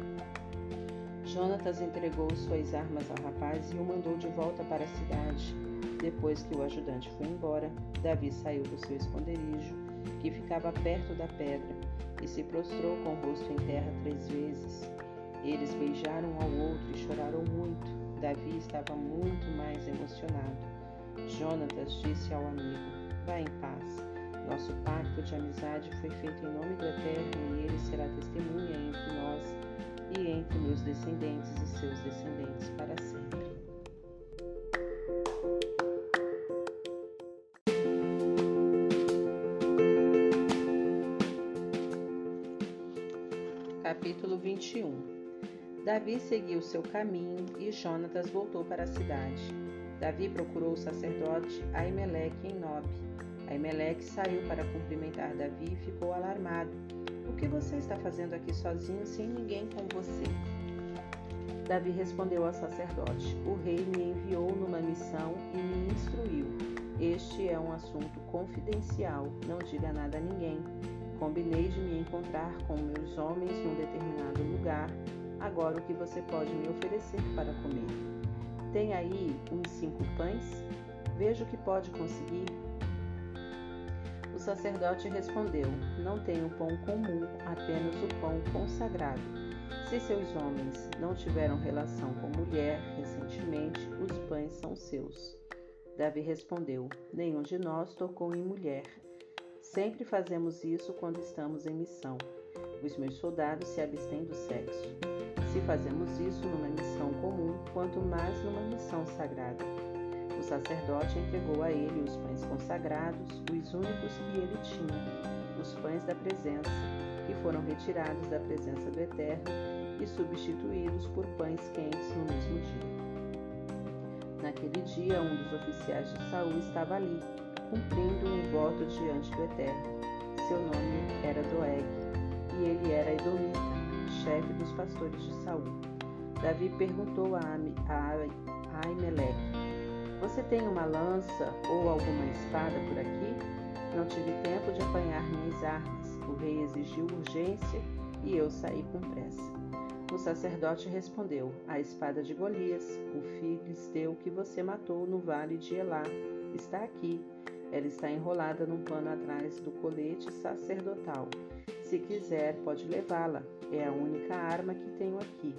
Jonatas entregou suas armas ao rapaz e o mandou de volta para a cidade. Depois que o ajudante foi embora, Davi saiu do seu esconderijo, que ficava perto da pedra, e se prostrou com o rosto em terra três vezes. Eles beijaram um ao outro e choraram muito. Davi estava muito mais emocionado. Jonatas disse ao amigo: vá em paz. Nosso pacto de amizade foi feito em nome do Eterno e ele será testemunha entre nós e entre meus descendentes e seus descendentes para sempre. Capítulo vinte e um. Davi seguiu seu caminho e Jonatas voltou para a cidade. Davi procurou o sacerdote Aimeleque em Nob. Aimeleque saiu para cumprimentar Davi e ficou alarmado. O que você está fazendo aqui sozinho sem ninguém com você? Davi respondeu ao sacerdote: o rei me enviou numa missão e me instruiu. Este é um assunto confidencial, não diga nada a ninguém. Combinei de me encontrar com meus homens num determinado lugar. Agora o que você pode me oferecer para comer? Tem aí uns cinco pães? Veja o que pode conseguir. O sacerdote respondeu: não tenho pão comum, apenas o pão consagrado. Se seus homens não tiveram relação com mulher recentemente, os pães são seus. Davi respondeu: nenhum de nós tocou em mulher. Sempre fazemos isso quando estamos em missão. Os meus soldados se abstêm do sexo. Se fazemos isso numa missão comum, quanto mais numa missão sagrada. O sacerdote entregou a ele os pães consagrados, os únicos que ele tinha, os pães da presença, que foram retirados da presença do Eterno e substituídos por pães quentes no mesmo dia. Naquele dia, um dos oficiais de Saul estava ali, cumprindo um voto diante do Eterno. Seu nome era Doeg, e ele era edomita, chefe dos pastores de Saul. Davi perguntou a Aimeleque: você tem uma lança ou alguma espada por aqui? Não tive tempo de apanhar minhas armas. O rei exigiu urgência e eu saí com pressa. O sacerdote respondeu: a espada de Golias, o filisteu que você matou no vale de Elá, está aqui. Ela está enrolada num pano atrás do colete sacerdotal. Se quiser, pode levá-la. É a única arma que tenho aqui.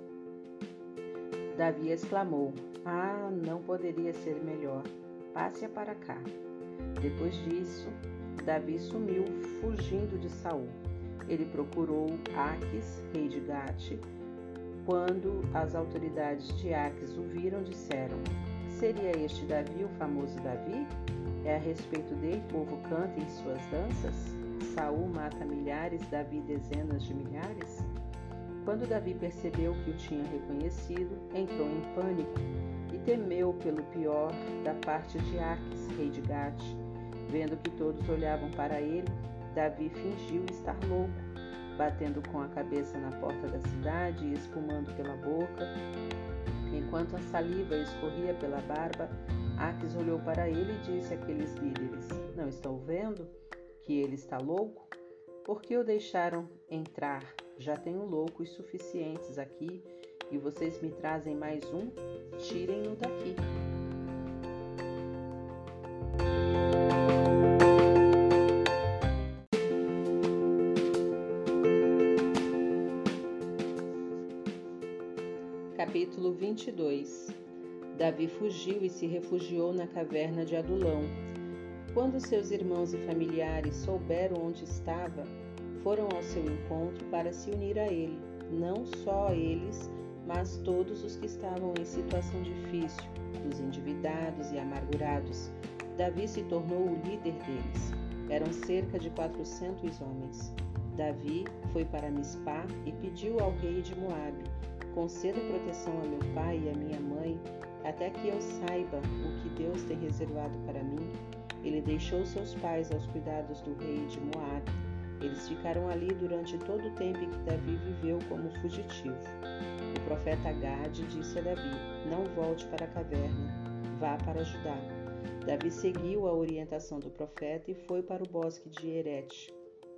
Davi exclamou: ah, não poderia ser melhor. Passe-a para cá. Depois disso, Davi sumiu, fugindo de Saul. Ele procurou Aques, rei de Gate. Quando as autoridades de Aques o viram, disseram: Seria este Davi, o famoso Davi? É a respeito dele que o povo canta em suas danças? Saul mata milhares, Davi dezenas de milhares? Quando Davi percebeu que o tinha reconhecido, entrou em pânico e temeu pelo pior da parte de Aques, rei de Gate. Vendo que todos olhavam para ele, Davi fingiu estar louco, batendo com a cabeça na porta da cidade e espumando pela boca. Enquanto a saliva escorria pela barba, Aques olhou para ele e disse àqueles líderes: Não estão vendo que ele está louco? Por que o deixaram entrar? Já tenho loucos suficientes aqui e vocês me trazem mais um? Tirem-no daqui. Capítulo vinte e dois. Davi fugiu e se refugiou na caverna de Adulão. Quando seus irmãos e familiares souberam onde estava, foram ao seu encontro para se unir a ele. Não só eles, mas todos os que estavam em situação difícil, os endividados e amargurados. Davi se tornou o líder deles. Eram cerca de quatrocentos homens. Davi foi para Mispá e pediu ao rei de Moabe: Conceda proteção a meu pai e a minha mãe, até que eu saiba o que Deus tem reservado para mim. Ele deixou seus pais aos cuidados do rei de Moabe. Eles ficaram ali durante todo o tempo em que Davi viveu como fugitivo. O profeta Gade disse a Davi: Não volte para a caverna, vá para Judá. Davi seguiu a orientação do profeta e foi para o bosque de Herete.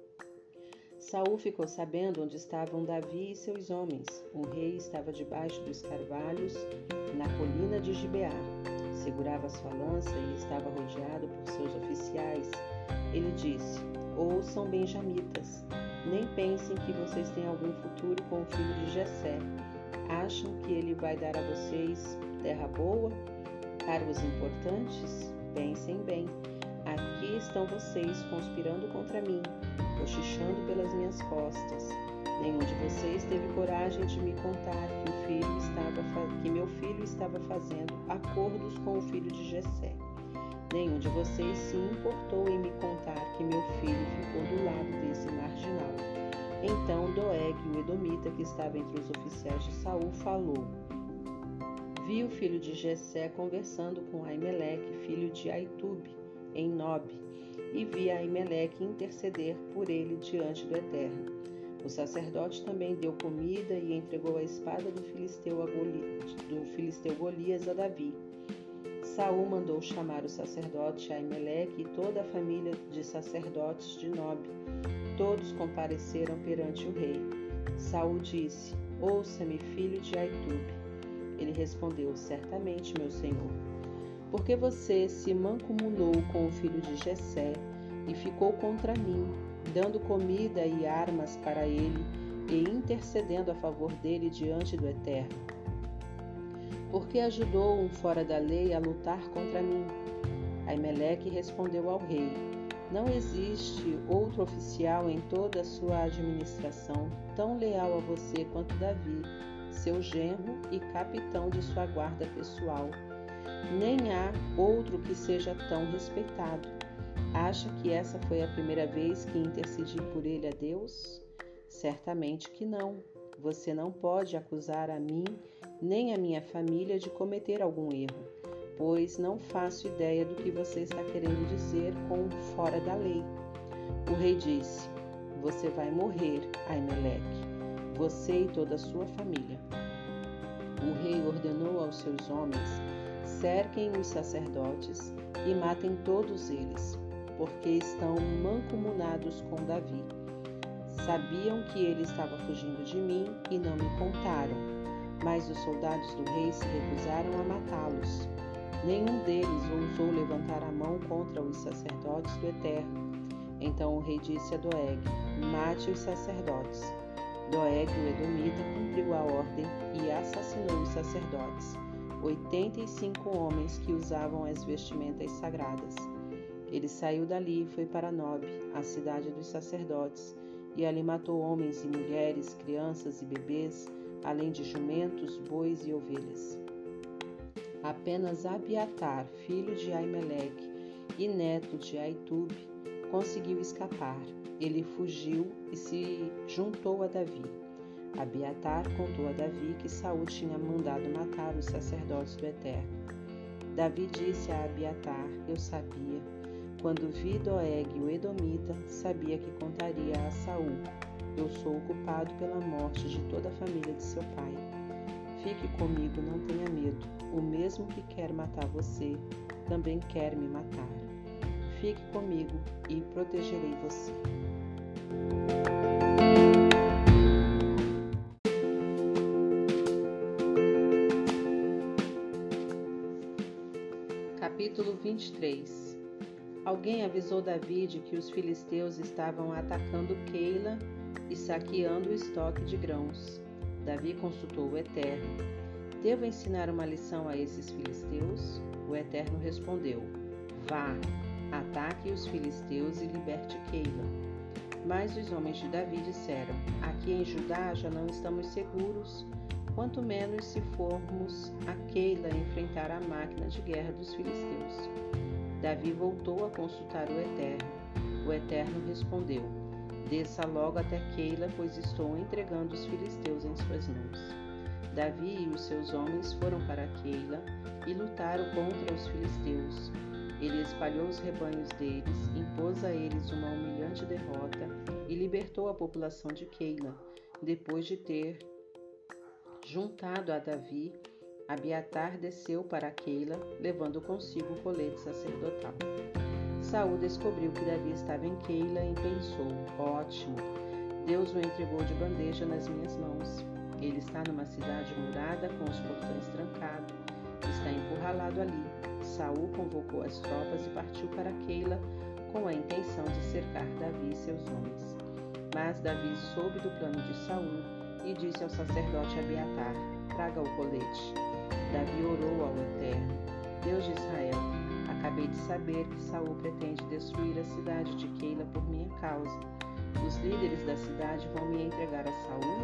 Saul ficou sabendo onde estavam Davi e seus homens. O rei estava debaixo dos carvalhos, na colina de Gibeá. Segurava sua lança e estava rodeado por seus oficiais. Ele disse: Ouçam, benjamitas, nem pensem que vocês têm algum futuro com o filho de Jessé. Acham que ele vai dar a vocês terra boa, cargos importantes? Pensem bem. Aqui estão vocês conspirando contra mim, cochichando pelas minhas costas. Nenhum de vocês teve coragem de me contar que, o filho estava, que meu filho estava fazendo acordos com o filho de Jessé. Nenhum de vocês se importou em me contar que meu filho ficou do lado desse marginal. Então Doeg, o edomita que estava entre os oficiais de Saul, falou: Vi o filho de Jessé conversando com Aimeleque, filho de Aitube, em Nobe, e vi Aimeleque interceder por ele diante do Eterno. O sacerdote também deu comida e entregou a espada do filisteu, a Goli, do filisteu Golias a Davi. Saul mandou chamar o sacerdote Aimeleque e toda a família de sacerdotes de Nobe. Todos compareceram perante o rei. Saul disse: Ouça-me, filho de Aitube. Ele respondeu: Certamente, meu senhor. Porque você se mancomunou com o filho de Jessé e ficou contra mim, dando comida e armas para ele e intercedendo a favor dele diante do Eterno. Porque ajudou um fora da lei a lutar contra mim? Aimeleque respondeu ao rei: Não existe outro oficial em toda a sua administração tão leal a você quanto Davi, seu genro e capitão de sua guarda pessoal. Nem há outro que seja tão respeitado. Acha que essa foi a primeira vez que intercedi por ele a Deus? Certamente que não. Você não pode acusar a mim nem a minha família de cometer algum erro, pois não faço ideia do que você está querendo dizer com fora da lei. O rei disse: Você vai morrer, Aimeleque, você e toda a sua família. O rei ordenou aos seus homens: Cerquem os sacerdotes e matem todos eles, porque estão mancomunados com Davi. Sabiam que ele estava fugindo de mim e não me contaram, mas os soldados do rei se recusaram a matá-los. Nenhum deles ousou levantar a mão contra os sacerdotes do Eterno. Então o rei disse a Doeg: Mate os sacerdotes. Doeg, o edomita, cumpriu a ordem e assassinou os sacerdotes, oitenta e cinco homens que usavam as vestimentas sagradas. Ele saiu dali e foi para Nobe, a cidade dos sacerdotes, e ali matou homens e mulheres, crianças e bebês, além de jumentos, bois e ovelhas. Apenas Abiatar, filho de Aimeleque e neto de Aitube, conseguiu escapar. Ele fugiu e se juntou a Davi. Abiatar contou a Davi que Saul tinha mandado matar os sacerdotes do Eterno. Davi disse a Abiatar: Eu sabia. Quando vi Doeg, o Edomita, sabia que contaria a Saul. Eu sou o culpado pela morte de toda a família de seu pai. Fique comigo, não tenha medo. O mesmo que quer matar você, também quer me matar. Fique comigo e protegerei você. Capítulo vinte e três. Alguém avisou Davi de que os filisteus estavam atacando Keila e saqueando o estoque de grãos. Davi consultou o Eterno. Devo ensinar uma lição a esses filisteus? O Eterno respondeu: Vá, ataque os filisteus e liberte Keila. Mas os homens de Davi disseram: Aqui em Judá já não estamos seguros, quanto menos se formos a Keila enfrentar a máquina de guerra dos filisteus. Davi voltou a consultar o Eterno. O Eterno respondeu: Desça logo até Keila, pois estou entregando os filisteus em suas mãos. Davi e os seus homens foram para Keila e lutaram contra os filisteus. Ele espalhou os rebanhos deles, impôs a eles uma humilhante derrota e libertou a população de Keila. Depois de ter juntado a Davi, Abiatar desceu para Keila, levando consigo o colete sacerdotal. Saul descobriu que Davi estava em Keila e pensou: Ótimo, Deus o entregou de bandeja nas minhas mãos. Ele está numa cidade murada com os portões trancados. Está encurralado ali. Saul convocou as tropas e partiu para Keila com a intenção de cercar Davi e seus homens. Mas Davi soube do plano de Saul e disse ao sacerdote Abiatar: Traga o colete. Davi orou ao Eterno: Deus de Israel, acabei de saber que Saul pretende destruir a cidade de Keila por minha causa. Os líderes da cidade vão me entregar a Saul?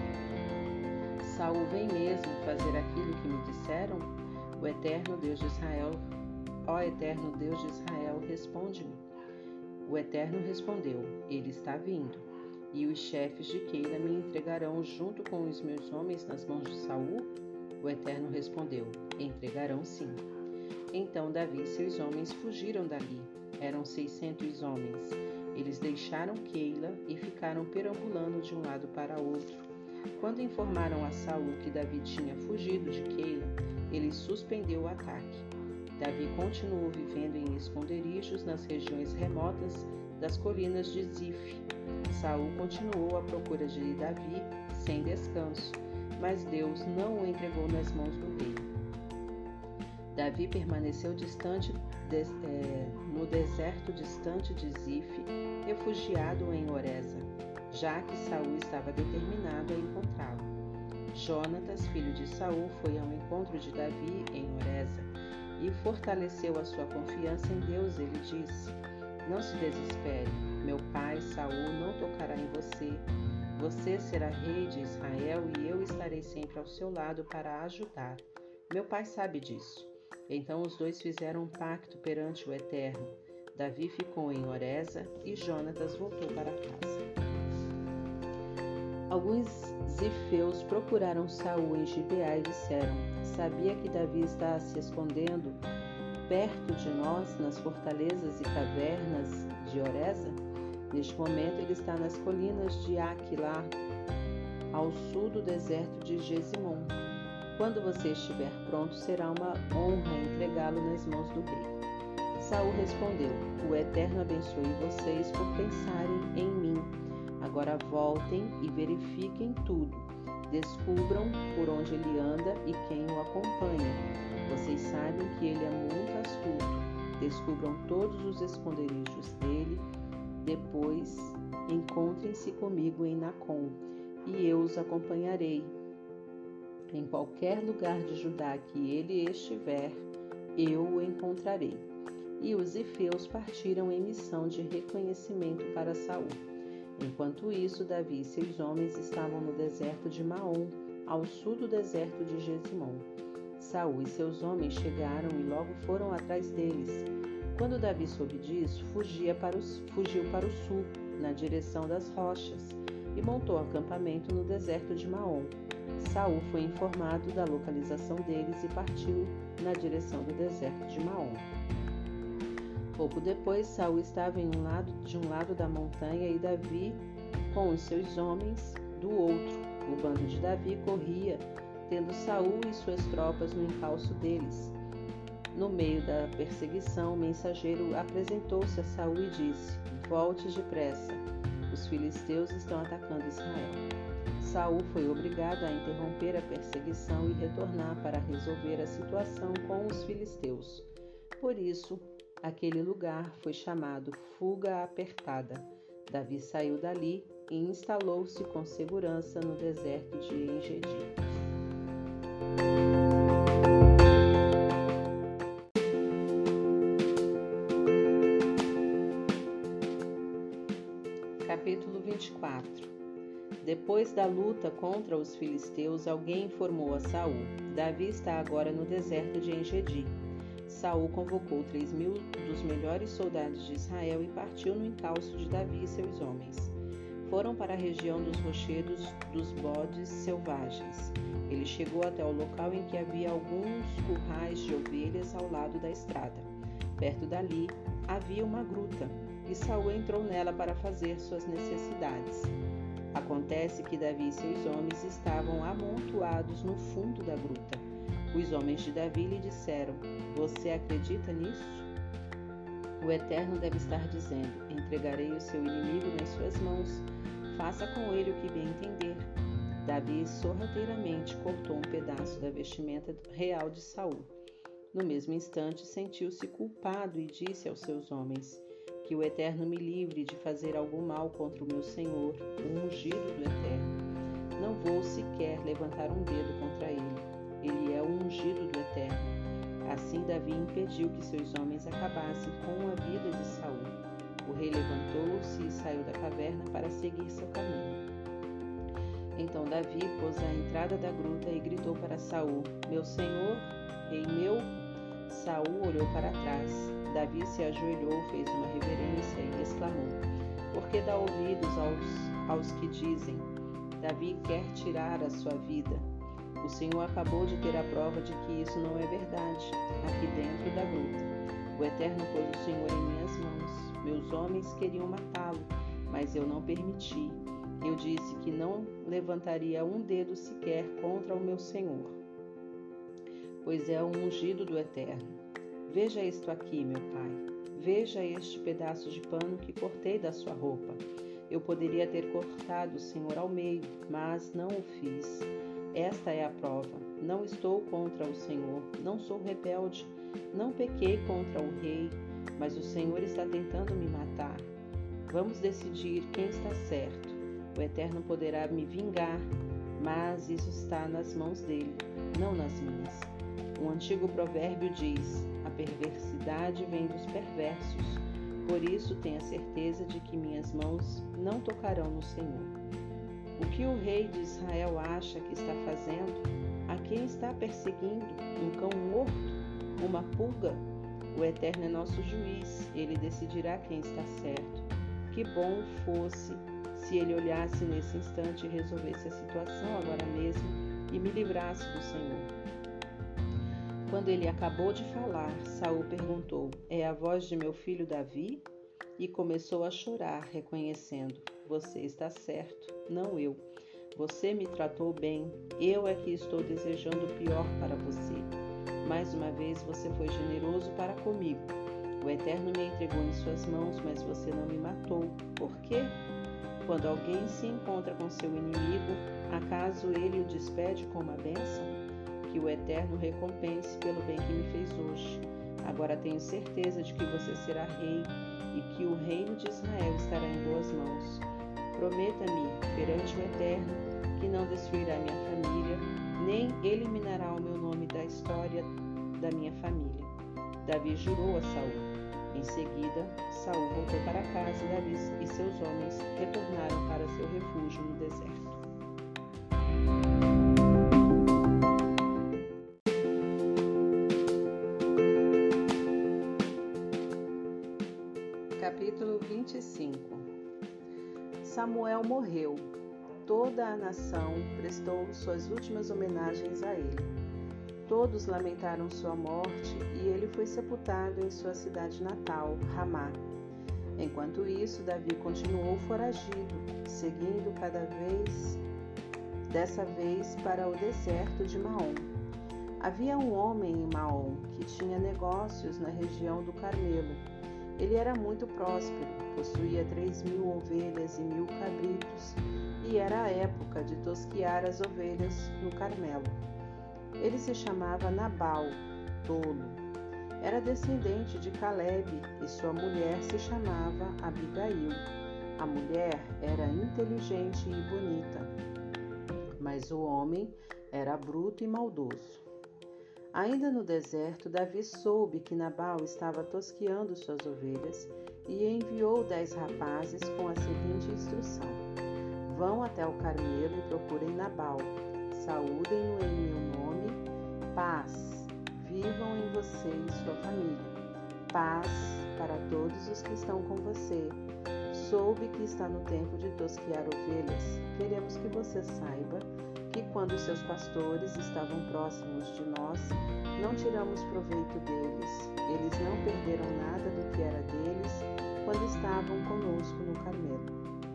Saul vem mesmo fazer aquilo que me disseram? O Eterno Deus de Israel, ó Eterno Deus de Israel, responde-me. O Eterno respondeu: Ele está vindo, e os chefes de Keila me entregarão junto com os meus homens nas mãos de Saul? O Eterno respondeu: Entregarão sim. Então Davi e seus homens fugiram dali. Eram seiscentos homens. Eles deixaram Keila e ficaram perambulando de um lado para outro. Quando informaram a Saul que Davi tinha fugido de Keila, ele suspendeu o ataque. Davi continuou vivendo em esconderijos nas regiões remotas das colinas de Zif. Saul continuou à procura de Davi sem descanso, mas Deus não o entregou nas mãos do rei. Davi permaneceu distante de, é, no deserto distante de Zif, refugiado em Oreza, já que Saul estava determinado a encontrá-lo. Jonatas, filho de Saul, foi ao encontro de Davi em Oreza e fortaleceu a sua confiança em Deus. Ele disse: Não se desespere, meu pai Saul não tocará em você. Você será rei de Israel e eu estarei sempre ao seu lado para ajudar. Meu pai sabe disso. Então os dois fizeram um pacto perante o Eterno. Davi ficou em Oreza e Jonatas voltou para casa. Alguns zifeus procuraram Saul em Gibeá e disseram: Sabia que Davi está se escondendo perto de nós nas fortalezas e cavernas de Oreza? Neste momento ele está nas colinas de Aquilá, ao sul do deserto de Gesimon. Quando você estiver pronto, será uma honra entregá-lo nas mãos do rei. Saul respondeu: O Eterno abençoe vocês por pensarem em mim. Agora voltem e verifiquem tudo. Descubram por onde ele anda e quem o acompanha. Vocês sabem que ele é muito astuto. Descubram todos os esconderijos dele. Depois, encontrem-se comigo em Nacon, e eu os acompanharei. Em qualquer lugar de Judá que ele estiver, eu o encontrarei. E os zifeus partiram em missão de reconhecimento para Saul. Enquanto isso, Davi e seus homens estavam no deserto de Maom, ao sul do deserto de Gesimon. Saul e seus homens chegaram e logo foram atrás deles. Quando Davi soube disso, fugia para o, fugiu para o sul, na direção das rochas, e montou acampamento no deserto de Maom. Saul foi informado da localização deles e partiu na direção do deserto de Maom. Pouco depois, Saul estava em um lado, de um lado da montanha e Davi com os seus homens do outro. O bando de Davi corria, tendo Saul e suas tropas no encalço deles. No meio da perseguição, o mensageiro apresentou-se a Saul e disse: "Volte depressa, os filisteus estão atacando Israel." Saul foi obrigado a interromper a perseguição e retornar para resolver a situação com os filisteus. Por isso, aquele lugar foi chamado Fuga Apertada. Davi saiu dali e instalou-se com segurança no deserto de En-Gedi. Capítulo vinte e quatro. Depois da luta contra os filisteus, alguém informou a Saul: Davi está agora no deserto de En-Gedi. Saul convocou três mil dos melhores soldados de Israel e partiu no encalço de Davi e seus homens. Foram para a região dos rochedos dos bodes selvagens. Ele chegou até o local em que havia alguns currais de ovelhas ao lado da estrada. Perto dali havia uma gruta, e Saul entrou nela para fazer suas necessidades. Acontece que Davi e seus homens estavam amontoados no fundo da gruta. Os homens de Davi lhe disseram: "Você acredita nisso? O Eterno deve estar dizendo: entregarei o seu inimigo nas suas mãos. Faça com ele o que bem entender." Davi sorrateiramente cortou um pedaço da vestimenta real de Saul. No mesmo instante, sentiu-se culpado e disse aos seus homens: "Que o Eterno me livre de fazer algum mal contra o meu Senhor, o ungido do Eterno. Não vou sequer levantar um dedo contra ele. Ele é o ungido do Eterno." Assim Davi impediu que seus homens acabassem com a vida de Saul. O rei levantou-se e saiu da caverna para seguir seu caminho. Então Davi pôs à entrada da gruta e gritou para Saul: "Meu senhor, rei meu?" Saul olhou para trás. Davi se ajoelhou, fez uma reverência e exclamou: "Por que dá ouvidos aos, aos que dizem: Davi quer tirar a sua vida? O Senhor acabou de ter a prova de que isso não é verdade, aqui dentro da gruta. O Eterno pôs o Senhor em minhas mãos. Meus homens queriam matá-lo, mas eu não permiti. Eu disse que não levantaria um dedo sequer contra o meu Senhor, pois é o ungido do Eterno. Veja isto aqui, meu pai. Veja este pedaço de pano que cortei da sua roupa. Eu poderia ter cortado o Senhor ao meio, mas não o fiz. Esta é a prova. Não estou contra o Senhor, não sou rebelde, não pequei contra o rei, mas o Senhor está tentando me matar. Vamos decidir quem está certo. O Eterno poderá me vingar, mas isso está nas mãos dele, não nas minhas. Um antigo provérbio diz: a perversidade vem dos perversos. Por isso tenha certeza de que minhas mãos não tocarão no Senhor. O que o rei de Israel acha que está fazendo? A quem está perseguindo? Um cão morto? Uma pulga? O Eterno é nosso juiz, ele decidirá quem está certo. Que bom fosse se ele olhasse nesse instante e resolvesse a situação agora mesmo e me livrasse do Senhor. Quando ele acabou de falar, Saul perguntou: "É a voz de meu filho Davi?" E começou a chorar, reconhecendo: "Você está certo, não eu. Você me tratou bem, eu é que estou desejando o pior para você. Mais uma vez você foi generoso para comigo. O Eterno me entregou em suas mãos, mas você não me matou. Por quê? Quando alguém se encontra com seu inimigo, acaso ele o despede com uma bênção? Que o Eterno recompense pelo bem que me fez hoje. Agora tenho certeza de que você será rei e que o reino de Israel estará em boas mãos. Prometa-me perante o Eterno que não destruirá minha família, nem eliminará o meu nome da história da minha família." Davi jurou a Saul. Em seguida, Saul voltou para casa e Davi e seus homens retornaram para seu refúgio no deserto. Capítulo vinte e cinco. Samuel morreu. Toda a nação prestou suas últimas homenagens a ele. Todos lamentaram sua morte e ele foi sepultado em sua cidade natal, Ramá. Enquanto isso, Davi continuou foragido, seguindo cada vez, dessa vez para o deserto de Maom. Havia um homem em Maom que tinha negócios na região do Carmelo. Ele era muito próspero, possuía três mil ovelhas e mil cabritos, e era a época de tosquiar as ovelhas no Carmelo. Ele se chamava Nabal, tolo. Era descendente de Caleb e sua mulher se chamava Abigail. A mulher era inteligente e bonita, mas o homem era bruto e maldoso. Ainda no deserto, Davi soube que Nabal estava tosquiando suas ovelhas e enviou dez rapazes com a seguinte instrução: vão até o Carmelo e procurem Nabal. Saúdem-no em meu nome. Paz. Vivam em você e sua família. Paz para todos os que estão com você. Soube que está no tempo de tosquiar ovelhas. Queremos que você saiba que quando seus pastores estavam próximos de nós, não tiramos proveito deles. Eles não perderam nada do que era deles quando estavam conosco no Carmelo.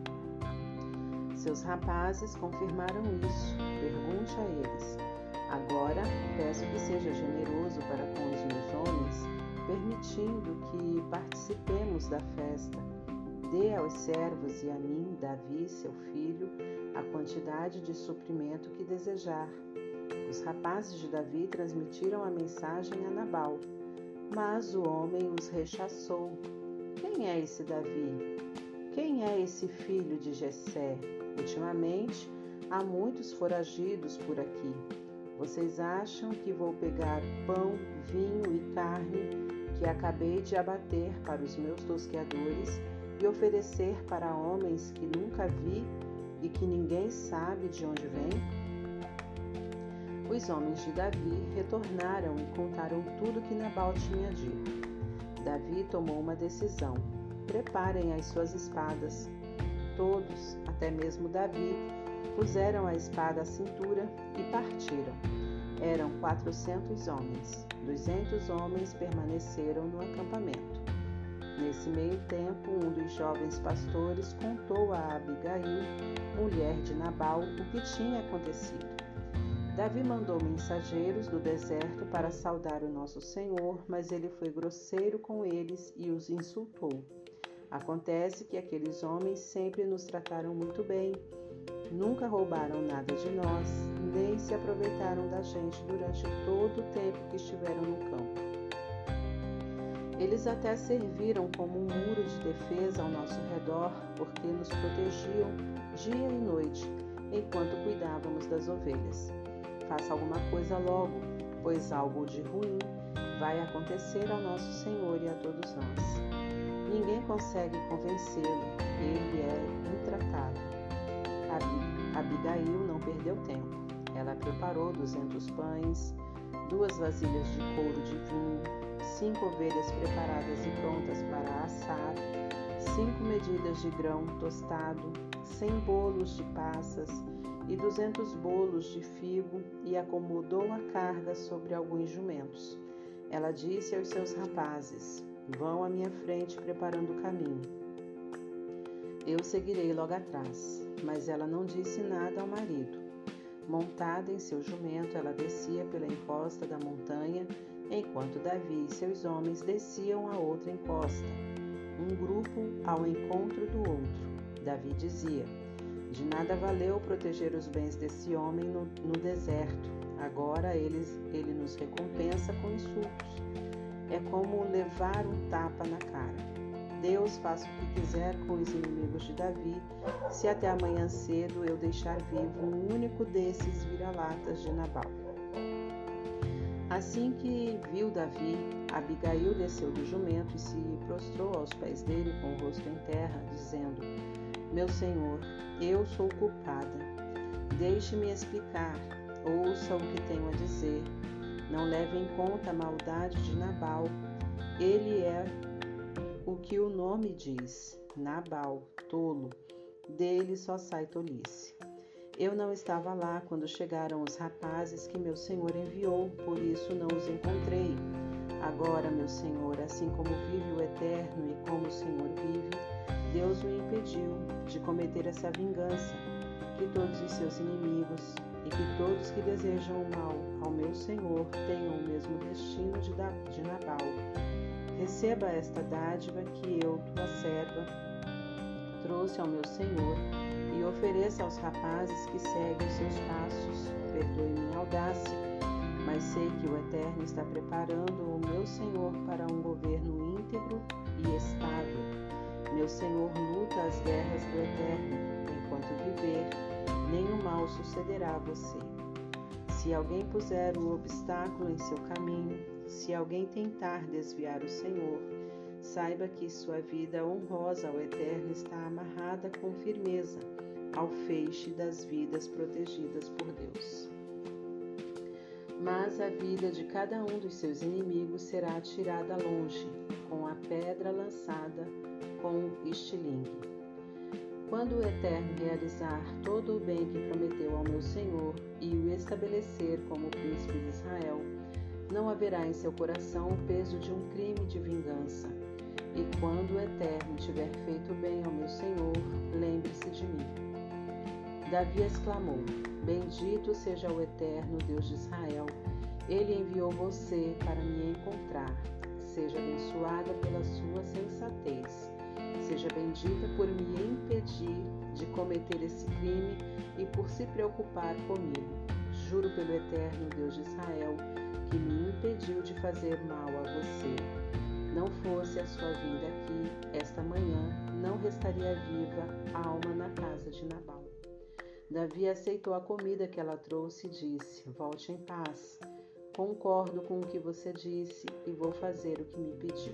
Seus rapazes confirmaram isso. Pergunte a eles. Agora, peço que seja generoso para com os meus homens, permitindo que participemos da festa. Dê aos servos e a mim, Davi, seu filho, a quantidade de suprimento que desejar. Os rapazes de Davi transmitiram a mensagem a Nabal, mas o homem os rechaçou. Quem é esse Davi? Quem é esse filho de Jessé? Ultimamente, há muitos foragidos por aqui. Vocês acham que vou pegar pão, vinho e carne que acabei de abater para os meus tosqueadores e oferecer para homens que nunca vi e que ninguém sabe de onde vem? Os homens de Davi retornaram e contaram tudo que Nabal tinha dito. Davi tomou uma decisão. Preparem as suas espadas. Todos, até mesmo Davi, puseram a espada à cintura e partiram. Eram quatrocentos homens. Duzentos homens permaneceram no acampamento. Nesse meio tempo, um dos jovens pastores contou a Abigail, mulher de Nabal, o que tinha acontecido. Davi mandou mensageiros do deserto para saudar o nosso Senhor, mas ele foi grosseiro com eles e os insultou. Acontece que aqueles homens sempre nos trataram muito bem, nunca roubaram nada de nós, nem se aproveitaram da gente durante todo o tempo que estiveram no campo. Eles até serviram como um muro de defesa ao nosso redor, porque nos protegiam dia e noite, enquanto cuidávamos das ovelhas. Faça alguma coisa logo, pois algo de ruim vai acontecer ao nosso Senhor e a todos nós. Ninguém consegue convencê-lo, ele é intratável. Abigail não perdeu tempo. Ela preparou duzentos pães, duas vasilhas de couro de vinho, cinco ovelhas preparadas e prontas para assar, cinco medidas de grão tostado, cem bolos de passas e duzentos bolos de figo, e acomodou a carga sobre alguns jumentos. Ela disse aos seus rapazes: vão à minha frente preparando o caminho. Eu seguirei logo atrás. Mas ela não disse nada ao marido. Montada em seu jumento, ela descia pela encosta da montanha, enquanto Davi e seus homens desciam a outra encosta, um grupo ao encontro do outro. Davi dizia: de nada valeu proteger os bens desse homem no, no deserto. Agora eles, ele nos recompensa com insultos. É como levar um tapa na cara. Deus faça o que quiser com os inimigos de Davi, se até amanhã cedo eu deixar vivo um único desses vira-latas de Nabal. Assim que viu Davi, Abigail desceu do jumento e se prostrou aos pés dele com o rosto em terra, dizendo: meu senhor, eu sou culpada. Deixe-me explicar. Ouça o que tenho a dizer. Não leve em conta a maldade de Nabal. Ele é o que que o nome diz: Nabal, tolo, dele só sai tolice. Eu não estava lá quando chegaram os rapazes que meu senhor enviou, por isso não os encontrei. Agora, meu senhor, assim como vive o Eterno e como o Senhor vive, Deus o impediu de cometer essa vingança, que todos os seus inimigos e que todos que desejam o mal ao meu senhor tenham o mesmo destino de, da, de Nabal. Receba esta dádiva que eu, tua serva, trouxe ao meu senhor e ofereça aos rapazes que seguem os seus passos. Perdoe minha audácia, mas sei que o Eterno está preparando o meu senhor para um governo íntegro e estável. Meu senhor luta as guerras do Eterno. Enquanto viver, nenhum mal sucederá a você. Se alguém puser um obstáculo em seu caminho, se alguém tentar desviar o Senhor, saiba que sua vida honrosa ao Eterno está amarrada com firmeza ao feixe das vidas protegidas por Deus. Mas a vida de cada um dos seus inimigos será atirada longe, com a pedra lançada com estilingue. Quando o Eterno realizar todo o bem que prometeu ao meu Senhor e o estabelecer como príncipe de Israel, não haverá em seu coração o peso de um crime de vingança. E quando o Eterno tiver feito bem ao meu Senhor, lembre-se de mim. Davi exclamou: Bendito seja o Eterno, Deus de Israel. Ele enviou você para me encontrar. Seja abençoada pela sua sensatez. Seja bendita por me impedir de cometer esse crime e por se preocupar comigo. Juro pelo Eterno, Deus de Israel, que me impediu de fazer mal a você. Não fosse a sua vinda aqui, esta manhã, não restaria viva a alma na casa de Nabal. Davi aceitou a comida que ela trouxe e disse: Volte em paz. Concordo com o que você disse e vou fazer o que me pediu.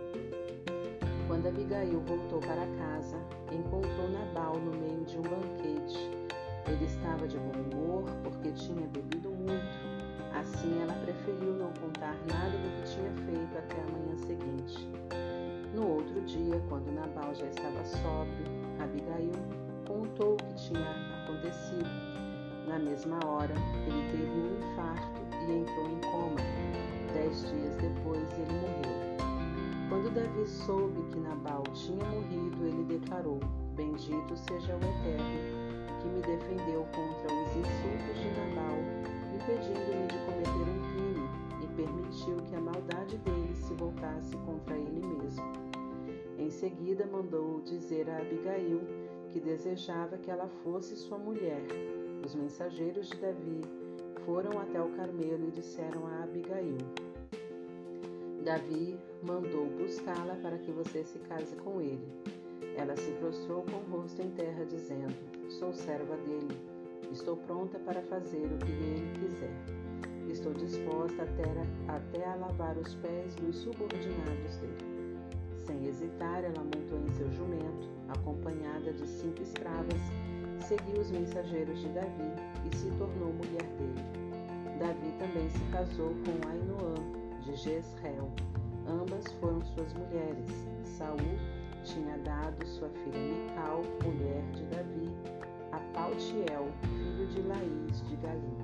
Quando Abigail voltou para casa, encontrou Nabal no meio de um banquete. Ele estava de bom humor porque tinha bebido muito. Assim, ela preferiu não contar nada do que tinha feito até a manhã seguinte. No outro dia, quando Nabal já estava sóbrio, Abigail contou o que tinha acontecido. Na mesma hora, ele teve um infarto e entrou em coma. Dez dias depois, ele morreu. Quando Davi soube que Nabal tinha morrido, ele declarou: Bendito seja o Eterno, que me defendeu contra os insultos de Nabal, impedindo-me de cometer um crime, e permitiu que a maldade dele se voltasse contra ele mesmo. Em seguida, mandou dizer a Abigail que desejava que ela fosse sua mulher. Os mensageiros de Davi foram até o Carmelo e disseram a Abigail: Davi mandou buscá-la para que você se case com ele. Ela se prostrou com o rosto em terra, dizendo: Sou serva dele. Estou pronta para fazer o que ele quiser. Estou disposta até a, até a lavar os pés dos subordinados dele. Sem hesitar, ela montou em seu jumento, acompanhada de cinco escravas, seguiu os mensageiros de Davi e se tornou mulher dele. Davi também se casou com Ainoã, de Jezreel. Ambas foram suas mulheres. Saul tinha dado sua filha Mical, mulher de Davi, a Paltiel, filho de Laís de Galim.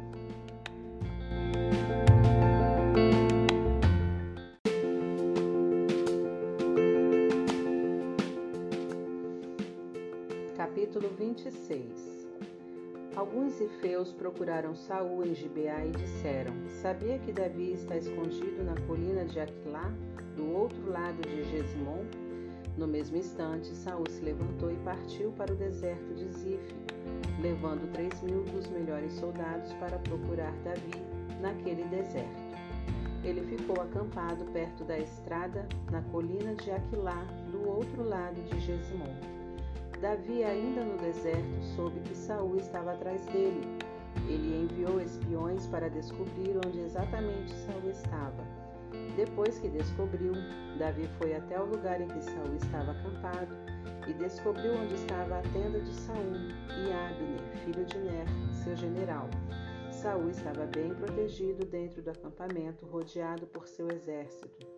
Capítulo vinte e seis. Alguns ifeus procuraram Saul em Gibeá e disseram: Sabia que Davi está escondido na colina de Aquilá, do outro lado de Jesmom? No mesmo instante, Saul se levantou e partiu para o deserto de Zife, levando três mil dos melhores soldados para procurar Davi naquele deserto. Ele ficou acampado perto da estrada, na colina de Aquilá, do outro lado de Jesmom. Davi, ainda no deserto, soube que Saul estava atrás dele. Ele enviou espiões para descobrir onde exatamente Saul estava. Depois que descobriu, Davi foi até o lugar em que Saul estava acampado e descobriu onde estava a tenda de Saul e Abner, filho de Ner, seu general. Saul estava bem protegido dentro do acampamento, rodeado por seu exército.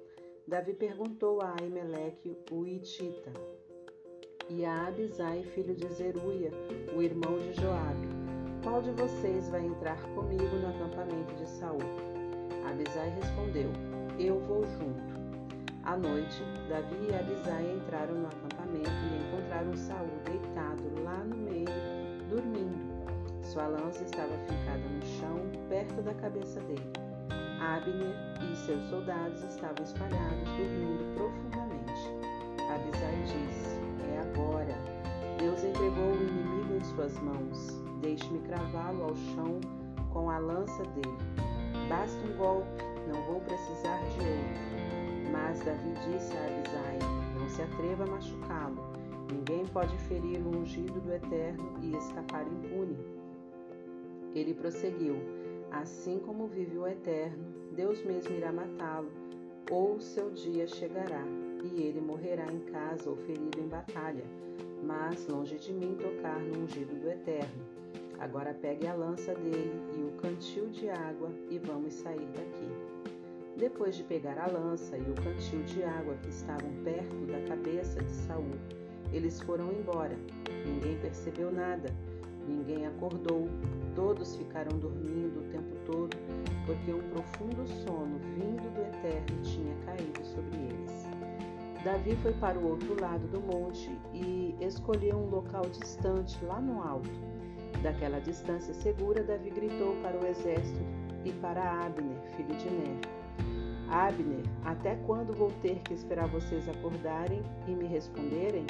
Davi perguntou a Aimeleque, o Hitita, e a Abisai, filho de Zeruia, o irmão de Joabe: qual de vocês vai entrar comigo no acampamento de Saul? Abisai respondeu: eu vou junto. À noite, Davi e Abisai entraram no acampamento e encontraram Saul deitado lá no meio, dormindo. Sua lança estava fincada no chão, perto da cabeça dele. Abner e seus soldados estavam espalhados, dormindo profundamente. Abisai disse: é agora. Deus entregou o inimigo em suas mãos. Deixe-me cravá-lo ao chão com a lança dele. Basta um golpe, não vou precisar de outro. Mas Davi disse a Abisai: não se atreva a machucá-lo. Ninguém pode ferir o ungido do Eterno e escapar impune. Ele prosseguiu: assim como vive o Eterno, Deus mesmo irá matá-lo, ou seu dia chegará, e ele morrerá em casa ou ferido em batalha. Mas longe de mim tocar no ungido do Eterno. Agora pegue a lança dele e o cantil de água e vamos sair daqui. Depois de pegar a lança e o cantil de água que estavam perto da cabeça de Saul, eles foram embora. Ninguém percebeu nada, ninguém acordou, todos ficaram dormindo o tempo todo, porque um profundo sono vindo do Eterno tinha caído sobre eles. Davi foi para o outro lado do monte e escolheu um local distante, lá no alto. Daquela distância segura, Davi gritou para o exército e para Abner, filho de Ner: Abner, até quando vou ter que esperar vocês acordarem e me responderem?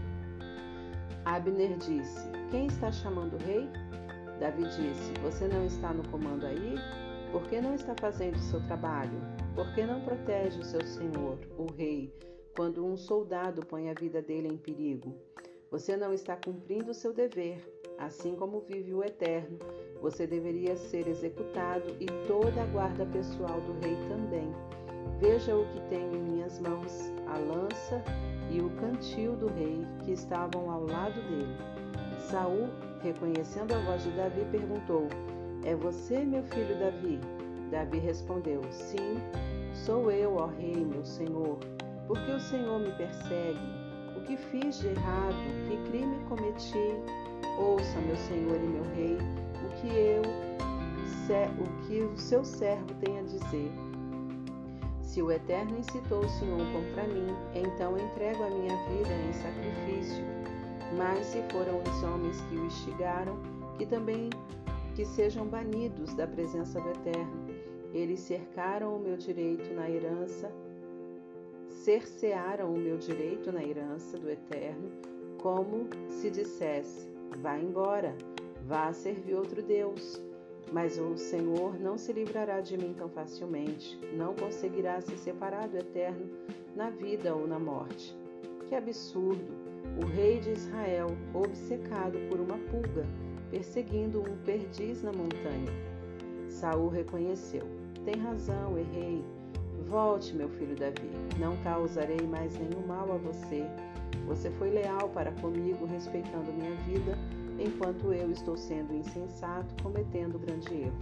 Abner disse: quem está chamando o rei? Davi disse: você não está no comando aí? Por que não está fazendo o seu trabalho? Por que não protege o seu senhor, o rei, quando um soldado põe a vida dele em perigo? Você não está cumprindo o seu dever. Assim como vive o Eterno, você deveria ser executado e toda a guarda pessoal do rei também. Veja o que tenho em minhas mãos, a lança e o cantil do rei que estavam ao lado dele. Saul, reconhecendo a voz de Davi, perguntou: é você, meu filho Davi? Davi respondeu: sim, sou eu, ó rei, meu senhor. Por que o Senhor me persegue? O que fiz de errado? Que crime cometi? Ouça, meu senhor e meu rei, o que eu, o que o seu servo tem a dizer. Se o Eterno incitou o Senhor contra mim, então entrego a minha vida em sacrifício. Mas se foram os homens que o instigaram, que também que sejam banidos da presença do Eterno. Eles cercaram o meu direito na herança, cercearam o meu direito na herança do Eterno, como se dissesse: vá embora, vá servir outro Deus. Mas o Senhor não se livrará de mim tão facilmente, não conseguirá se separar do Eterno na vida ou na morte. Que absurdo! O rei de Israel, obcecado por uma pulga, perseguindo um perdiz na montanha. Saul reconheceu: tem razão, errei. Volte, meu filho Davi, não causarei mais nenhum mal a você. Você foi leal para comigo, respeitando minha vida, enquanto eu estou sendo insensato, cometendo grande erro.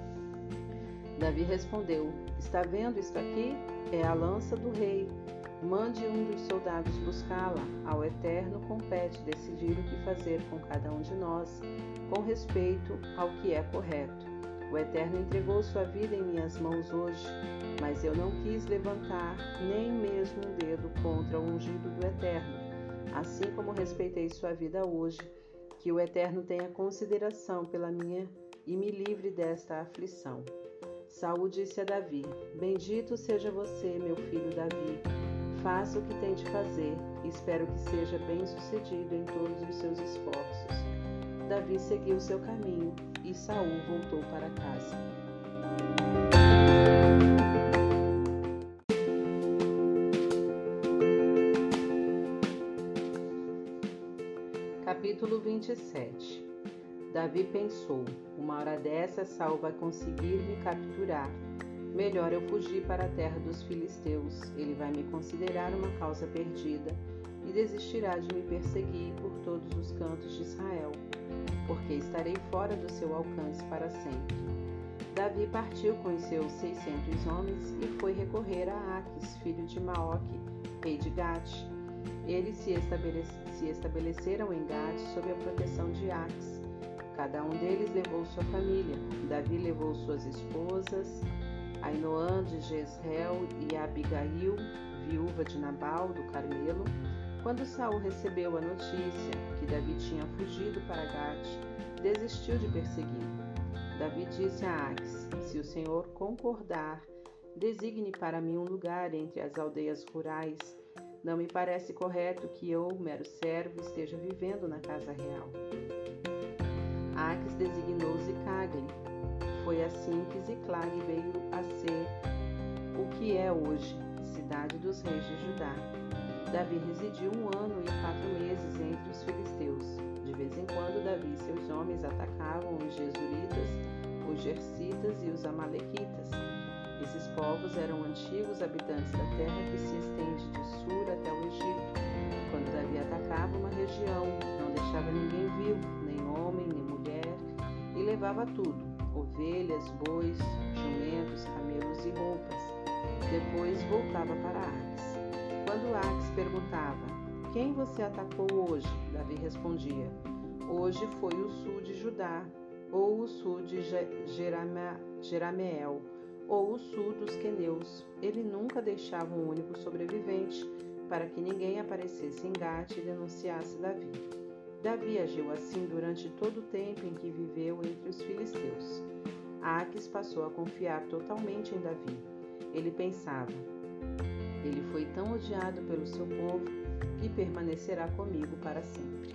Davi respondeu: está vendo isto aqui? É a lança do rei. Mande um dos soldados buscá-la. Ao Eterno compete decidir o que fazer com cada um de nós, com respeito ao que é correto. O Eterno entregou sua vida em minhas mãos hoje, mas eu não quis levantar nem mesmo um dedo contra o ungido do Eterno. Assim como respeitei sua vida hoje, que o Eterno tenha consideração pela minha e me livre desta aflição. Saul disse a Davi: bendito seja você, meu filho Davi. Faça o que tem de fazer e espero que seja bem-sucedido em todos os seus esforços. Davi seguiu seu caminho e Saul voltou para casa. Capítulo vinte e sete. Davi pensou: uma hora dessa Saul vai conseguir me capturar. Melhor eu fugir para a terra dos filisteus. Ele vai me considerar uma causa perdida e desistirá de me perseguir por todos os cantos de Israel, porque estarei fora do seu alcance para sempre. Davi partiu com os seus seiscentos homens e foi recorrer a Aques, filho de Maoque, rei de Gate. Eles se, estabelec se estabeleceram em Gate sob a proteção de Aques. Cada um deles levou sua família. Davi levou suas esposas, Ainoã de Jezreel e Abigail, viúva de Nabal do Carmelo. Quando Saul recebeu a notícia que Davi tinha fugido para Gate, desistiu de persegui-lo. Davi disse a Aques: se o Senhor concordar, designe para mim um lugar entre as aldeias rurais. Não me parece correto que eu, mero servo, esteja vivendo na casa real. Aques designou Ziclague. Foi assim que Ziclague veio a ser o que é hoje, cidade dos reis de Judá. Davi residiu um ano e quatro meses entre os filisteus. De vez em quando, Davi e seus homens atacavam os Gesuritas, os Gersitas e os Amalequitas. Esses povos eram antigos habitantes da terra que se estende de Sur até o Egito. Quando Davi atacava uma região, não deixava ninguém vivo, nem homem, nem mulher, e levava tudo: ovelhas, bois, jumentos, camelos e roupas. Depois voltava para Aques. Quando Aques perguntava: quem você atacou hoje? Davi respondia: hoje foi o sul de Judá, ou o sul de Jerameel, ou o sul dos queneus. Ele nunca deixava um único sobrevivente, para que ninguém aparecesse em Gate e denunciasse Davi. Davi agiu assim durante todo o tempo em que viveu entre os filisteus. Aques passou a confiar totalmente em Davi. Ele pensava: ele foi tão odiado pelo seu povo que permanecerá comigo para sempre.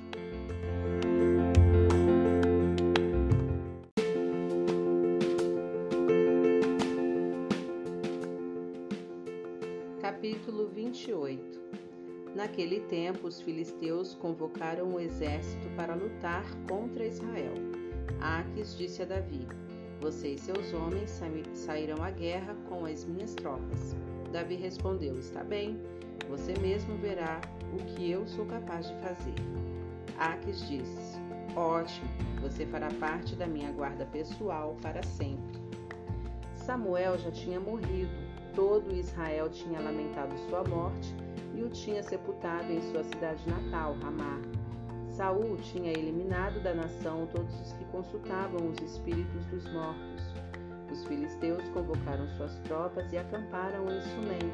Capítulo vinte e oito. Naquele tempo, os filisteus convocaram o exército para lutar contra Israel. Aques disse a Davi: você e seus homens sairão à guerra com as minhas tropas. Davi respondeu: está bem, você mesmo verá o que eu sou capaz de fazer. Aques disse: ótimo, você fará parte da minha guarda pessoal para sempre. Samuel já tinha morrido, todo Israel tinha lamentado sua morte e o tinha sepultado em sua cidade natal, Ramá. Saul tinha eliminado da nação todos os que consultavam os espíritos dos mortos. Os filisteus convocaram suas tropas e acamparam em Sunem.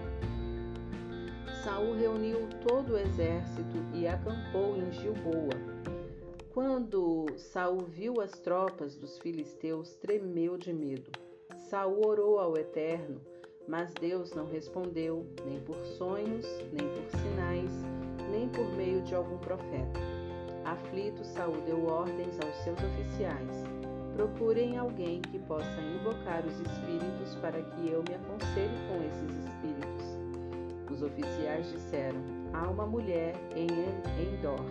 Saul reuniu todo o exército e acampou em Gilboa. Quando Saul viu as tropas dos filisteus, tremeu de medo. Saul orou ao Eterno, mas Deus não respondeu, nem por sonhos, nem por sinais, nem por meio de algum profeta. Aflito, Saul deu ordens aos seus oficiais: procurem alguém que possa invocar os espíritos para que eu me aconselhe com esses espíritos. Os oficiais disseram: há uma mulher em Endor.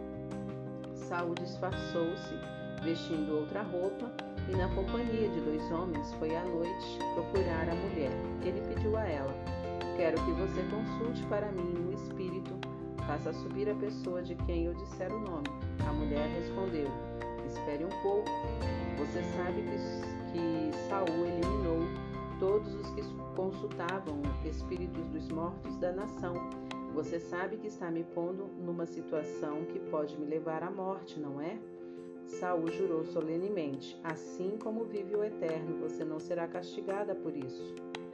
Saul disfarçou-se, vestindo outra roupa, e na companhia de dois homens foi à noite procurar a mulher. Ele pediu a ela: quero que você consulte para mim um espírito, faça subir a pessoa de quem eu disser o nome. A mulher respondeu: espere um pouco. Você sabe que, que Saul eliminou todos os que consultavam espíritos dos mortos da nação. Você sabe que está me pondo numa situação que pode me levar à morte, não é? Saul jurou solenemente: assim como vive o Eterno, você não será castigada por isso.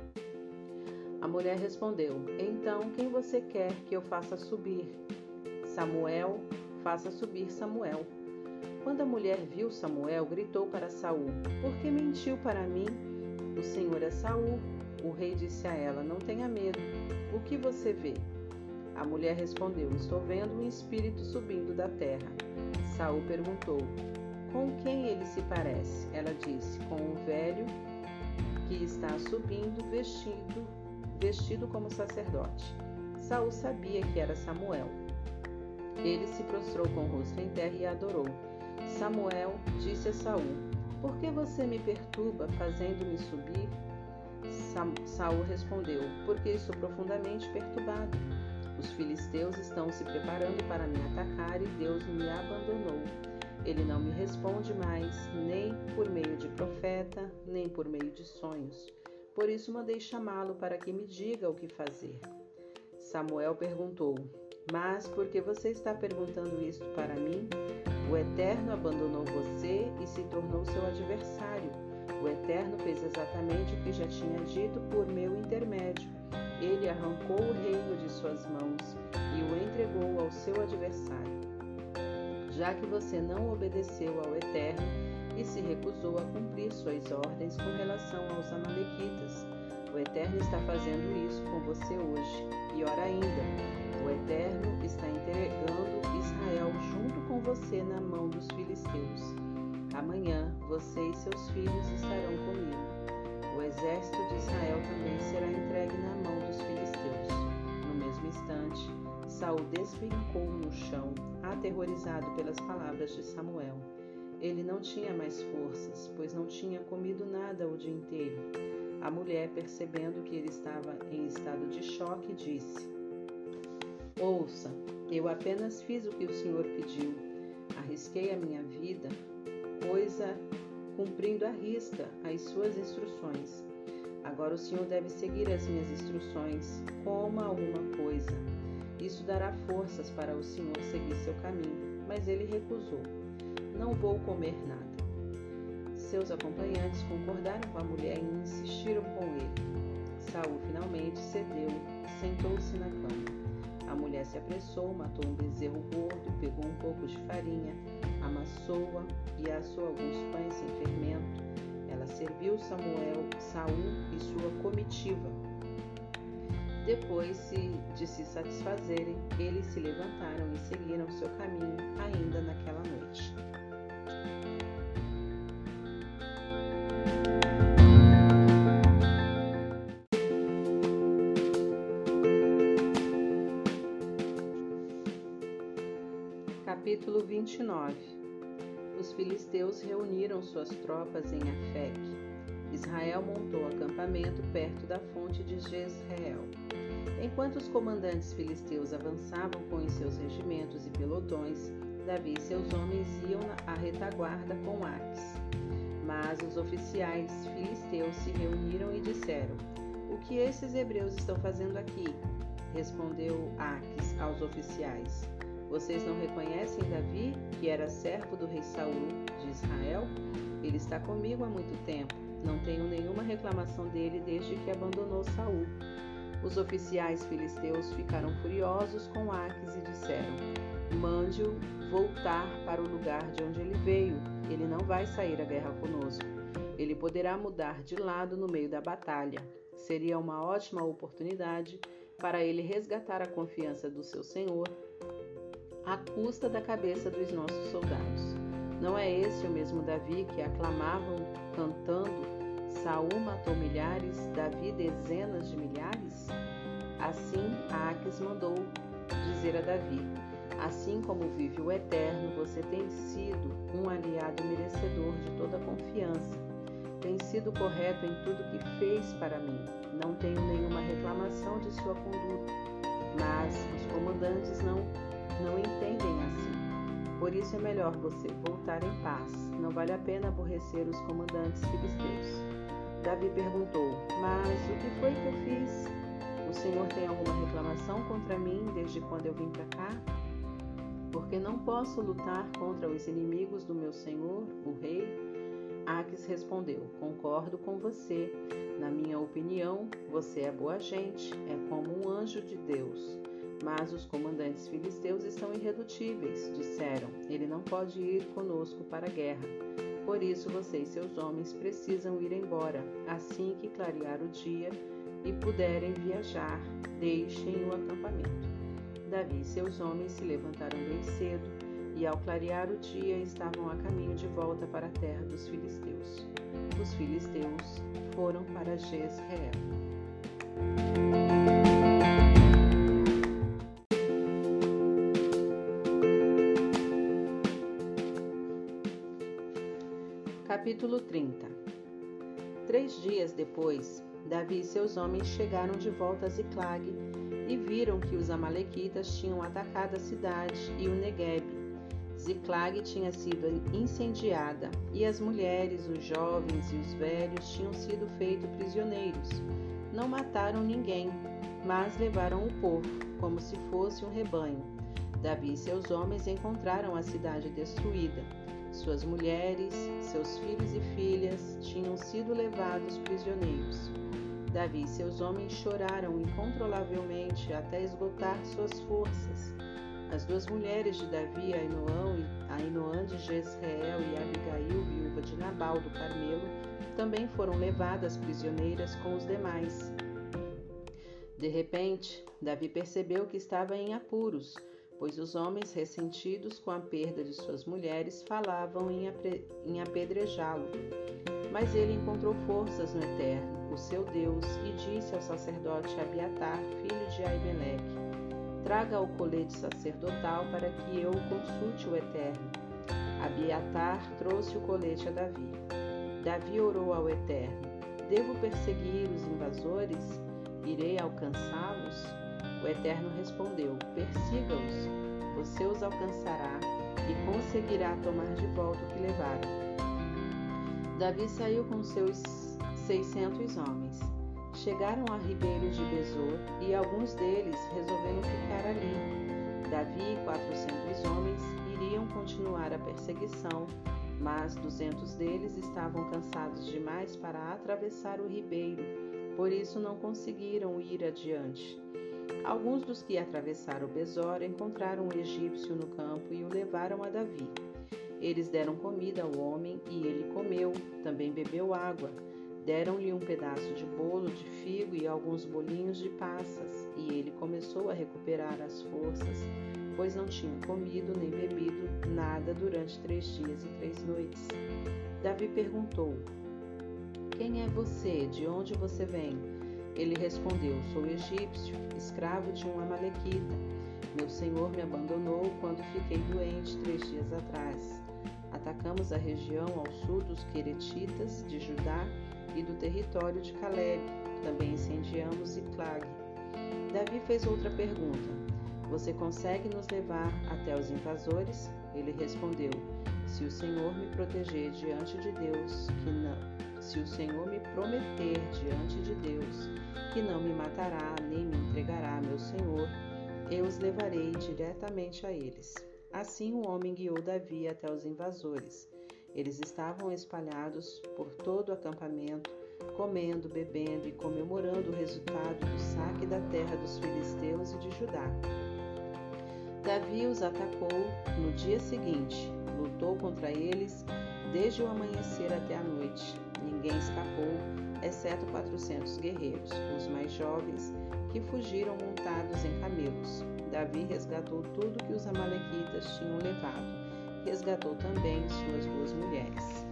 A mulher respondeu: então, quem você quer que eu faça subir? Samuel, faça subir Samuel. Quando a mulher viu Samuel, gritou para Saul: por que mentiu para mim? O Senhor é Saul. O rei disse a ela: não tenha medo. O que você vê? A mulher respondeu: estou vendo um espírito subindo da terra. Saul perguntou: com quem ele se parece? Ela disse: com um velho que está subindo vestido, vestido como sacerdote. Saul sabia que era Samuel. Ele se prostrou com o rosto em terra e adorou. Samuel disse a Saul: por que você me perturba, fazendo-me subir? Saul respondeu: porque estou profundamente perturbado. Os filisteus estão se preparando para me atacar e Deus me abandonou. Ele não me responde mais, nem por meio de profeta, nem por meio de sonhos. Por isso mandei chamá-lo para que me diga o que fazer. Samuel perguntou: Mas por que você está perguntando isto para mim? O Eterno abandonou você e se tornou seu adversário. O Eterno fez exatamente o que já tinha dito por meu intermédio. Ele arrancou o reino de suas mãos e o entregou ao seu adversário. Já que você não obedeceu ao Eterno e se recusou a cumprir suas ordens com relação aos amalequitas, o Eterno está fazendo isso com você hoje. Pior ainda, o Eterno está entregando Israel junto com você na mão dos filisteus. Amanhã você e seus filhos estarão comigo. O exército de Israel também será entregue na mão dos filisteus. No mesmo instante, Saul despencou no chão, aterrorizado pelas palavras de Samuel. Ele não tinha mais forças, pois não tinha comido nada o dia inteiro. A mulher, percebendo que ele estava em estado de choque, disse: Ouça, eu apenas fiz o que o Senhor pediu. Arrisquei a minha vida, coisa cumprindo à risca as suas instruções. Agora o Senhor deve seguir as minhas instruções. Coma alguma coisa. Isso dará forças para o Senhor seguir seu caminho. Mas ele recusou. Não vou comer nada. Seus acompanhantes concordaram com a mulher e insistiram com ele. Saul finalmente cedeu e sentou-se na cama. A mulher se apressou, matou um bezerro gordo, pegou um pouco de farinha, amassou-a e assou alguns pães sem fermento. Ela serviu Samuel, Saul e sua comitiva. Depois de se satisfazerem, eles se levantaram e seguiram seu caminho ainda naquela noite. Capítulo vinte e nove. Os filisteus reuniram suas tropas em Afeque. Israel montou acampamento perto da fonte de Jezreel. Enquanto os comandantes filisteus avançavam com os seus regimentos e pelotões, Davi e seus homens iam à retaguarda com Aques. Mas os oficiais filisteus se reuniram e disseram: O que esses hebreus estão fazendo aqui? Respondeu Aques aos oficiais: Vocês não reconhecem Davi, que era servo do rei Saul de Israel? Ele está comigo há muito tempo. Não tenho nenhuma reclamação dele desde que abandonou Saul. Os oficiais filisteus ficaram furiosos com Aques e disseram: Mande-o voltar para o lugar de onde ele veio. Ele não vai sair à guerra conosco. Ele poderá mudar de lado no meio da batalha. Seria uma ótima oportunidade para ele resgatar a confiança do seu senhor à custa da cabeça dos nossos soldados. Não é esse o mesmo Davi que aclamavam cantando: Saul matou milhares, Davi dezenas de milhares? Assim, Aques mandou dizer a Davi: Assim como vive o Eterno, você tem sido um aliado merecedor de toda confiança. Tem sido correto em tudo que fez para mim. Não tenho nenhuma reclamação de sua conduta. Mas os comandantes não, não entendem assim. Por isso é melhor você voltar em paz. Não vale a pena aborrecer os comandantes filisteus. Davi perguntou: Mas o que foi que eu fiz? O Senhor tem alguma reclamação contra mim desde quando eu vim para cá? Porque não posso lutar contra os inimigos do meu Senhor, o rei? Aques respondeu: Concordo com você. Na minha opinião, você é boa gente, é como um anjo de Deus. Mas os comandantes filisteus estão irredutíveis, disseram. Ele não pode ir conosco para a guerra. Por isso você e seus homens precisam ir embora. Assim que clarear o dia e puderem viajar, deixem o acampamento. Davi e seus homens se levantaram bem cedo e, ao clarear o dia, estavam a caminho de volta para a terra dos filisteus. Os filisteus foram para Jezreel. Capítulo trinta. Três dias depois, Davi e seus homens chegaram de volta a Ziclag e viram que os amalequitas tinham atacado a cidade e o Neguebe. Ziclag tinha sido incendiada e as mulheres, os jovens e os velhos tinham sido feitos prisioneiros. Não mataram ninguém, mas levaram o povo, como se fosse um rebanho. Davi e seus homens encontraram a cidade destruída. Suas mulheres, seus filhos e filhas tinham sido levados prisioneiros. Davi e seus homens choraram incontrolavelmente até esgotar suas forças. As duas mulheres de Davi, Ainoã de Jezreel e Abigail, viúva de Nabal do Carmelo, também foram levadas prisioneiras com os demais. De repente, Davi percebeu que estava em apuros, pois os homens ressentidos com a perda de suas mulheres falavam em, apre... em apedrejá-lo. Mas ele encontrou forças no Eterno, o seu Deus, e disse ao sacerdote Abiatar, filho de Aimeleque: traga o colete sacerdotal para que eu consulte o Eterno. Abiatar trouxe o colete a Davi. Davi orou ao Eterno: devo perseguir os invasores? Irei alcançá-los? O Eterno respondeu: persiga-os. Você os alcançará e conseguirá tomar de volta o que levaram. Davi saiu com seus seiscentos homens. Chegaram a Ribeiro de Besor e alguns deles resolveram ficar ali. Davi e quatrocentos homens iriam continuar a perseguição, mas duzentos deles estavam cansados demais para atravessar o ribeiro, por isso não conseguiram ir adiante. Alguns dos que atravessaram Besor encontraram um egípcio no campo e o levaram a Davi. Eles deram comida ao homem e ele comeu, também bebeu água. Deram-lhe um pedaço de bolo de figo e alguns bolinhos de passas, e ele começou a recuperar as forças, pois não tinha comido nem bebido nada durante três dias e três noites. Davi perguntou: quem é você? De onde você vem? Ele respondeu: sou egípcio, escravo de um amalequita. Meu senhor me abandonou quando fiquei doente três dias atrás. Atacamos a região ao sul dos Queretitas de Judá e do território de Caleb. Também incendiamos Ziclag. Davi fez outra pergunta: você consegue nos levar até os invasores? Ele respondeu: se o Senhor me proteger diante de Deus, que não, se o Senhor me prometer diante de Deus que não me matará nem me entregará meu Senhor, eu os levarei diretamente a eles. Assim o homem guiou Davi até os invasores. Eles estavam espalhados por todo o acampamento, comendo, bebendo e comemorando o resultado do saque da terra dos filisteus e de Judá. Davi os atacou no dia seguinte, lutou contra eles desde o amanhecer até a noite. Ninguém escapou, exceto quatrocentos guerreiros, os mais jovens, que fugiram montados em camelos. Davi resgatou tudo que os amalequitas tinham levado. Resgatou também suas duas mulheres.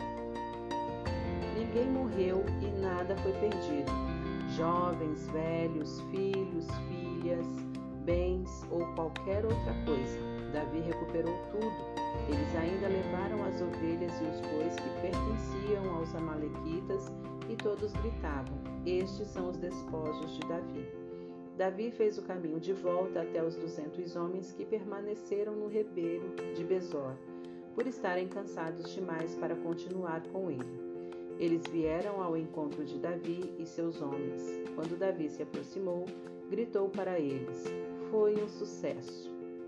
Ninguém morreu e nada foi perdido. Jovens, velhos, filhos, filhas, bens ou qualquer outra coisa. Davi recuperou tudo. Eles ainda levaram as ovelhas e os bois que pertenciam aos amalequitas e todos gritavam: estes são os despojos de Davi. Davi fez o caminho de volta até os duzentos homens que permaneceram no ribeiro de Besor, por estarem cansados demais para continuar com ele. Eles vieram ao encontro de Davi e seus homens. Quando Davi se aproximou, gritou para eles: foi um sucesso.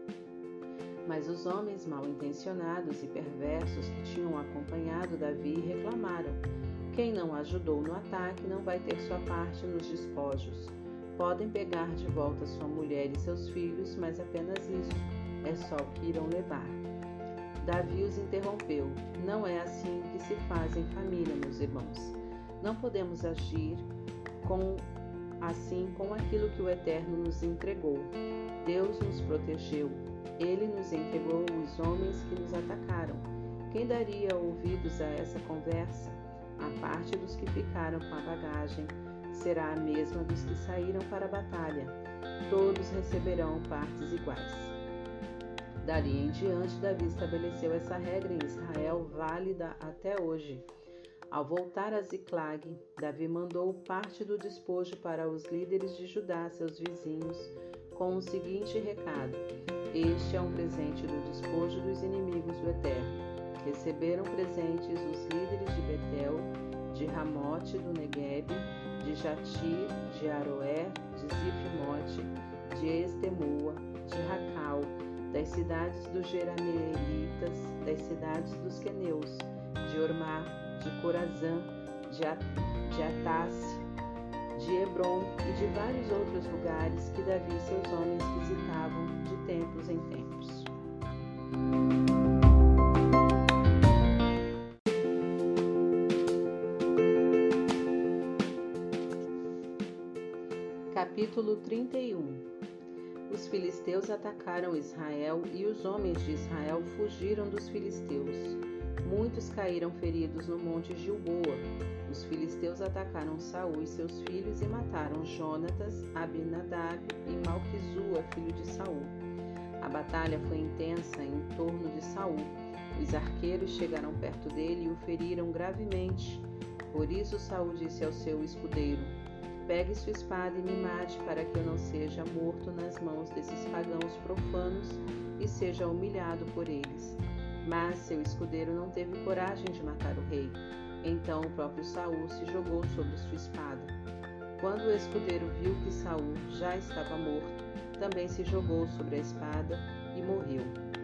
Mas os homens mal-intencionados e perversos que tinham acompanhado Davi reclamaram: quem não ajudou no ataque não vai ter sua parte nos despojos. Podem pegar de volta sua mulher e seus filhos, mas apenas isso, é só o que irão levar. Davi os interrompeu: não é assim que se faz em família, meus irmãos. Não podemos agir com, assim com aquilo que o Eterno nos entregou. Deus nos protegeu. Ele nos entregou os homens que nos atacaram. Quem daria ouvidos a essa conversa? A parte dos que ficaram com a bagagem será a mesma dos que saíram para a batalha. Todos receberão partes iguais. Dali em diante, Davi estabeleceu essa regra em Israel, válida até hoje. Ao voltar a Ziclag, Davi mandou parte do despojo para os líderes de Judá, seus vizinhos, com o seguinte recado: Este é um presente do despojo dos inimigos do Eterno. Receberam presentes os líderes de Betel, de Ramote do Neguebe, de Jatir, de Aroer, de Zifimote, de Estemoa, de Racal, das cidades dos Jerameelitas, das cidades dos Queneus, de Ormá, de Corazã, de Atasse, de Hebron e de vários outros lugares que Davi e seus homens visitavam de tempos em tempos. Capítulo trinta e um. Os filisteus atacaram Israel e os homens de Israel fugiram dos filisteus. Muitos caíram feridos no monte Gilboa. Os filisteus atacaram Saul e seus filhos e mataram Jonatas, Abinadab e Malquizua, filho de Saul. A batalha foi intensa em torno de Saul. Os arqueiros chegaram perto dele e o feriram gravemente. Por isso Saul disse ao seu escudeiro: Pegue sua espada e me mate, para que eu não seja morto nas mãos desses pagãos profanos e seja humilhado por eles. Mas seu escudeiro não teve coragem de matar o rei. Então o próprio Saul se jogou sobre sua espada. Quando o escudeiro viu que Saul já estava morto, também se jogou sobre a espada e morreu.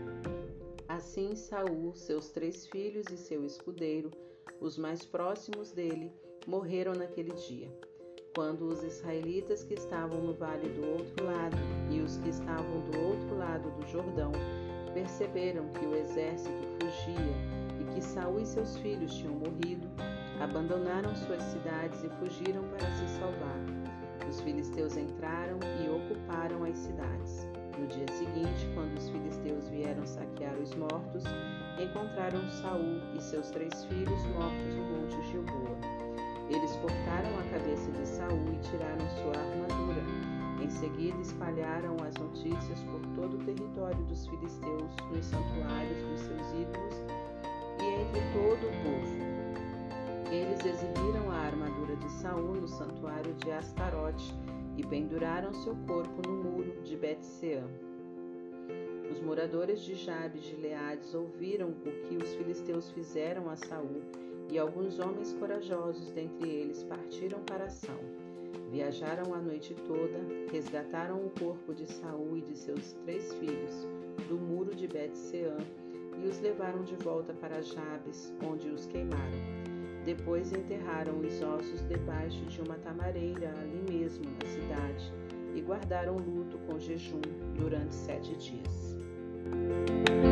Assim Saul, seus três filhos e seu escudeiro, os mais próximos dele, morreram naquele dia. Quando os israelitas que estavam no vale do outro lado e os que estavam do outro lado do Jordão perceberam que o exército fugia e que Saul e seus filhos tinham morrido, abandonaram suas cidades e fugiram para se salvar. Os filisteus entraram e ocuparam as cidades. No dia seguinte, quando os filisteus vieram saquear os mortos, encontraram Saul e seus três filhos mortos no monte Gilboa. Eles cortaram a cabeça de Saul e tiraram sua armadura. Em seguida, espalharam as notícias por todo o território dos filisteus, nos santuários dos seus ídolos e entre todo o povo. Eles exibiram a armadura de Saul no santuário de Astarote e penduraram seu corpo no muro de Bet-seã. Os moradores de Jabe e Gileades ouviram o que os filisteus fizeram a Saul, e alguns homens corajosos dentre eles partiram para a ação. Viajaram a noite toda, resgataram o corpo de Saul e de seus três filhos do muro de Bet-seã e os levaram de volta para Jabes, onde os queimaram. Depois enterraram os ossos debaixo de uma tamareira ali mesmo na cidade e guardaram luto com jejum durante sete dias.